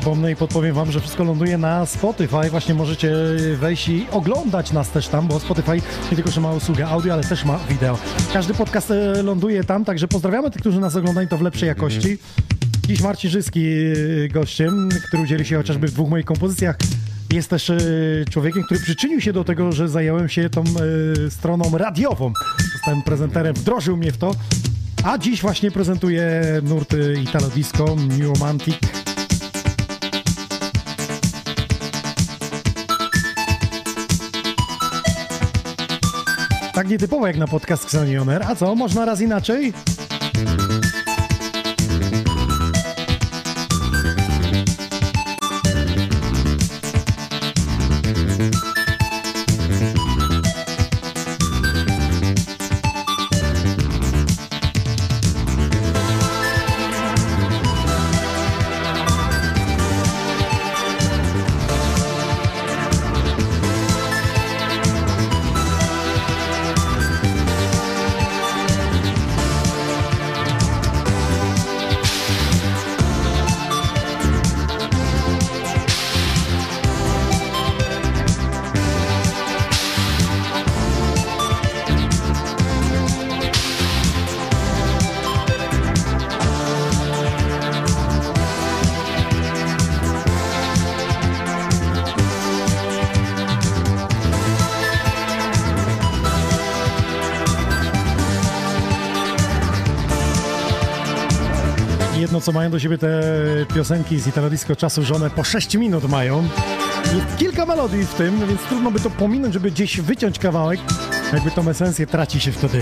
Speaker 4: przypomnę i podpowiem wam, że wszystko ląduje na Spotify. Właśnie możecie wejść i oglądać nas też tam, bo Spotify nie tylko, że ma usługę audio, ale też ma wideo. Każdy podcast ląduje tam, także pozdrawiamy tych, którzy nas oglądają, to w lepszej jakości. Dziś Marcin Żyski gościem, który udzieli się chociażby w 2 moich kompozycjach. Jest też człowiekiem, który przyczynił się do tego, że zająłem się tą stroną radiową. Zostałem prezenterem, wdrożył mnie w to. A dziś właśnie prezentuję nurty Italo Disco, New Romantic. Tak nietypowo jak na podcast Xoni On Air. A co, można raz inaczej? Jedno, co mają do siebie te piosenki z Italo Disco czasu, że one po 6 minut mają. Jest kilka melodii w tym, więc trudno by to pominąć, żeby gdzieś wyciąć kawałek. Jakby tą esencję traci się wtedy.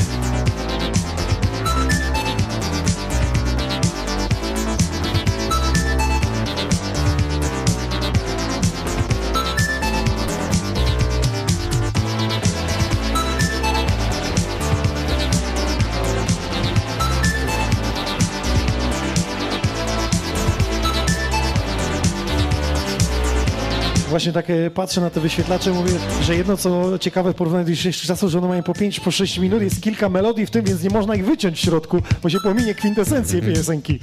Speaker 4: Właśnie tak patrzę na te wyświetlacze i mówię, że jedno co ciekawe w porównaniu do dzisiejszych czasów, że one mają po 5, po 6 minut, jest kilka melodii w tym, więc nie można ich wyciąć w środku, bo się pominie kwintesencję piosenki.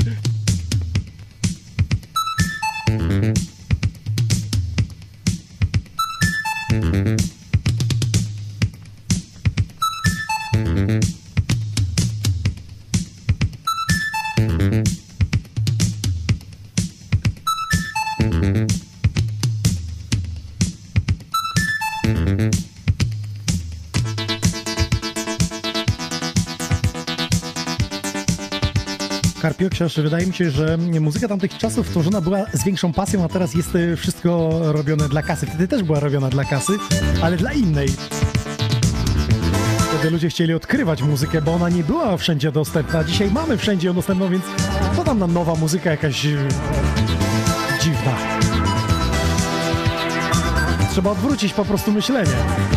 Speaker 4: Książ, wydaje mi się, że muzyka tamtych czasów tworzona była z większą pasją, a teraz jest wszystko robione dla kasy. Wtedy też była robiona dla kasy, ale dla innej. Wtedy ludzie chcieli odkrywać muzykę, bo ona nie była wszędzie dostępna. Dzisiaj mamy wszędzie ją dostępną, więc co tam na nowa muzyka jakaś dziwna. Trzeba odwrócić po prostu myślenie.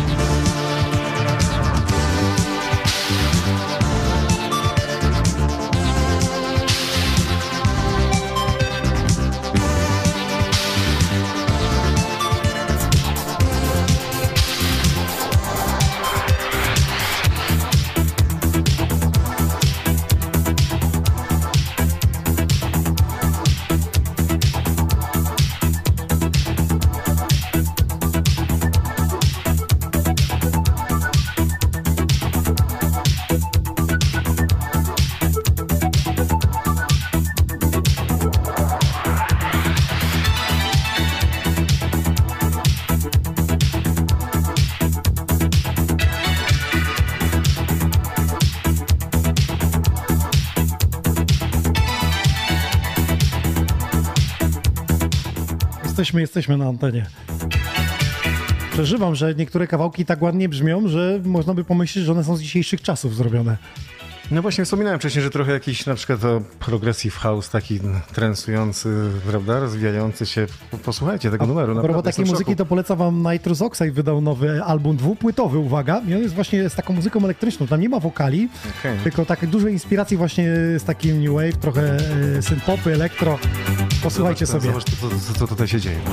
Speaker 4: Jesteśmy na antenie. Przeżywam, że niektóre kawałki tak ładnie brzmią, że można by pomyśleć, że one są z dzisiejszych czasów zrobione.
Speaker 5: No właśnie wspominałem wcześniej, że trochę jakiś na przykład to progressive house taki transujący, prawda, rozwijający się. Posłuchajcie tego numeru.
Speaker 4: A propos takiej muzyki to polecam wam Nitrous Oxide wydał nowy album 2-płytowy, uwaga. I on jest właśnie z taką muzyką elektryczną, tam nie ma wokali, tylko tak dużo inspiracji właśnie z takim new wave, trochę synth-popy, elektro. Posłuchajcie sobie.
Speaker 5: Zobacz, co tutaj się dzieje.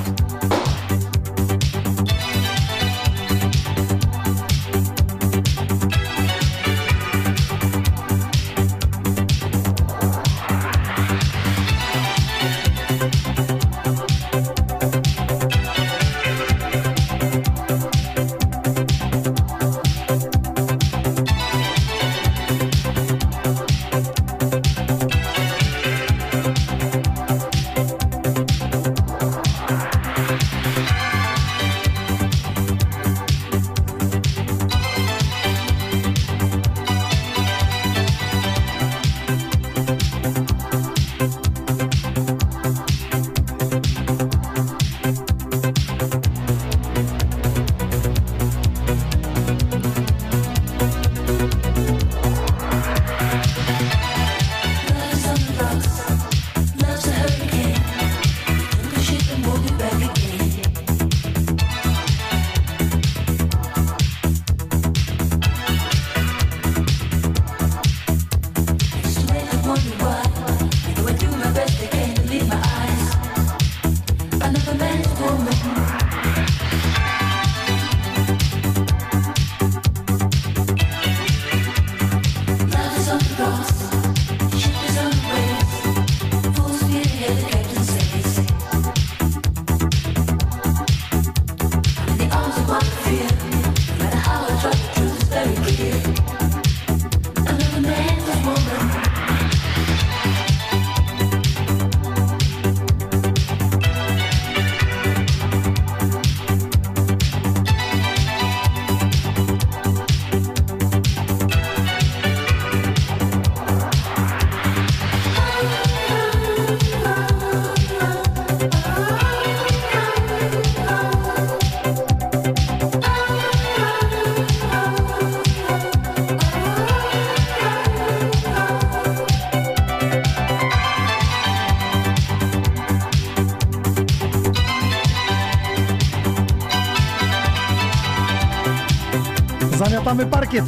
Speaker 4: Zamiatamy parkiet.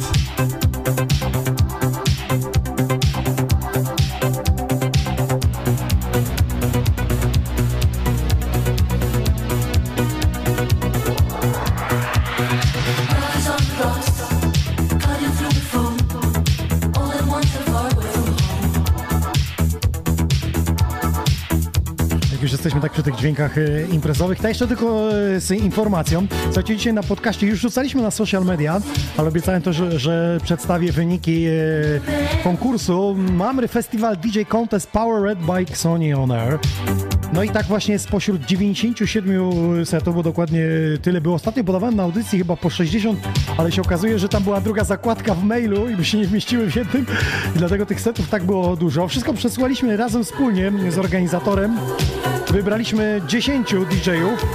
Speaker 4: Jesteśmy tak przy tych dźwiękach imprezowych. To jeszcze tylko z informacją. Słuchajcie, dzisiaj na podcaście już rzucaliśmy na social media, ale obiecałem to, że przedstawię wyniki konkursu. Mamy festiwal DJ Contest Powered by Sony On Air. No i tak właśnie spośród 97 setów, bo dokładnie tyle było. Ostatnio podawałem na audycji chyba po 60, ale się okazuje, że tam była druga zakładka w mailu i by się nie wmieściły w jednym. I dlatego tych setów tak było dużo. Wszystko przesłaliśmy razem wspólnie z organizatorem. Wybraliśmy 10 DJ-ów,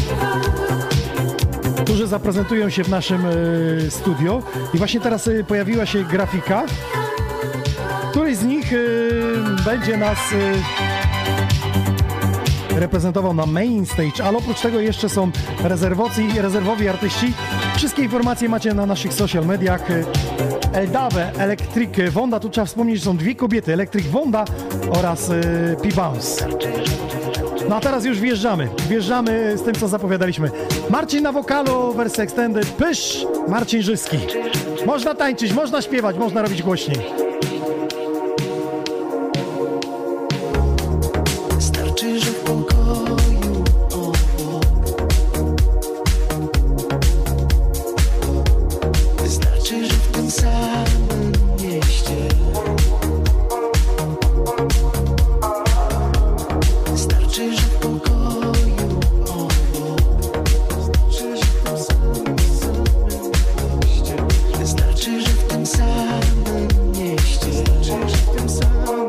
Speaker 4: którzy zaprezentują się w naszym studio. I właśnie teraz pojawiła się grafika. Któryś z nich będzie nas reprezentował na main stage, ale oprócz tego jeszcze są rezerwowi artyści. Wszystkie informacje macie na naszych social mediach. Eldave, Electric Wonda, tu trzeba wspomnieć, że są dwie kobiety, Electric Wonda oraz P-Bounce. No a teraz już wjeżdżamy z tym, co zapowiadaliśmy. Marcin na wokalu, wersja extended, Pysz, Marcin Żyski. Można tańczyć, można śpiewać, można robić głośniej.
Speaker 6: Starczy, że w pokoju obok. Wystarczy, że w tym samym mieście. Wystarczy, że w pokoju obok. Wystarczy, że w tym samym mieście. Wystarczy, że w tym samym mieście. Wystarczy, że w tym samym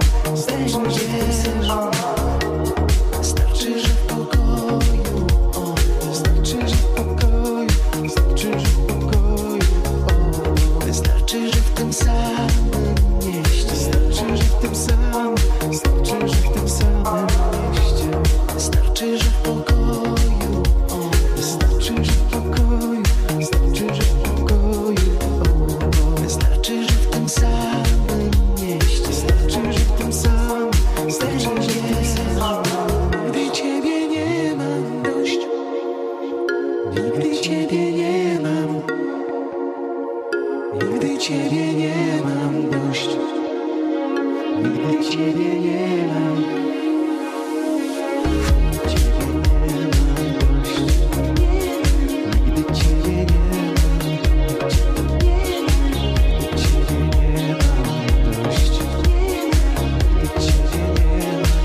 Speaker 6: Wystarczy, że w pokoju, o, wystarczy, że w pokoju, wystarczy, że w pokoju, o, wystarczy, że w tym samym mieście, wystarczy, że w tym samym, wystarczy, że w tym samym mieście, wystarczy, że w pokoju, o, wystarczy, że w pokoju, wystarczy, że w pokoju, o, wystarczy, że w tym samym mieście, wystarczy, że w tym samym, wystarczy, że w tym samym. Gdy ciebie nie mam dość, nigdy ciebie nie mam, nigdy ciebie nie mam dość, nigdy ciebie nie mam. Ciebie nie mam dość, nigdy ciebie nie mam.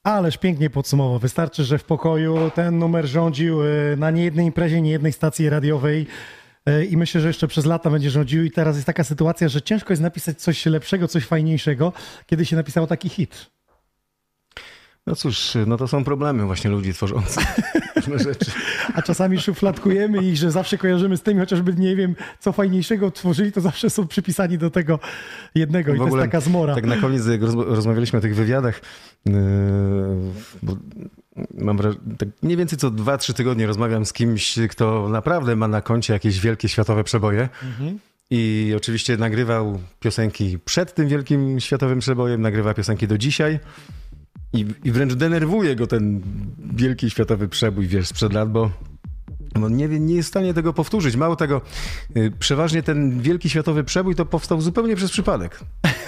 Speaker 4: Ależ pięknie podsumował. Wystarczy, że w pokoju ten numer rządził na niejednej imprezie, niejednej stacji radiowej i myślę, że jeszcze przez lata będzie rządził i teraz jest taka sytuacja, że ciężko jest napisać coś lepszego, coś fajniejszego, kiedy się napisało taki hit.
Speaker 5: No cóż, no to są problemy właśnie ludzi tworzących różne rzeczy.
Speaker 4: A czasami szufladkujemy ich, że zawsze kojarzymy z tymi, chociażby nie wiem, co fajniejszego tworzyli, to zawsze są przypisani do tego jednego i to jest taka zmora.
Speaker 5: Tak na koniec, jak rozmawialiśmy o tych wywiadach, bo mam wrażenie, tak mniej więcej co 2-3 tygodnie rozmawiam z kimś, kto naprawdę ma na koncie jakieś wielkie światowe przeboje. I oczywiście nagrywał piosenki przed tym wielkim światowym przebojem, nagrywa piosenki do dzisiaj. I wręcz denerwuje go ten wielki światowy przebój, wiesz, sprzed lat, bo on nie jest w stanie tego powtórzyć. Mało tego, przeważnie ten wielki światowy przebój to powstał zupełnie przez przypadek.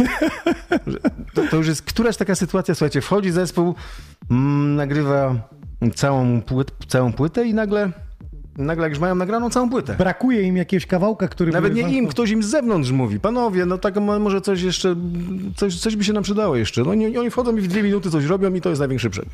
Speaker 5: To już jest któraś taka sytuacja, słuchajcie, wchodzi zespół, nagrywa całą płytę i nagle jak już mają nagraną całą płytę.
Speaker 4: Brakuje im jakiegoś kawałka, który...
Speaker 5: Nawet nie im, ktoś im z zewnątrz mówi. Panowie, no tak może coś jeszcze, coś by się nam przydało jeszcze. No oni wchodzą i w 2 minuty coś robią i to jest największy przebój.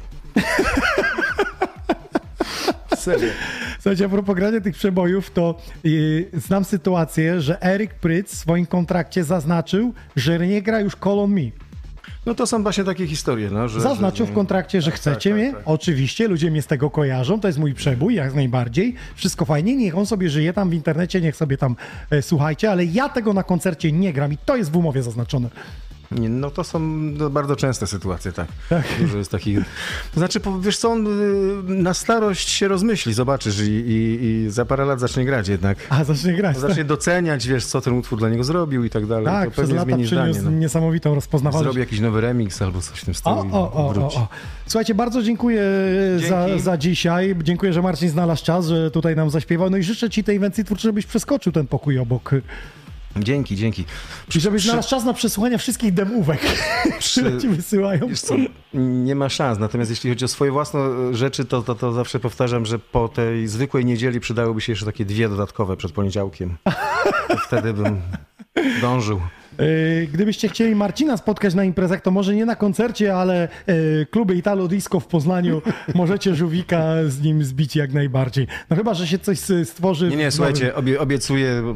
Speaker 5: Serio.
Speaker 4: Słuchajcie, a propos grania tych przebojów, to znam sytuację, że Eric Prydz w swoim kontrakcie zaznaczył, że nie gra już Call on Me.
Speaker 5: No to są właśnie takie historie. No,
Speaker 4: zaznaczył w kontrakcie, że chcecie mnie. Tak. Oczywiście, ludzie mnie z tego kojarzą, to jest mój przebój, jak najbardziej. Wszystko fajnie, niech on sobie żyje tam w internecie, niech sobie tam słuchajcie, ale ja tego na koncercie nie gram i to jest w umowie zaznaczone.
Speaker 5: Nie, no to są bardzo częste sytuacje, tak. Dużo jest takich... To znaczy, wiesz co, on na starość się rozmyśli, zobaczysz i za parę lat zacznie grać jednak.
Speaker 4: A, zacznie grać,
Speaker 5: zacznie doceniać, wiesz, co ten utwór dla niego zrobił i tak dalej.
Speaker 4: Tak,
Speaker 5: to
Speaker 4: przez lata przyniósł niesamowitą rozpoznawalność.
Speaker 5: Zrobi jakiś nowy remix albo coś w tym stylu.
Speaker 4: Słuchajcie, bardzo dziękuję za dzisiaj. Dziękuję, że Marcin znalazł czas, że tutaj nam zaśpiewał. No i życzę ci tej inwencji twórczej, żebyś przeskoczył ten pokój obok.
Speaker 5: Dzięki.
Speaker 4: I żebyś znalazł czas na przesłuchanie wszystkich demówek, które ci wysyłają.
Speaker 5: Wiesz co, nie ma szans. Natomiast jeśli chodzi o swoje własne rzeczy, to zawsze powtarzam, że po tej zwykłej niedzieli przydałyby się jeszcze takie 2 dodatkowe przed poniedziałkiem. To wtedy bym dążył.
Speaker 4: Gdybyście chcieli Marcina spotkać na imprezach, to może nie na koncercie, ale kluby Italo Disco w Poznaniu możecie żółwika z nim zbić jak najbardziej. No chyba, że się coś stworzy...
Speaker 5: Nie, słuchajcie, obiecuję,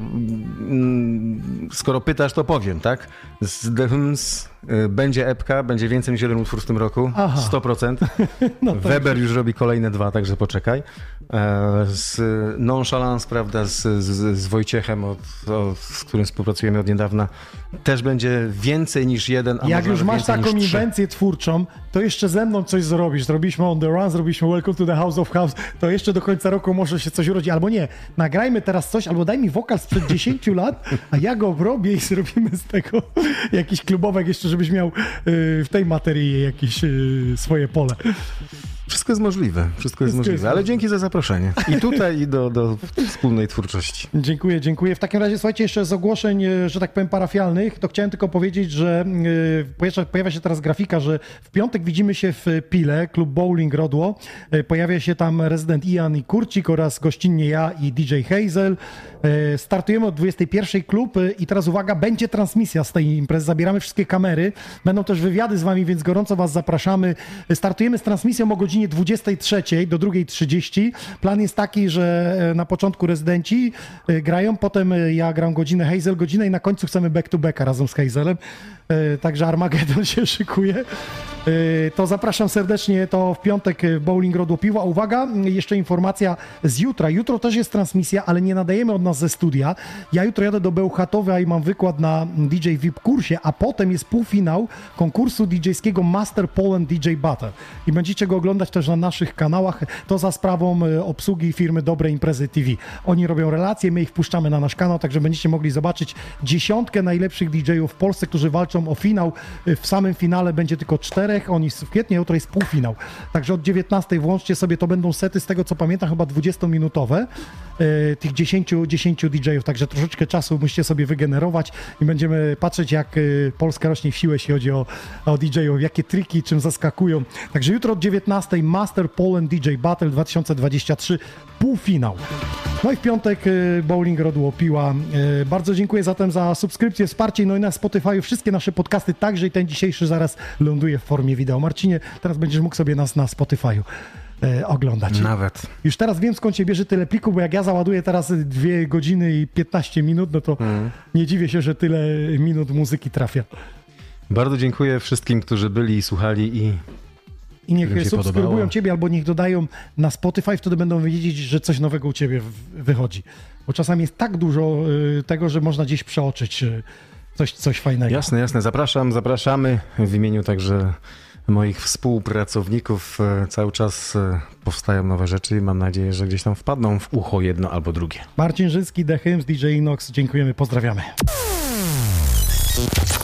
Speaker 5: skoro pytasz, to powiem, tak? Z The Hymns będzie epka, będzie więcej niż 1 utwór w tym roku, 100%. No Weber już robi kolejne 2, także poczekaj. Z Nonchalance, prawda, z Wojciechem, z którym współpracujemy od niedawna, też będzie więcej niż 1, a
Speaker 4: jak już masz taką
Speaker 5: inwencję
Speaker 4: inwencję twórczą, to jeszcze ze mną coś zrobisz. Zrobiliśmy On The Run, zrobiliśmy Welcome to the House of House, to jeszcze do końca roku może się coś urodzi. Albo nie, nagrajmy teraz coś, albo daj mi wokal sprzed 10 lat, a ja go obrobię i zrobimy z tego jakiś klubowek jeszcze, żebyś miał w tej materii jakieś swoje pole.
Speaker 5: Wszystko jest możliwe, ale dzięki za zaproszenie. I tutaj, i do wspólnej twórczości.
Speaker 4: Dziękuję. W takim razie, słuchajcie, jeszcze z ogłoszeń, że tak powiem, parafialnych, to chciałem tylko powiedzieć, że pojawia się teraz grafika, że w piątek widzimy się w Pile, klub Bowling Rodło. Pojawia się tam rezydent Ian i Kurcik oraz gościnnie ja i DJ Hazel. Startujemy od 21 klub i teraz uwaga, będzie transmisja z tej imprezy, zabieramy wszystkie kamery, będą też wywiady z wami, więc gorąco was zapraszamy. Startujemy z transmisją o godzinie 23 do 2:30. Plan jest taki, że na początku rezydenci grają, potem ja gram godzinę, Hazel godzinę i na końcu chcemy back to backa razem z Hazelem. Także Armageddon się szykuje. To zapraszam serdecznie, to w piątek Bowling Rodło Piwo. A uwaga, jeszcze informacja z jutra. Jutro też jest transmisja, ale nie nadajemy od nas ze studia. Ja jutro jadę do Bełchatowa i mam wykład na DJ VIP kursie, a potem jest półfinał konkursu DJ-skiego Master Poland DJ Battle. I będziecie go oglądać też na naszych kanałach. To za sprawą obsługi firmy Dobre Imprezy TV. Oni robią relacje, my ich wpuszczamy na nasz kanał, także będziecie mogli zobaczyć 10 najlepszych DJ-ów w Polsce, którzy walczą o finał. W samym finale będzie tylko 4. Oni w kwietniu, jutro jest półfinał. Także od 19 włączcie sobie, to będą sety, z tego co pamiętam, chyba 20-minutowe tych 10 DJ-ów, także troszeczkę czasu musicie sobie wygenerować i będziemy patrzeć, jak Polska rośnie w siłę, jeśli chodzi o DJ-ów, jakie triki, czym zaskakują. Także jutro od 19 Master Poland DJ Battle 2023. półfinał. No i w piątek Bowling Rodło Piła. Bardzo dziękuję zatem za subskrypcję, wsparcie, no i na Spotify wszystkie nasze podcasty, także i ten dzisiejszy zaraz ląduje w formie wideo. Marcinie, teraz będziesz mógł sobie nas na Spotify'u oglądać.
Speaker 5: Nawet.
Speaker 4: Już teraz wiem, skąd cię bierze tyle plików, bo jak ja załaduję teraz 2 godziny i 15 minut, no to nie dziwię się, że tyle minut muzyki trafia.
Speaker 5: Bardzo dziękuję wszystkim, którzy byli i słuchali
Speaker 4: I niech subskrybują ciebie albo niech dodają na Spotify, wtedy będą wiedzieć, że coś nowego u ciebie wychodzi. Bo czasami jest tak dużo tego, że można gdzieś przeoczyć coś fajnego.
Speaker 5: Jasne. Zapraszamy w imieniu także moich współpracowników. Cały czas powstają nowe rzeczy i mam nadzieję, że gdzieś tam wpadną w ucho jedno albo drugie.
Speaker 4: Marcin Żyński, The Hymns, DJ Inox. Dziękujemy, pozdrawiamy.